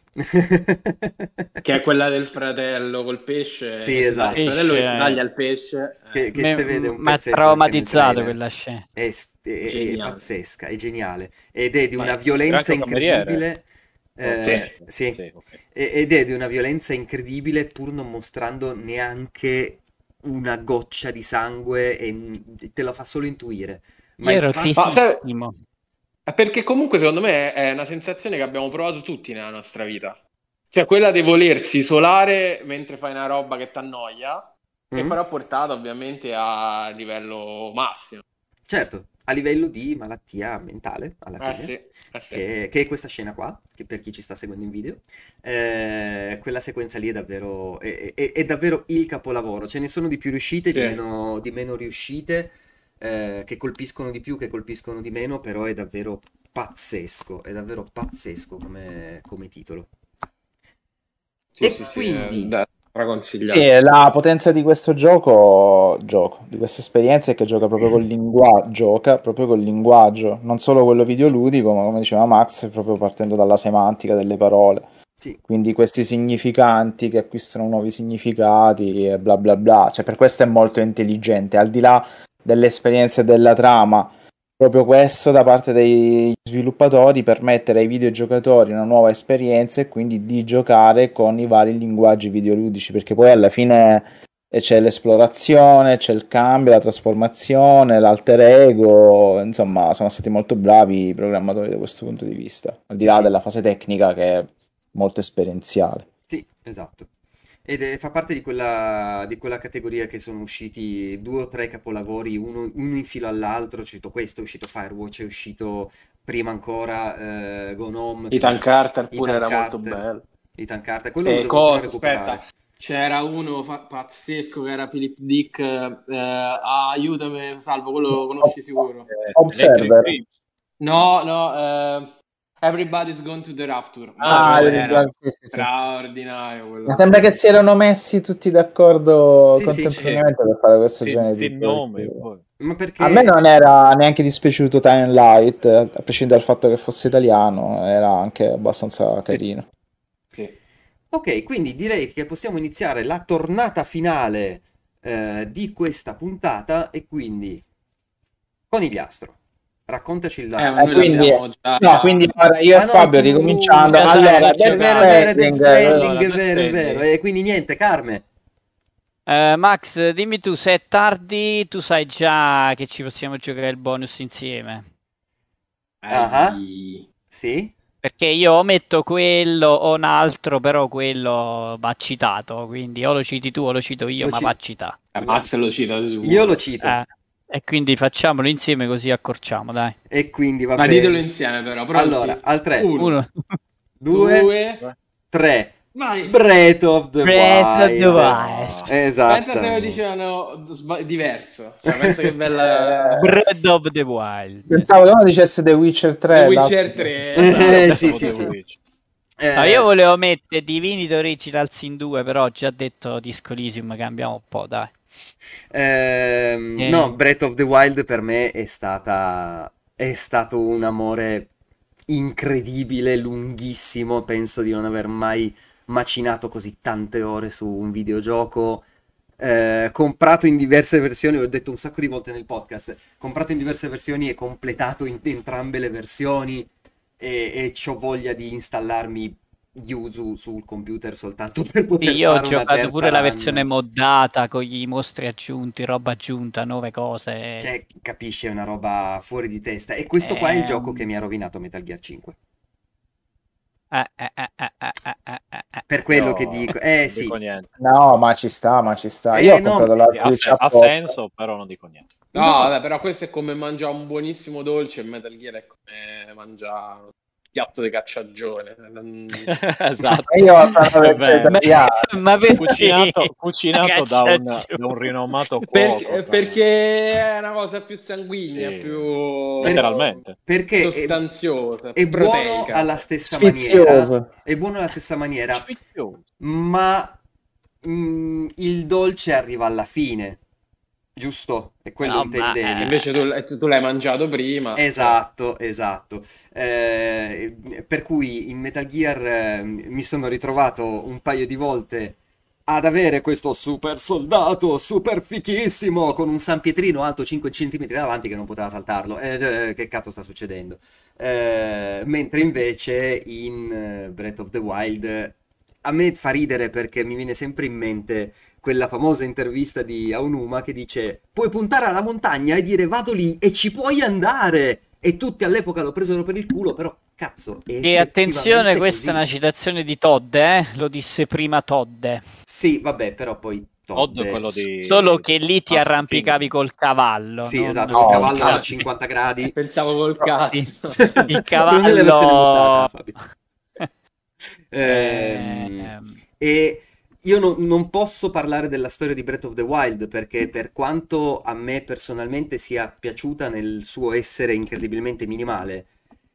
Che è quella del fratello col pesce, Sì, che si ta- il esatto. fratello che si Esce. taglia il pesce. Che, Eh, che si vede un Mi ha pezzetto anche nel traumatizzato trailer. quella scena. È, s- è- è geniale. pazzesca, è geniale. Ed è di Ma una era violenza anche un cameriere incredibile. col Sì. eh, pesce. sì, Sì, ok. E- ed è di una violenza incredibile pur non mostrando neanche una goccia di sangue e n- te lo fa solo intuire. Ma Io il ero fatto... Ma sai, tesissimo. Perché comunque secondo me è una sensazione che abbiamo provato tutti nella nostra vita. Cioè quella di volersi isolare mentre fai una roba che ti annoia, che Mm? però portata ovviamente a livello massimo. Certo, a livello di malattia mentale, alla Eh fine, sì, eh sì. che, che è questa scena qua, che per chi ci sta seguendo in video, eh, quella sequenza lì è davvero, è, è- è davvero il capolavoro. Ce ne sono di più riuscite, di Sì. meno, di meno riuscite, eh, che colpiscono di più, che colpiscono di meno, però è davvero pazzesco, è davvero pazzesco come, come titolo. Sì, E sì, sì, è quindi, da straconsigliato. E la potenza di questo gioco, gioco, di questa esperienza è che gioca proprio col linguaggio, gioca proprio col linguaggio, non solo quello videoludico, ma come diceva Max, proprio partendo dalla semantica delle parole. sì, Quindi questi significanti che acquistano nuovi significati e bla bla bla. Cioè, per questo è molto intelligente, al di là dell'esperienza e della trama. Proprio questo da parte degli sviluppatori permettere ai videogiocatori una nuova esperienza e quindi di giocare con i vari linguaggi videoludici, perché poi alla fine c'è l'esplorazione, c'è il cambio, la trasformazione, l'alter ego, insomma, sono stati molto bravi i programmatori da questo punto di vista, al di sì, là sì. della fase tecnica che è molto esperienziale. Sì, esatto. Ed è- fa parte di quella, di quella categoria che sono usciti due o tre capolavori, uno, uno in filo all'altro. È uscito questo, è uscito Firewatch, è uscito prima ancora eh, Gone Home, Ethan che Carter pure Ethan era molto Carter. bello. Ethan Carter, quello lo E devo ancora cosa, aspetta, recuperare. c'era uno fa- pazzesco che era Philip Dick. eh, ah, aiutami, Salvo, quello lo conosci sicuro. Eh, Electric Observer. Dreams. No, no, eh, Everybody's Gone to the Rapture. Ah, Mo Ah, vero, io era vero. ricordo- sì, sì, sì. straordinario quello Ma là. sembra che si erano messi tutti d'accordo Sì, sì, Sì, contemporaneamente per fare questo sì, genere di sì, giochi. nome, poi. ma A me perché... non era neanche dispiaciuto Time Light, eh, a prescindere dal fatto che fosse italiano, era anche abbastanza Sì. carino. Sì. Ok, quindi direi che possiamo iniziare la tornata finale eh, di questa puntata e quindi Conigliastro, raccontaci Eh, la ma Eh, noi tua... quindi, l'abbiamo già... no, quindi ora io e Ah no, Fabio tu... ricominciando. Già No, sai, Allora, già è Death vero, è giocato. vero, Death Stranding, Stranding, Allora, è Death vero, è vero. Stranding. E quindi niente, Carme. Eh, Max, dimmi tu, se è tardi, tu sai già che ci possiamo giocare il bonus insieme. Ah, ah, Ai... sì? Perché io o metto quello o un altro, però quello va citato, quindi o lo citi tu o lo cito io, Lo ma va ci... citato. Eh, Max lo cita di Io lo sicuro. cito. Eh, e quindi facciamolo insieme così accorciamo, dai. E quindi va Ma ditelo bene. insieme però, Allora, pronti? al tre, Uno, Uno. due, due, tre. vai! Breath of the Breath of the Wild. Wild. No. Pensa se lo Esattamente. dicevano sba- diverso. Cioè, pensa che bella... Eh, Breath of the Wild. pensavo che uno dicesse The Witcher The tre, l'altro... Witcher tre, Io Eh, esatto. sì, pensavo sì, The sì. Witch. No, io Eh, volevo mettere Divinity Original Sin due, però ho già detto Disco Elysium, cambiamo un po', dai. ehm, no, Eh, Breath of the Wild per me è stata, è stato un amore incredibile, lunghissimo. Penso di non aver mai macinato così tante ore su un videogioco. Eh, comprato in diverse versioni, ho detto un sacco di volte nel podcast, comprato in diverse versioni e completato in entrambe le versioni e, e c'ho voglia di installarmi Yuzu sul computer soltanto per sì, poter io ho fare una giocato terza pure la versione run. moddata con i mostri aggiunti, roba aggiunta, nuove cose. Cioè, capisci, è una roba fuori di testa. E questo qua è il gioco che Ehm, mi ha rovinato Metal Gear cinque. eh, eh, eh, eh, eh, eh, eh, eh, eh. Per quello che Io dico, eh non dico sì, niente. No, ma ci sta, ma ci sta. Io eh ho no, comprato la Sì, ha, Switch se- ha apposta. senso, però non dico niente. No, no, vabbè, però questo è come mangiare un buonissimo dolce e Metal Gear è come mangiare un piatto di cacciagione. Non- Esatto, Io sono è vero. Ma, vegetariano. ma perché? Cucinato, cucinato da un, Cacciagione. da un rinomato cuoco. Perché, tra l'altro. perché è una cosa più sanguigna, Sì, per- più letteralmente. perché è, sostanziosa, è più buono proteica. alla stessa maniera, Sfizioso. è buono alla stessa maniera, Sfizioso. ma mm, il dolce arriva alla fine, giusto? È quello No, ma intendevi. Invece tu, eh, tu l'hai mangiato prima. Cioè. Esatto, esatto. Eh, per cui in Metal Gear eh, mi sono ritrovato un paio di volte ad avere questo super soldato super fichissimo con un San Pietrino alto cinque centimetri davanti che non poteva saltarlo. Eh, eh, che cazzo sta succedendo? Eh, mentre invece in eh, Breath of the Wild a me fa ridere perché mi viene sempre in mente quella famosa intervista di Aonuma che dice: puoi puntare alla montagna e dire vado lì e ci puoi andare E tutti all'epoca lo presero per il culo, però cazzo, è E attenzione, effettivamente questa è così. una citazione di Todd, eh? Lo disse prima Todd. Sì, vabbè, però poi Todd Todd è- quello S- Solo di che lì ti Master arrampicavi Kingdom. col cavallo, Sì, non esatto, col No, si cavallo a Ah, capi- cinquanta gradi. pensavo col Oh, sì. cazzo. Il Quello nella versione mutata, cavallo... Fabio. Ehm, Ehm, e io non, non posso parlare della storia di Breath of the Wild perché per quanto a me personalmente sia piaciuta nel suo essere incredibilmente minimale,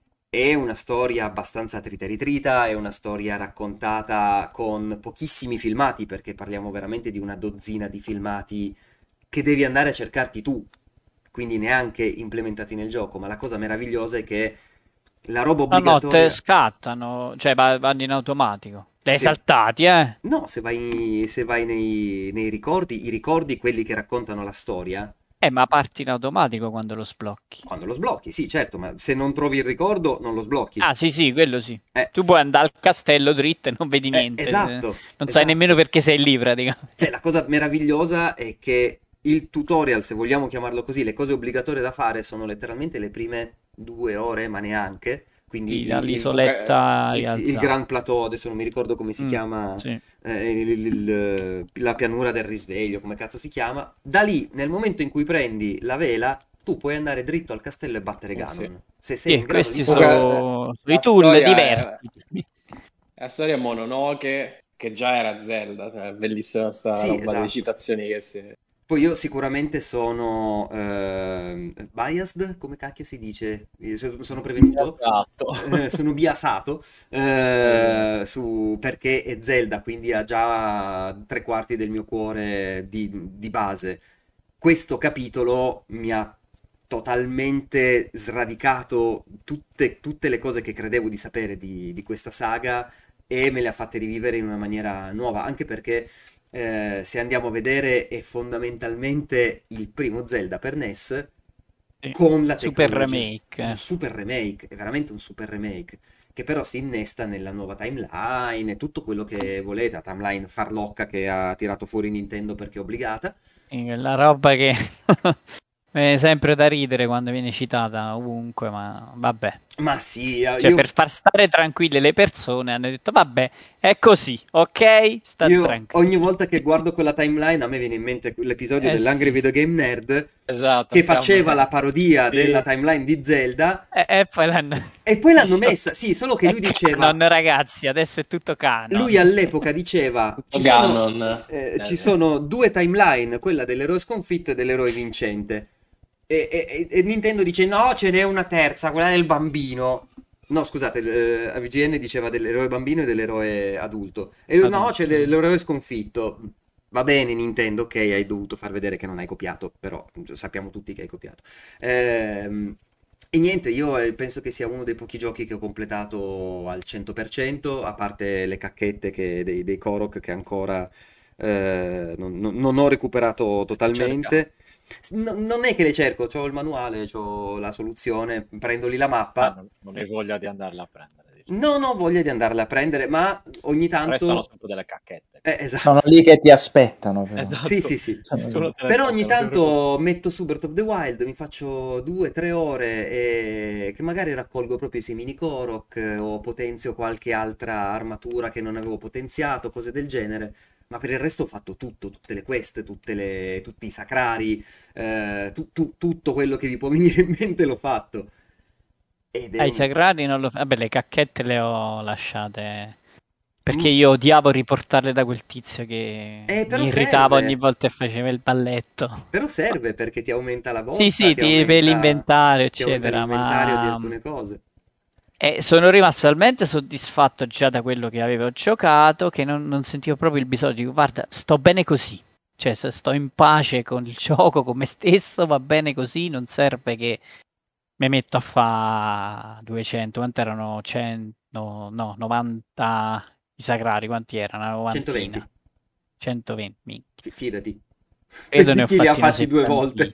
è una storia abbastanza trita e ritrita, è una storia raccontata con pochissimi filmati perché parliamo veramente di una dozzina di filmati che devi andare a cercarti tu, quindi neanche implementati nel gioco, ma la cosa meravigliosa è che la roba No, no, te obbligatoria... scattano, cioè va- vanno in automatico. Li hai Se, saltati, eh? no, se vai, se vai nei, nei ricordi, i ricordi, quelli che raccontano la storia, Eh, ma parti in automatico quando lo sblocchi. quando lo sblocchi, sì, certo, ma se non trovi il ricordo, non lo sblocchi. Ah, sì, sì, quello sì. Eh, Tu puoi andare al castello dritto e non vedi eh, niente. eh, esatto, Non sai nemmeno esatto. perché sei lì, praticamente. Cioè, la cosa meravigliosa è che il tutorial, se vogliamo chiamarlo così, le cose obbligatorie da fare sono letteralmente le prime due ore, ma neanche. Sì, Quindi il, il- Ok, dall'isoletta il- sì, il rialzata. Grand Plateau, adesso non mi ricordo come si Mm, chiama, sì. eh, il- il- il- la pianura del risveglio, come cazzo si chiama. Da lì, nel momento in cui prendi la vela, tu puoi andare dritto al castello e battere eh sì. Ganon. Se sei Sì, in e grado di questi Comunque, farlo. eh, sono i la tool storia è, divertiti. la storia è Mononoke, che già era Zelda, cioè, è bellissima sta Sì, roba delle esatto. citazioni che si... Poi io sicuramente sono ehm, biased, come cacchio si dice? Io so- Sono prevenuto? Esatto. Eh, sono biasato Esatto. eh, su, perché è Zelda, quindi ha già tre quarti del mio cuore di, di base. Questo capitolo mi ha totalmente sradicato tutte, tutte le cose che credevo di sapere di, di questa saga e me le ha fatte rivivere in una maniera nuova, anche perché eh, se andiamo a vedere è fondamentalmente il primo Zelda per N E S Sì. con la Super tecnologia, un remake. super remake, è veramente un super remake, che però si innesta nella nuova timeline e tutto quello che volete, la timeline farlocca che ha tirato fuori Nintendo perché è obbligata. Eh, La roba che è sempre da ridere quando viene citata ovunque, ma vabbè. Ma sì, eh, Cioè, io, per far stare tranquille le persone hanno detto, vabbè, è così, ok? Sta io ogni tranquillo. volta che guardo quella timeline a me viene in mente l'episodio Eh dell'Angry sì. Video Game Nerd Esatto, che anche a faceva me. la parodia della Sì. timeline di Zelda E, e poi l'hanno... e poi l'hanno messa, sì, solo che È lui diceva, canon, ragazzi, adesso è tutto lui canon. all'epoca diceva, Tutto ci sono, Ganon. eh, ci Eh, sì. sono due timeline, quella dell'eroe sconfitto e dell'eroe vincente. E, e- e Nintendo dice, no, ce n'è una terza, quella del bambino. No, scusate, eh, a V G N diceva dell'eroe bambino e dell'eroe adulto. E lui, no, c'è Adulto. l'eroe sconfitto. Va bene, Nintendo, ok, hai dovuto far vedere che non hai copiato, però sappiamo tutti che hai copiato. Ehm, e niente, io eh, penso che sia uno dei pochi giochi che ho completato al cento per cento, a parte le cacchette che- dei, dei Korok che ancora eh, non, non- non ho recuperato Sto cercando. totalmente. S- no- non è che le cerco, ho il manuale, ho la soluzione, prendo lì la Ah, mappa. non, non hai voglia di andarla a prendere, diciamo. Non ho voglia di andarla a prendere, ma ogni Restano tanto... sempre delle cacchette, Eh, quindi. Sono esatto. lì che ti aspettano, però. Sì, Esatto, sì, sì. Sono lì. nessuno te le Però ogni toglie, non ti preoccupare. tanto metto su Breath of the Wild, mi faccio due tre ore e che magari raccolgo proprio i semini Korok eh, o potenzio qualche altra armatura che non avevo potenziato, cose del genere. Ma per il resto ho fatto tutto, tutte le quest, tutte le- tutti i sacrari, eh, tu- tu- tutto quello che vi può venire in mente l'ho fatto. Ed è Ai un... sagrati non lo... Vabbè, le cacchette le ho lasciate perché Mm, io odiavo riportarle da quel tizio che eh, mi però irritava ogni serve, volta e faceva il balletto. però serve perché ti aumenta la Sì, borsa, sì, ti ti- per aumenta, l'inventario, ti aumenta eccetera, l'inventario di ma alcune cose. eh, sono rimasto talmente soddisfatto già da quello che avevo giocato che non, non sentivo proprio il bisogno di, guarda, sto bene così. Cioè, se sto in pace con il gioco, con me stesso, va bene così, non serve che mi metto a fare duecento, quanto erano cento, no, novanta i sagrari, quanti erano? Una centoventi. novantina, centoventi, minchia. Fi- Fidati. Credo ne Di ho chi li ha fatti una fatti due settantina. volte.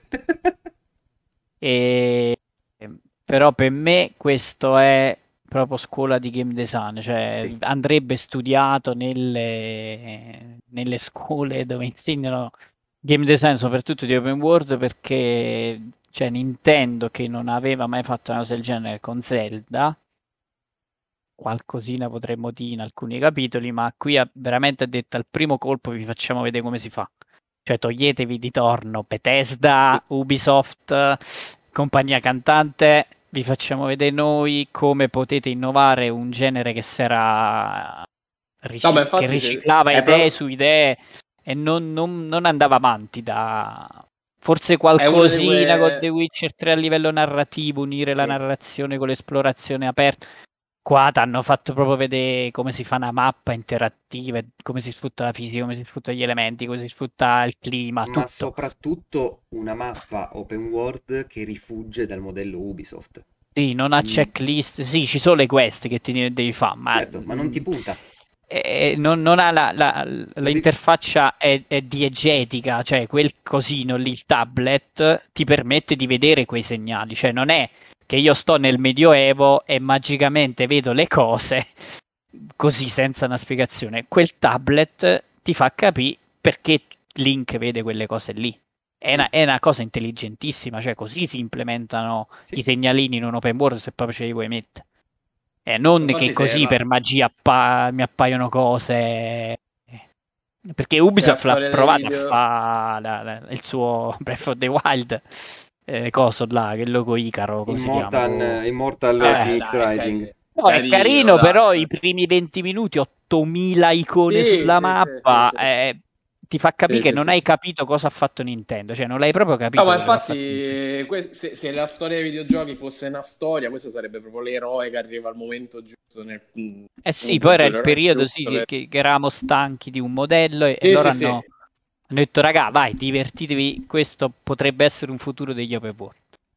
E... Però per me questo è proprio scuola di game design, cioè Sì, andrebbe studiato nelle, nelle scuole dove insegnano game design soprattutto di open world, perché cioè Nintendo, che non aveva mai fatto una cosa del genere con Zelda, qualcosina potremmo dire in alcuni capitoli, ma qui ha veramente detto al primo colpo vi facciamo vedere come si fa. Cioè toglietevi di torno Bethesda, Ubisoft, compagnia cantante, vi facciamo vedere noi come potete innovare un genere che si era rici- No, ma che infatti se- riciclava è idee proprio- su idee e non, non- non andava avanti da... Forse È una di qualcosina quelle- con The Witcher tre a livello narrativo, unire la Sì. narrazione con l'esplorazione aperta. Qua ti hanno fatto proprio vedere come si fa una mappa interattiva, come si sfrutta la fisica, come si sfruttano gli elementi, come si sfrutta il clima, Ma tutto. soprattutto una mappa open world che rifugge dal modello Ubisoft. Sì, non ha Mm. checklist. Sì, ci sono le quest che ti devi fare, ma, Certo, ma non ti punta. eh, non, non ha la, la- l'interfaccia è, è diegetica, cioè quel cosino lì, il tablet, ti permette di vedere quei segnali, cioè non è che io sto nel Medioevo e magicamente vedo le cose così senza una spiegazione. Quel tablet ti fa capire perché Link vede quelle cose lì. È una, è una cosa intelligentissima, cioè così si implementano Sì. i segnalini in un open world se proprio ce li vuoi mettere. E non Infatti che se così la- per magia appa- mi appaiono cose. Perché se Ubisoft la l'ha storia dei provato a video- fare il suo Breath of the Wild, eh, coso là, che logo Icaro, come si chiama? Immortal, Co- Immortal Eh, Phoenix dai, Rising. cari- No, è carino, carino, dai. però i primi venti minuti, ottomila icone Sì, sulla sì, mappa, sì, sì, sì, sì. eh, ti fa capire Sì, che sì, non sì. hai capito cosa ha fatto Nintendo, cioè non l'hai proprio No, capito ma quello che ha fatto Nintendo. infatti, que- se, se la storia dei videogiochi fosse una storia, questo sarebbe proprio l'eroe che arriva al momento giusto, nel mm, Eh sì, punto poi era giusto, il l'eroe periodo sì, giusto. che, per- che- che eravamo stanchi di un modello e, e Sì, loro sì, hanno, sì. hanno detto, raga, vai, divertitevi, questo potrebbe essere un futuro degli open world.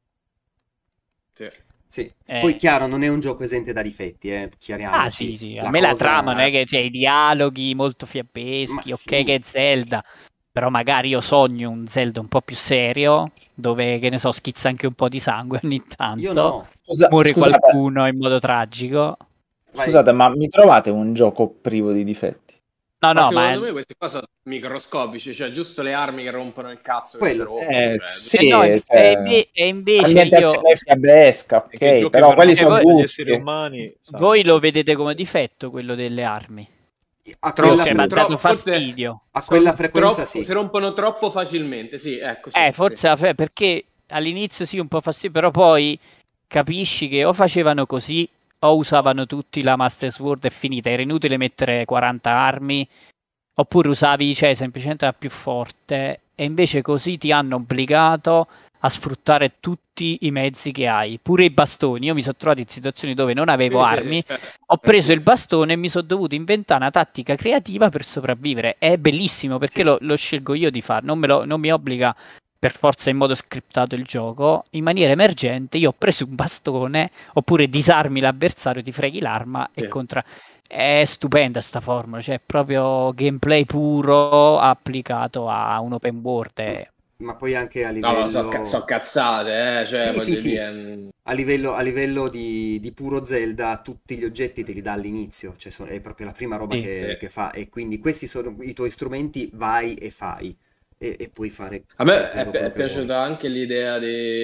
Sì. Sì. Eh, Poi chiaro, non è un gioco esente da difetti, eh, ah chiariamoci. sì, sì, a La me la trama non è cosa... che c'è i dialoghi molto Ma fiabeschi, ok che sì, è Zelda, però magari io sogno un Zelda un po' più serio, dove, che ne so, schizza anche un po' di sangue ogni io tanto, no. Scusa- muore scusate, qualcuno in modo tragico. Vai. scusate, ma mi trovate un gioco privo di difetti? No, Ma no, ma secondo me questi qua sono microscopici, cioè giusto le armi che rompono il cazzo che si Quello. rompono. Eh, Cioè. sì, eh no, e, e cioè, inve- e invece io... ambientazione fiabesca, E che ok, giochi però per quelli E sono voi, ammazzare gli esseri gusti. umani. voi sanno lo che- vedete come difetto quello delle armi? A Io quella, Troppo, Cioè, mi ha sì. fre- dato troppo, forse fastidio. a quella son frequenza troppo, sì. si rompono troppo facilmente. Sì, ecco, sì, Eh, sì. forse la fe- perché all'inizio sì, un po' fastidio, però poi capisci che o facevano così o usavano tutti la Master Sword e finita. Era inutile mettere quaranta armi, oppure usavi, cioè, semplicemente la più forte, e invece così ti hanno obbligato a sfruttare tutti i mezzi che hai, pure i bastoni. Io mi sono trovato in situazioni dove non avevo Sì, sì, armi, cioè, ho eh preso sì. il bastone e mi sono dovuto inventare una tattica creativa per sopravvivere. È bellissimo perché Sì. lo, lo scelgo io di fare, non, me lo- non mi obbliga per forza in modo scriptato il gioco. In maniera emergente io ho preso un bastone, oppure disarmi l'avversario, ti freghi l'arma e Sì. contra... È stupenda sta formula, cioè è proprio gameplay puro applicato a un open world. Ma, È- ma poi anche a No, ma so, ca- so livello... cazzate, eh, cioè, Sì, sì, voglio sì. dire... mm, A livello, a livello di, di puro Zelda, tutti gli oggetti te li dà all'inizio, cioè sono- è proprio la prima roba Sì. che, sì. che fa. E quindi questi sono i tuoi strumenti, vai e fai. E, e puoi fare A me è, davvero pi- quello è che vuoi. piaciuta anche l'idea di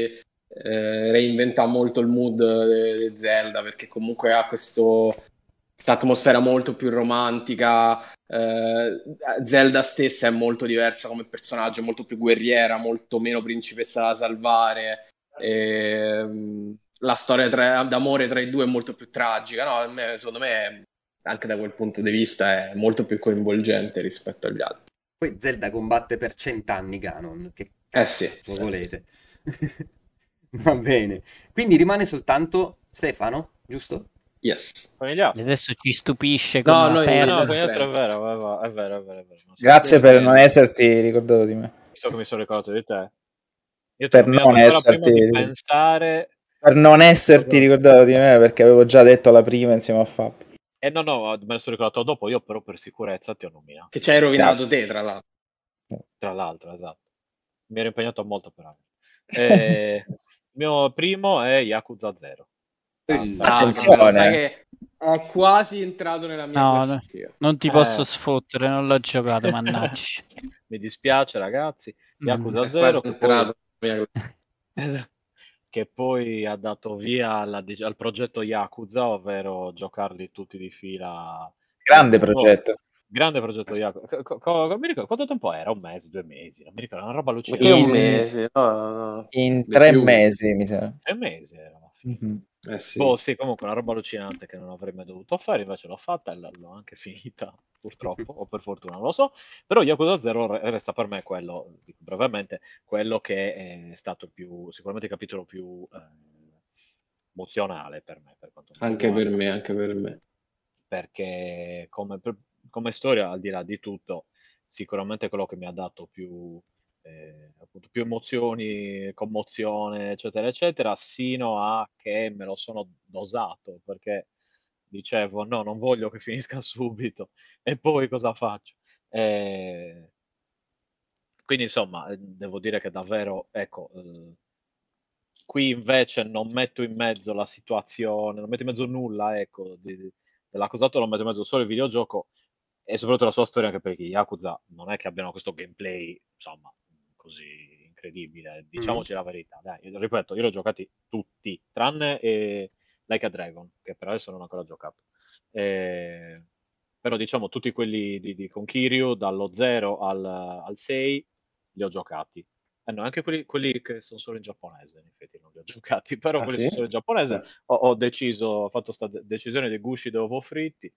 eh, reinventare molto il mood di Zelda, perché comunque ha questo, questa atmosfera molto più romantica. Eh, Zelda stessa è molto diversa come personaggio, molto più guerriera, molto meno principessa da salvare. E, mm, la storia tra- d'amore tra i due è molto più tragica. No, a me- secondo me, anche da quel punto di vista, è molto più coinvolgente rispetto agli altri. Poi Zelda combatte per cent'anni Ganon, che Eh sì, cazzo eh sì. volete? Va bene. Quindi rimane soltanto Stefano, giusto? Yes. Conigliastro. Adesso ci stupisce come No, una noi Ah no, perla. Death Conigliastro è Stranding. vero, è vero, è vero, è vero, è vero. Non so. Grazie Death per non Stranding. esserti ricordato di me. Visto che mi sono ricordato di te. Io ti ho Per nominato non ancora prima di esserti, pensare. per non esserti ricordato di me, perché avevo già detto la prima insieme a Fabio. Eh no, no, me ne sono ricordato dopo, io però per sicurezza ti ho nominato. Che ci hai rovinato te, tra l'altro. Tra l'altro, esatto. Mi ero impegnato molto per anni. Eh, il mio primo è Yakuza zero. Ah, Attenzione. sai che è quasi entrato nella mia No, no, classifica. non ti Eh. posso sfottere, non l'ho giocato, mannaggia. Mi dispiace, ragazzi. Mm. Yakuza È zero, quasi che poi, entrato nella mia che poi ha dato via alla- al progetto Yakuza, ovvero giocarli tutti di fila in Grande modo. progetto. Grande progetto Yakuza. Co- co- co- mi ricordo quanto tempo era? Un mese, due mesi? Non mi ricordo, una roba Ma che un allucinante. In, mese? No, no, no. in Di tre più. mesi, mi sa. Tre mesi era alla fine. Mhm. Eh sì. Boh, sì, comunque una roba allucinante che non avrei mai dovuto fare, invece l'ho fatta e l- l'ho anche finita, purtroppo, o per fortuna, non lo so. Però Yakuza zero re- resta per me quello, dico brevemente, quello che è stato il più, sicuramente il capitolo più eh, emozionale per me, per quanto mi Anche per riguarda, me, anche per me. perché come, per- come storia, al di là di tutto, sicuramente quello che mi ha dato più, eh, appunto, più emozioni, commozione, eccetera, eccetera, sino a che me lo sono dosato, perché dicevo, no, non voglio che finisca subito, e poi cosa faccio? Eh, quindi, insomma, eh, devo dire che davvero, ecco, eh, qui invece non metto in mezzo la situazione, non metto in mezzo nulla, ecco, di, di- dell'accusato, non metto in mezzo solo il videogioco e soprattutto la sua storia, anche perché gli Yakuza non è che abbiano questo gameplay, insomma, così incredibile. Mhm. Diciamoci la verità, dai, io- ripeto, io li ho giocati tutti, tranne eh, Like a Dragon, che per adesso non ho ancora giocato. Eh, però diciamo tutti quelli di, di- con Kiryu, dallo zero al, al sei, li ho giocati. Eh no, anche quelli, quelli che sono solo in giapponese, in effetti non li ho giocati, però Ah quelli sì? sono solo in giapponese. Beh. Ho, ho deciso, ho fatto sta de- decisione dei gusci dove ho fritti.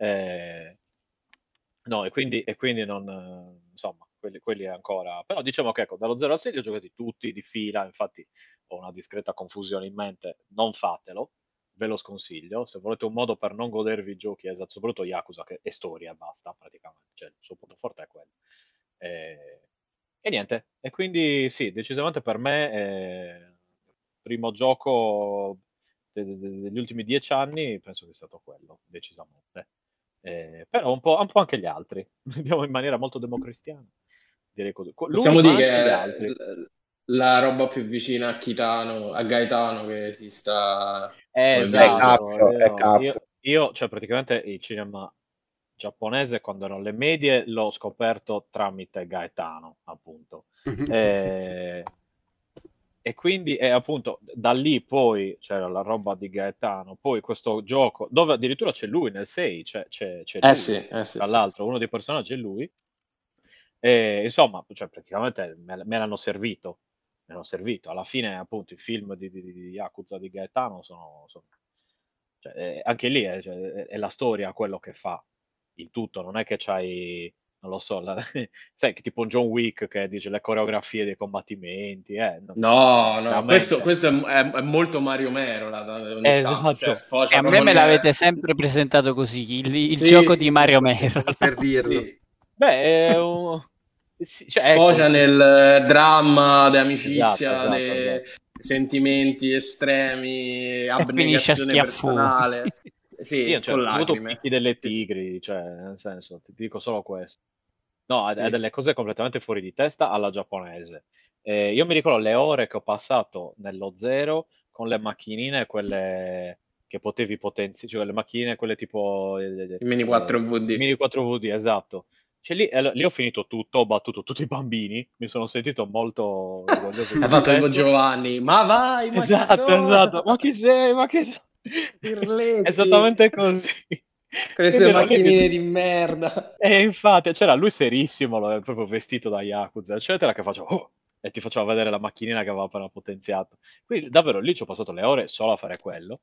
eh, no, e quindi, e quindi non, eh, insomma, quelli, quelli ancora. Però diciamo che ecco, dallo zero al sei li ho giocati tutti di fila, infatti ho una discreta confusione in mente, non fatelo, ve lo sconsiglio. Se volete un modo per non godervi i giochi, esatto, soprattutto Yakuza, che è storia e basta, praticamente, cioè il suo punto forte è quello. Eh, e niente, e quindi sì, decisamente per me, eh, primo gioco de- de- de- degli ultimi dieci anni, penso che sia stato quello, decisamente. Eh, però un po', un po' anche gli altri, andiamo in maniera molto democristiana, direi così. Co- Lui, Possiamo ma dire anche gli che è altri. l- la roba più vicina a Kitano, a Gaetano che esista Eh, come E videogioco. esatto, cazzo, e io, io, cazzo. io, cioè praticamente il cinema giapponese quando ero alle medie l'ho scoperto tramite Gaetano, appunto. Eh, E quindi, e appunto, da lì poi c'era la roba di Gaetano, poi questo gioco, dove addirittura c'è lui nel sei, c'è, c'è- c'è Eh lui, sì, eh sì, tra sì. l'altro, uno dei personaggi è lui, e insomma, cioè, praticamente me, me l'hanno servito, me l'hanno servito. Alla fine, appunto, i film di, di, di Yakuza di Gaetano sono, sono- cioè, eh, anche lì eh, cioè, è, è la storia quello che fa il tutto, non è che c'hai, non lo so, la- sai, che tipo un John Wick che dice le coreografie dei combattimenti, eh, no, cioè, No, no, questo, veramente. questo è, è- è molto Mario Mero la- ogni tanto, cioè Esatto. E sfocia a me proprio me nel... l'avete sempre presentato così, il, il Sì, gioco di sì, sì, Mario Mero. Stavo per dirlo. sì. Beh, è un- sì, cioè, ecco, Sfocia sì. nel eh, dramma di Esatto, amicizia, esatto, dei esatto. sentimenti estremi, E finisce a abnegazione schiaffoni. personale. Sì, Sì, cioè, con ho avuto lacrime. picchi delle Sì, sì. tigri, cioè, nel senso, ti dico solo questo. No, ha ha Sì, delle sì. cose completamente fuori di testa alla giapponese. Eh, io mi ricordo le ore che ho passato nello zero con le macchinine, quelle che potevi potenziare, cioè le macchine, quelle tipo eh, I mini eh, quattro V D. mini quattro V D, esatto. Cioè, lì, eh, lì ho finito tutto, ho battuto tutti i bambini, mi sono sentito molto orgoglioso di Hai me fatto tipo stesso. Giovanni, ma vai, ma chi Esatto, sono? esatto. Ma chi sei? Ma chi sei? Pirletti, Esattamente così. con le sue Quindi ero lì, mi- macchinine di merda. e infatti c'era lui serissimo, lo- proprio vestito da Yakuza, eccetera, che faceva "Oh", e ti faceva vedere la macchinina che aveva appena potenziato. Quindi davvero lì ci ho passato le ore solo a fare quello.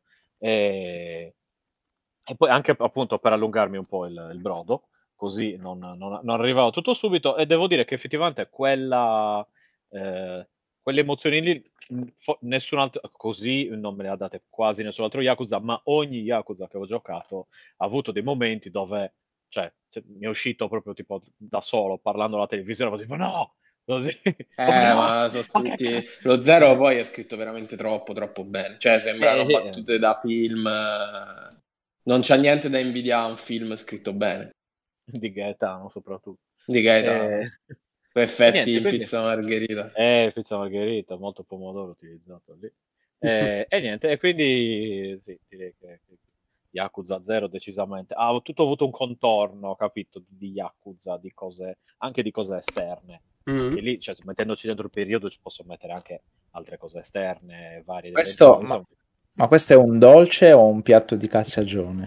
E, e poi anche appunto per allungarmi un po' il, il brodo, così non, non- non arrivavo tutto subito. E devo dire che effettivamente quella, eh, quelle emozioni lì, mh, fo- nessun altro, così non me le ha date quasi nessun altro Yakuza, ma ogni Yakuza che ho giocato ha avuto dei momenti dove, cioè, cioè, mi è uscito proprio tipo da solo, parlando alla televisione, facevo tipo no! Così, come Eh, no? ma sono Ma che scritti... cazzo? Lo Zero poi è scritto veramente troppo, troppo bene. Cioè, Eh, sembrano sì, eh, battute da film. eh. Non c'è niente da invidiare a un film scritto bene. di Gaetano soprattutto. Di Eh, Gaetano. e Effetti niente, in quindi pizza margherita. eh, pizza margherita, molto pomodoro utilizzato lì. Eh, e niente, e quindi sì, direi che, che Yakuza zero decisamente ha tutto avuto un contorno, capito, di, di Yakuza, di cose, anche di cose esterne. Mm. Che lì, cioè, mettendoci dentro il periodo ci posso mettere anche altre cose esterne, varie delle Questo, genere, ma, insomma. ma questo è un dolce o un piatto di cacciagione?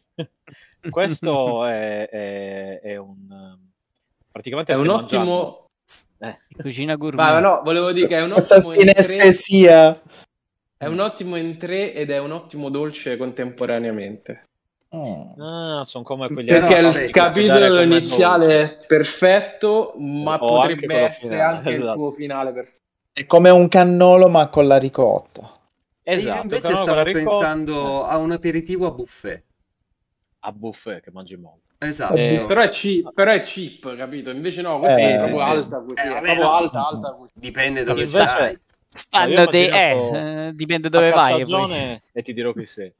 Questo è, è, è un praticamente È un stai mangiando ottimo... eh, Cucina Ma gourmet. no, volevo dire che è un Questa ottimo entrée, sinestesia. è un ottimo entrée ed è un ottimo dolce contemporaneamente. Mm. ah, sono come quegli Però Perché è il aspetta. aromatici da dare capitolo come dolce. iniziale perfetto, ma O anche potrebbe quello essere finale, anche il esatto. tuo finale perfetto. È come un cannolo ma con la ricotta. E io Esatto, invece però con la stavo ricotta pensando a un aperitivo a buffet. a buffet che mangi molto. Esatto. Però è cheap, però è cheap, capito? Invece no, questa Eh, è Sì, proprio sì, sì. alta Eh, cucina, è vabbè, proprio no. alta, alta cucina. Dipende dove ce Invece, l'hai. no, io ho Stanno de... immaginato eh, dipende la dove vai e poi. cacciagione e ti dirò chi sei.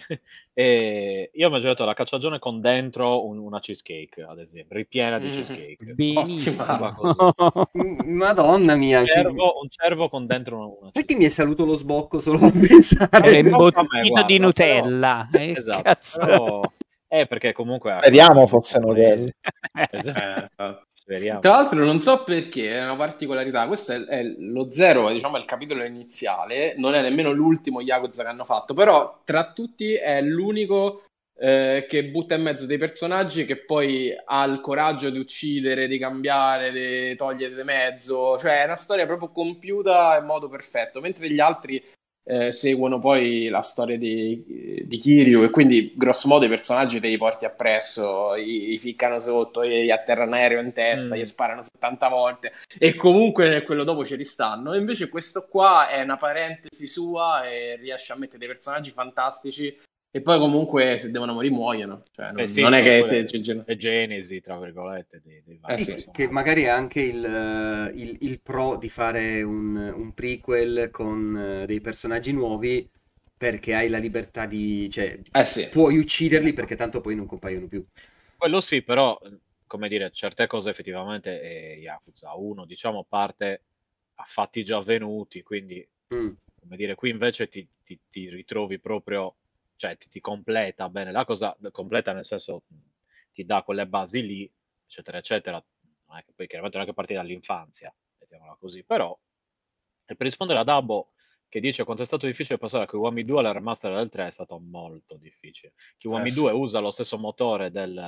E io ho immaginato la cacciagione con dentro un- una cheesecake, ad esempio, ripiena di Mm, cheesecake. Benissimo. Roba così. M- Madonna mia, Un ci- cervo, un cervo con dentro una, una sai che mi è cheesecake. saluto lo sbocco solo a Eh, pensare? Era tocca a me, imbottito di guarda, però... Nutella. Eh, Esatto, cazzo. però... Eh, perché comunque ha quei Speriamo gusti fosse Nutella. giapponesi. Esatto, Eh, speriamo. Tra l'altro non so perché, è una particolarità, questo è, è lo zero, diciamo, è il capitolo iniziale, non è nemmeno l'ultimo Yakuza che hanno fatto, però tra tutti è l'unico eh, che butta in mezzo dei personaggi che poi ha il coraggio di uccidere, di cambiare, di togliere di mezzo, cioè è una storia proprio compiuta in modo perfetto, mentre gli altri eh, seguono poi la storia di, di Kiryu e quindi grosso modo i personaggi te li porti appresso, gli, gli ficcano sotto, gli, gli atterrano aereo in testa, Mm. gli sparano settanta volte e comunque nel quello dopo ce li stanno. E invece questo qua è una parentesi sua e riesce a mettere dei personaggi fantastici e poi comunque se devono morire muoiono, cioè non, Eh sì, non è sono che quelle te, te- le genesi, tra virgolette, dei, dei vari eh Sì, sì. che personaggi. magari è anche il, eh, il- il pro di fare un, un prequel con eh, dei personaggi nuovi perché hai la libertà di, cioè, Eh sì. puoi ucciderli perché tanto poi non compaiono più. Quello sì, però, come dire, certe cose effettivamente eh, Yakuza uno, diciamo, parte a fatti già avvenuti, quindi, Mm. come dire, qui invece ti, ti- ti ritrovi proprio, cioè ti, ti completa bene la cosa, completa nel senso ti dà quelle basi lì, eccetera, eccetera. Non è che poi chiaramente non è che parti dall'infanzia, mettiamola così, però, e per rispondere ad Abo che dice quanto è stato difficile passare da Kiwami due alla remaster del tre è stato molto difficile. Kiwami Eh due sì. usa lo stesso motore del,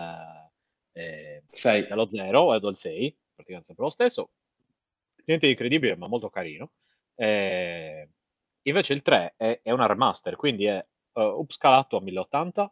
eh, Sei. dello zero e del sei, praticamente sempre lo stesso. Niente di incredibile, ma molto carino. Eh, invece il tre è, è una remaster, quindi è uh, upscalato a mille ottanta,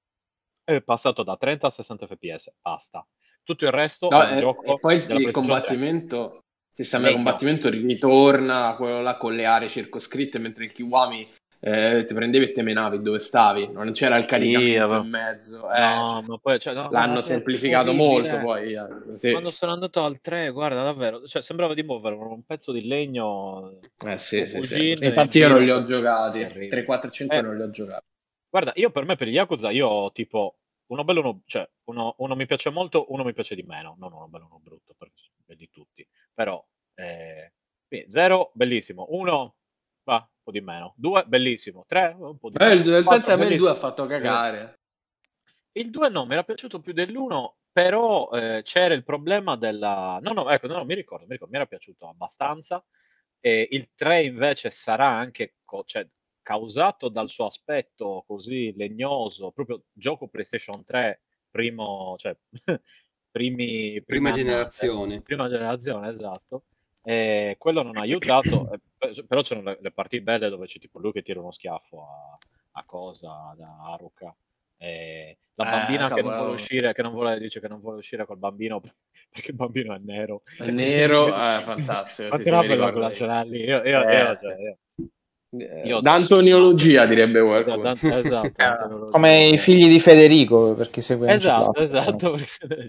è passato da trenta a sessanta fps, basta. Tutto il resto è No, un e, e gioco poi il, della il PlayStation tre. combattimento, il sistema di Legno. combattimento ritorna, quello là con le aree circoscritte, mentre il Kiwami eh, ti prendevi e te menavi dove stavi, non c'era il Sì, caricamento vabbè. in mezzo. Eh, cioè, No, ma poi cioè, no, ma l'hanno era semplificato molto inmovibile. poi. eh, sì. Quando sono andato al tre, guarda, davvero, cioè, sembrava di muovere un pezzo di legno Eh sì, su sì, sì. Fujin in Infatti io non giro. li ho per- giocati, tre, Terribile. quattro, cinque Eh, non li ho giocati. guarda, io per me, per gli Yakuza, io ho tipo uno bello, uno, cioè, uno, uno mi piace molto, uno mi piace di meno. Non uno bello, uno brutto, perché sono di tutti. Però, eh, quindi, zero, bellissimo. Uno, va, un po' di meno. Due, bellissimo. Tre, un po' di Eh, il, meno. il- pensa Quattro, a me il due ha bellissimo. fatto Eh, cagare. il due no, mi era piaciuto più dell'uno, però eh, c'era il problema della... No, no, ecco, no, no, mi ricordo, mi ricordo, mi era piaciuto abbastanza. E il tre invece sarà anche co- cioè, causato dal suo aspetto così legnoso, proprio gioco PlayStation tre, primo, cioè, primi, prime Prima annate, generazione. prima generazione, esatto. E quello non ha aiutato, eh, pe- però c'erano le, le parti belle dove c'è tipo lui che tira uno schiaffo a, a cosa, da Haruka. E la Eh, bambina che non vuole cavolo. uscire, che non vuole, dice che non vuole uscire col bambino perché il bambino è nero. È E nero, quindi- eh, fantastico, sì, quanto sì, era mi bella ricordo quella io. scena lì. Io, io, Eh, io, sì. cioè, io, Eh, io Da sono sognato. antoniologia direbbe Esatto, qualcuno. dan- esatto, Ah, antenologia, come i esatto. figli di Federico, per chi segue Amici Esatto, Club. esatto.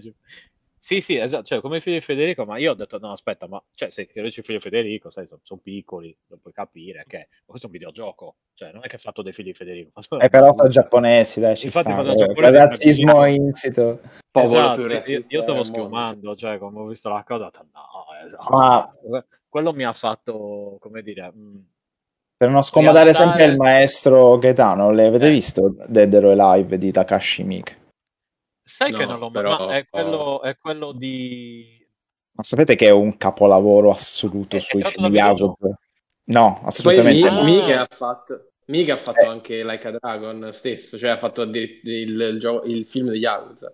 Sì, sì, esatto, cioè come i figli di Federico, ma io ho detto no, aspetta, ma cioè se che dici figli di Federico, sai, sono, sono piccoli, non puoi capire che ma questo è un videogioco, cioè non è che è fatto dai figli di Federico, ma sono Eh, però sono adulti. giapponesi, dai, ci Infatti sta. vado a Il giapponese come razzismo benissimo. insito. Popolo più Esatto, io, io razzista stavo del mondo, sì. schiumando, cioè come ho visto la cosa, ho detto no, Ma esatto. Quello mi ha fatto, come dire, mh, Per non scomodare sempre il rialzare... maestro Gaetano, le avete Eh, visto Dead or Alive di Takashi Miike? sai che non No, l'ho mai... Ma però... è quello, è quello di... Ma sapete che è un capolavoro assoluto È, è sui tratto da film videogioco? Yakuza? No, Che poi assolutamente Mi- no. Miche Ah, ha fatto... Miche ha fatto Eh, anche Like a Dragon stesso, cioè ha fatto addir- il, il gio- il film di Yakuza.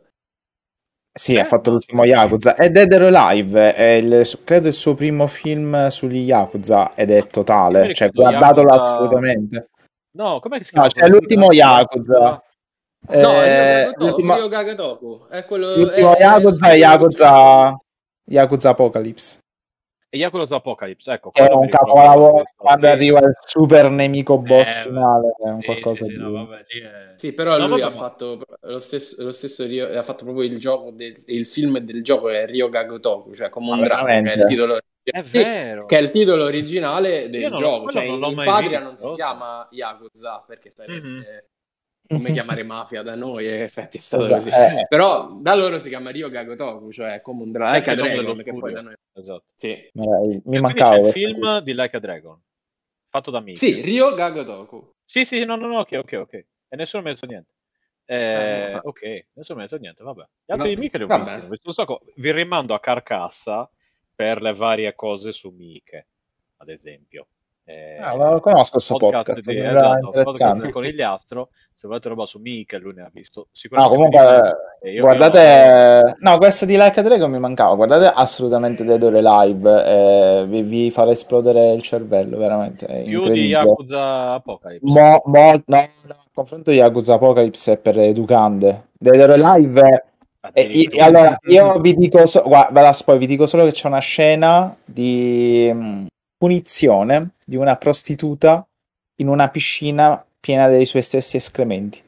sì, ha eh? fatto No, l'ultimo aspetta. Yakuza. E Dead or Alive è il- credo il suo primo film sugli Yakuza ed è Io mi totale, cioè ricordo guardatelo Yakuza... assolutamente. No, com'è che si No, chiama c'è quello lì? l'ultimo Anche Yakuza. Yakuza... No, Ryo Eh, Gagotoku, l'ultimo Ryo Gagotoku, è quello, l'ultimo è il Yakuza è titolo originale. Yakuza, Yakuza Apocalypse. E Yakuza Apocalypse, ecco, Che è quello mi un ricordo di averlo capolavoro visto. quando Sì. arriva il super nemico boss Eh, beh. finale, è un Sì, sì, qualcosa sì, no, di... vabbè, lì è... Sì, però No, lui ha vabbè, ma... fatto lo stesso, lo stesso Ryo- ha fatto proprio il gioco del, il film del gioco è Ryo Gagotoku, cioè come Ma un drago, che è il veramente? titolo, È sì, che vero. è il titolo originale Io del non lo- gioco. quello Cioè non in, l'ho in mai patria non visto, si lo sai. chiama Yakuza perché Mhm. sarebbe come chiamare mafia da noi, e in effetti è stato Esatto, così. eh, Però da loro si chiama Ryo Gagotoku, cioè come un drago, È Like anche a il nome dello Dragon, che poi da studio. noi... Esatto. Sì, mi mi E quindi c'è mancava il questa cosa. film di Like a Dragon, fatto da sì, Miike. Ryo Gagotoku. Sì, sì, no, no, no, ok, ok, ok. E nessuno mi ha detto niente. Eh, non lo Eh, so. ok, nessuno mi ha detto niente, vabbè. Gli Va altri di bene. Miike li ho visti, Vabbè. ne ho visto un sacco. Vi rimando a Carcassa per le varie cose su Miike, ad esempio. Ah, lo Eh, conosco questo podcast podcast, di, sembra esatto, podcast del interessante. Conigliastro. Se volete roba su Miike, lui ne ha visto No, sicuramente più di me. comunque, E io, io adoro... guardate... No, questo di Like a Dragon mi mancava. Guardate assolutamente Dead or Alive, eh, vi, vi farà esplodere il cervello, veramente, è Più di incredibile. Yakuza Apocalypse. Mo, mo- no, no, a confronto di Yakuza Apocalypse è per educande. Dead or Alive... E, e- e Addirittura. allora, io vi dico, so- guarda, ve la spoil, vi dico solo che c'è una scena di mh, punizione di una prostituta in una piscina piena dei suoi stessi escrementi.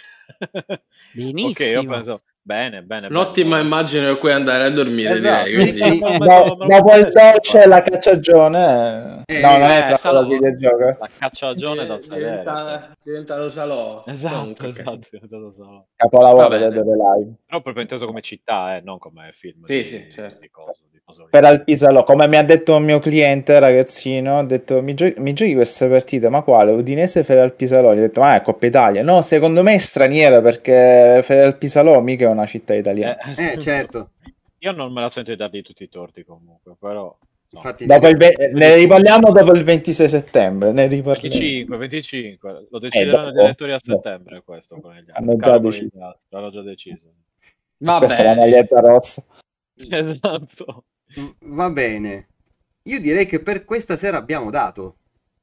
Ok, io Benissimo. penso... Bene, bene, bene. Un'ottima No, no. immagine per cui andare a dormire, direi. Esatto, Sì, sì, Quindi... me, sì. me lo Do- metto, me lo metto dopo il adesso da dolce e la fare. cacciagione, no, non Eh, è Eh, tratto dal Salò. videogioco. Eh. La cacciagione dal Di- sedere, però. diventa, diventa lo Salò. Esatto, Comunque, ok. esatto, esatto, lo so. Va Capolavoro Dead bene. or Alive. Però proprio inteso come città, eh, non come film Sì, sì, di, certo. di coso, di Pasolini. Per Alpisalò, come mi ha detto un mio cliente ragazzino, ha detto mi, gio- mi giochi questa partita, ma quale? Udinese Fere Alpisalò? Gli ho detto ma è Coppa Italia. No, secondo me è straniera perché Fere Alpisalò mica è una città Eh, italiana. eh, certo. Io non me la sento di dargli tutti i torti comunque, però insomma, Infatti, Dopo il ve- come ne dici tu, riparliamo dopo il ventisei settembre, ne riparliamo. venticinque, venticinque, lo Eh, decideranno gli dopo, elettori a dopo. settembre questo, Conigliastro. Hanno già Caro deciso. Conigliastro, l'hanno già deciso. Va Questa è la bene. maglietta rossa. Esatto. Mm, va bene. Io direi che per questa sera abbiamo dato.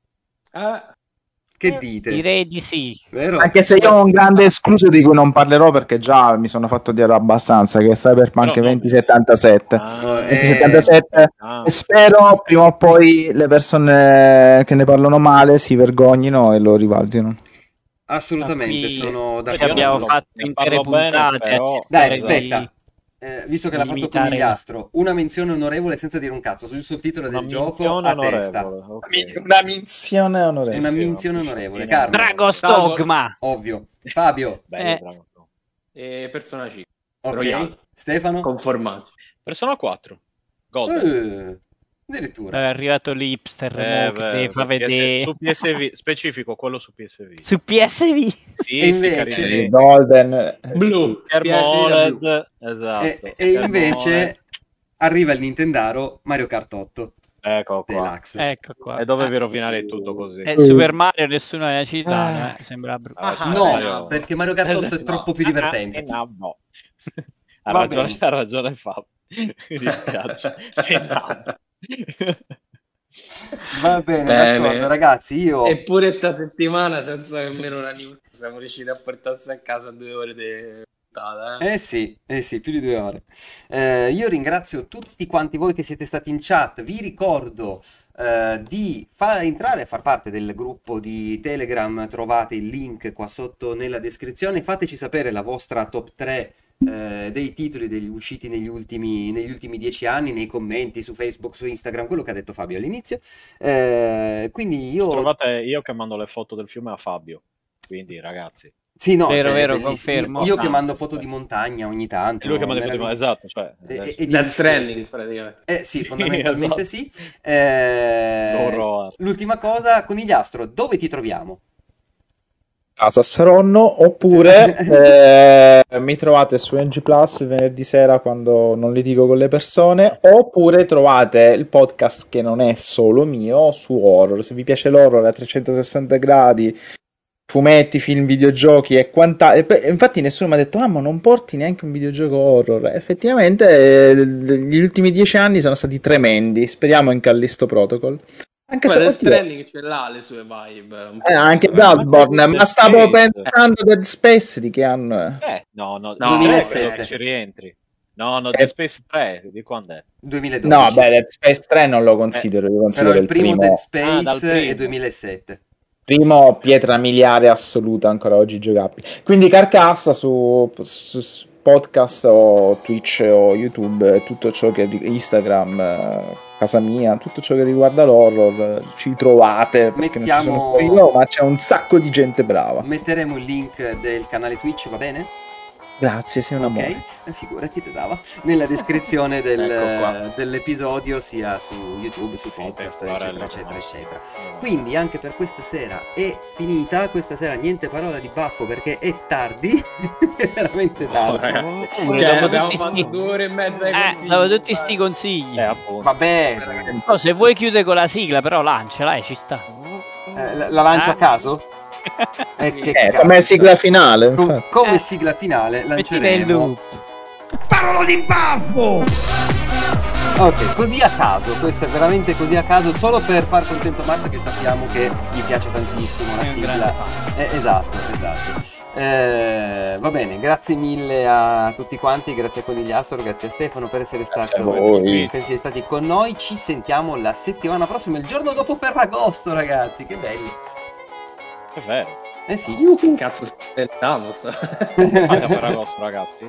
Eh, Che Eh, dite? Direi di sì. Vero? Anche se io poi- ho un grande escluso di cui non parlerò perché già mi sono fatto dire abbastanza, che è Cyberpunk però nomina. duemilasettantasette. Oh, Ah, eh, duemilasettantasette ah. e spero prima o poi le persone che ne parlano male si vergognino e lo rivalutino. assolutamente, Qui sono Vedi, ci io ne abbiamo d'accordo. parlo, fatto ne intere parlo bene, puntate a però... Dai, cercare Esatto. di, aspetta. Eh, visto che di l'ha fatto limitare. Conigliastro, una menzione onorevole senza dire un cazzo sul sottotitolo Una del gioco minzione a testa. onorevole, ok. Una minzione Sì, onorevole. Una sì, una minzione onorevole. minzioncina Carlo, Dragon's onorevole. Salvo Dogma. ovvio. Fabio, Bello, Eh, Dragon. e Persona cinque. ok. Royale. Stefano? Conformato. Persona quattro. Golden. Eh, è addirittura. arrivato l'hipster Eh, mo che deve beh, fa P S vedere su P S V, specifico quello su P S V. su P S V. E Sì, sì, invece, Sì, carini. Golden. eh, sì. Blu. Schermo P S V da blu. OLED, e, esatto. e Schermo OLED. invece arriva il Nintendaro Mario Kart otto Ecco qua. Deluxe. Ecco qua. E dovevi Eh, rovinare tutto così. è Super Mario, nessuno ne ha citato, Ah. eh, sembra brutto. Vabbè, Ah, Super No, Mario- perché Mario Kart otto è Esatto. troppo più Ah, ah, divertente. sì, no, boh. Ha Va ragione, bene. ha ragione Fabio. Mi dispiace. Sì, no. Va bene, Bene. d'accordo, ragazzi, io... Eppure sta settimana, senza nemmeno una news, siamo riusciti a portarsi a casa due ore di puntata, eh. Eh sì, eh sì, più di due ore. Eh, io ringrazio tutti quanti voi che siete stati in chat. Vi ricordo eh, di far entrare a far parte del gruppo di Telegram. Trovate il link qua sotto nella descrizione. Fateci sapere la vostra top tre eh, dei titoli degli usciti negli ultimi, negli ultimi dieci anni, nei commenti su Facebook, su Instagram, quello che ha detto Fabio all'inizio. Eh, quindi io... Trovate io che mando le foto del fiume a Fabio. Quindi, ragazzi. Sì, no, Vero, cioè, vero, bellissimo. confermo. Io, io che No, mando foto beh. di montagna ogni È tanto, lui che mi ha detto meravigli- esatto, cioè, e- e- adesso. e di Death vici- Stranding, praticamente. Eh sì, Sì, fondamentalmente esatto. sì. Eh, Horror. l'ultima cosa, Conigliastro, dove ti troviamo? Casa Saronno, oppure eh, mi trovate su N G Plus il venerdì sera quando non litigo con le persone, oppure trovate il podcast che non è solo mio su horror. Se vi piace l'horror a trecentosessanta gradi, fumetti, film, videogiochi e quant'altro. Infatti nessuno mi ha detto, ah, ma non porti neanche un videogioco horror. Effettivamente eh, gli ultimi dieci anni sono stati tremendi. Speriamo in Callisto Protocol. Anche Poi se, Death oddio, Stranding ce l'ha le sue vibe. Un eh, po', anche però. Bloodborne, ma Dead stavo Space. pensando a Dead Space di che anno è? Eh, no, no, No, il tre duemilasette. credo che ci rientri. No, no, Eh. Dead Space tre, di quando è? duemiladodici. No, beh, Dead Space tre non lo considero, lo Però considero il primo Dead primo, Space Ah, dal è primo. duemilasette. primo pietra miliare assoluta ancora oggi giocabile. Quindi Carcassa su, su- su podcast o Twitch o YouTube, eh, tutto ciò che ri- Instagram, eh, casa mia, tutto ciò che riguarda l'horror, eh, ci trovate perché non ci sono Mettiamo- solo io, ma c'è un sacco di gente brava. Metteremo il link del canale Twitch, va bene? Grazie, sei un amore. Ok, eh, figurati tesava. Nella descrizione del- Ecco qua. dell'episodio, sia su YouTube, su podcast, eccetera, eccetera, eccetera. Quindi anche per questa sera è finita. Questa sera niente parola di baffo perché è tardi. È veramente No, tardi. ragazzi. Oh, Cioè, dopo abbiamo tutti fatto sti- due ore e mezza ai Eh, consigli. dopo tutti sti consigli. Eh, appunto. Vabbè, Oh, se vuoi chiude con la sigla, però lanciala, eh, ci sta. eh, la, la lancio Ah. a caso? Eh, che Eh, cazzo. come sigla finale, Com- infatti. come Eh. sigla finale Metti nel lanceremo. loop. Ok, così a caso, questo è veramente così a caso, solo per far contento Matt, che sappiamo che gli piace tantissimo la È un sigla. grande fan. Eh, esatto, esatto. Eh, va bene, grazie mille a tutti quanti, grazie a Conigliastro, grazie a Stefano per essere Grazie stato a voi. per essere stati con noi. Ci sentiamo la settimana prossima, il giorno dopo Ferragosto, ragazzi, che belli. È vero. Eh sì. Che cazzo stiamo? Sta... Fate a Ferragosto, ragazzi.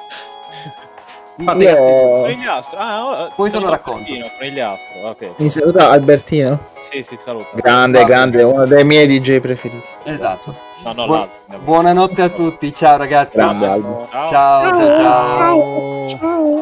Fate Io- cazzi. Conigliastro. Ah, oh, Poi te lo saluta racconto. Albertino, Conigliastro. Ok. Mi saluta Albertino. Sì, sì, saluta. Grande, Va grande, uno dei miei D J preferiti. Esatto. No, no, Buon- l'altro. buonanotte a tutti, ciao ragazzi. Grande Albo. Ciao, ciao, ciao. Ciao.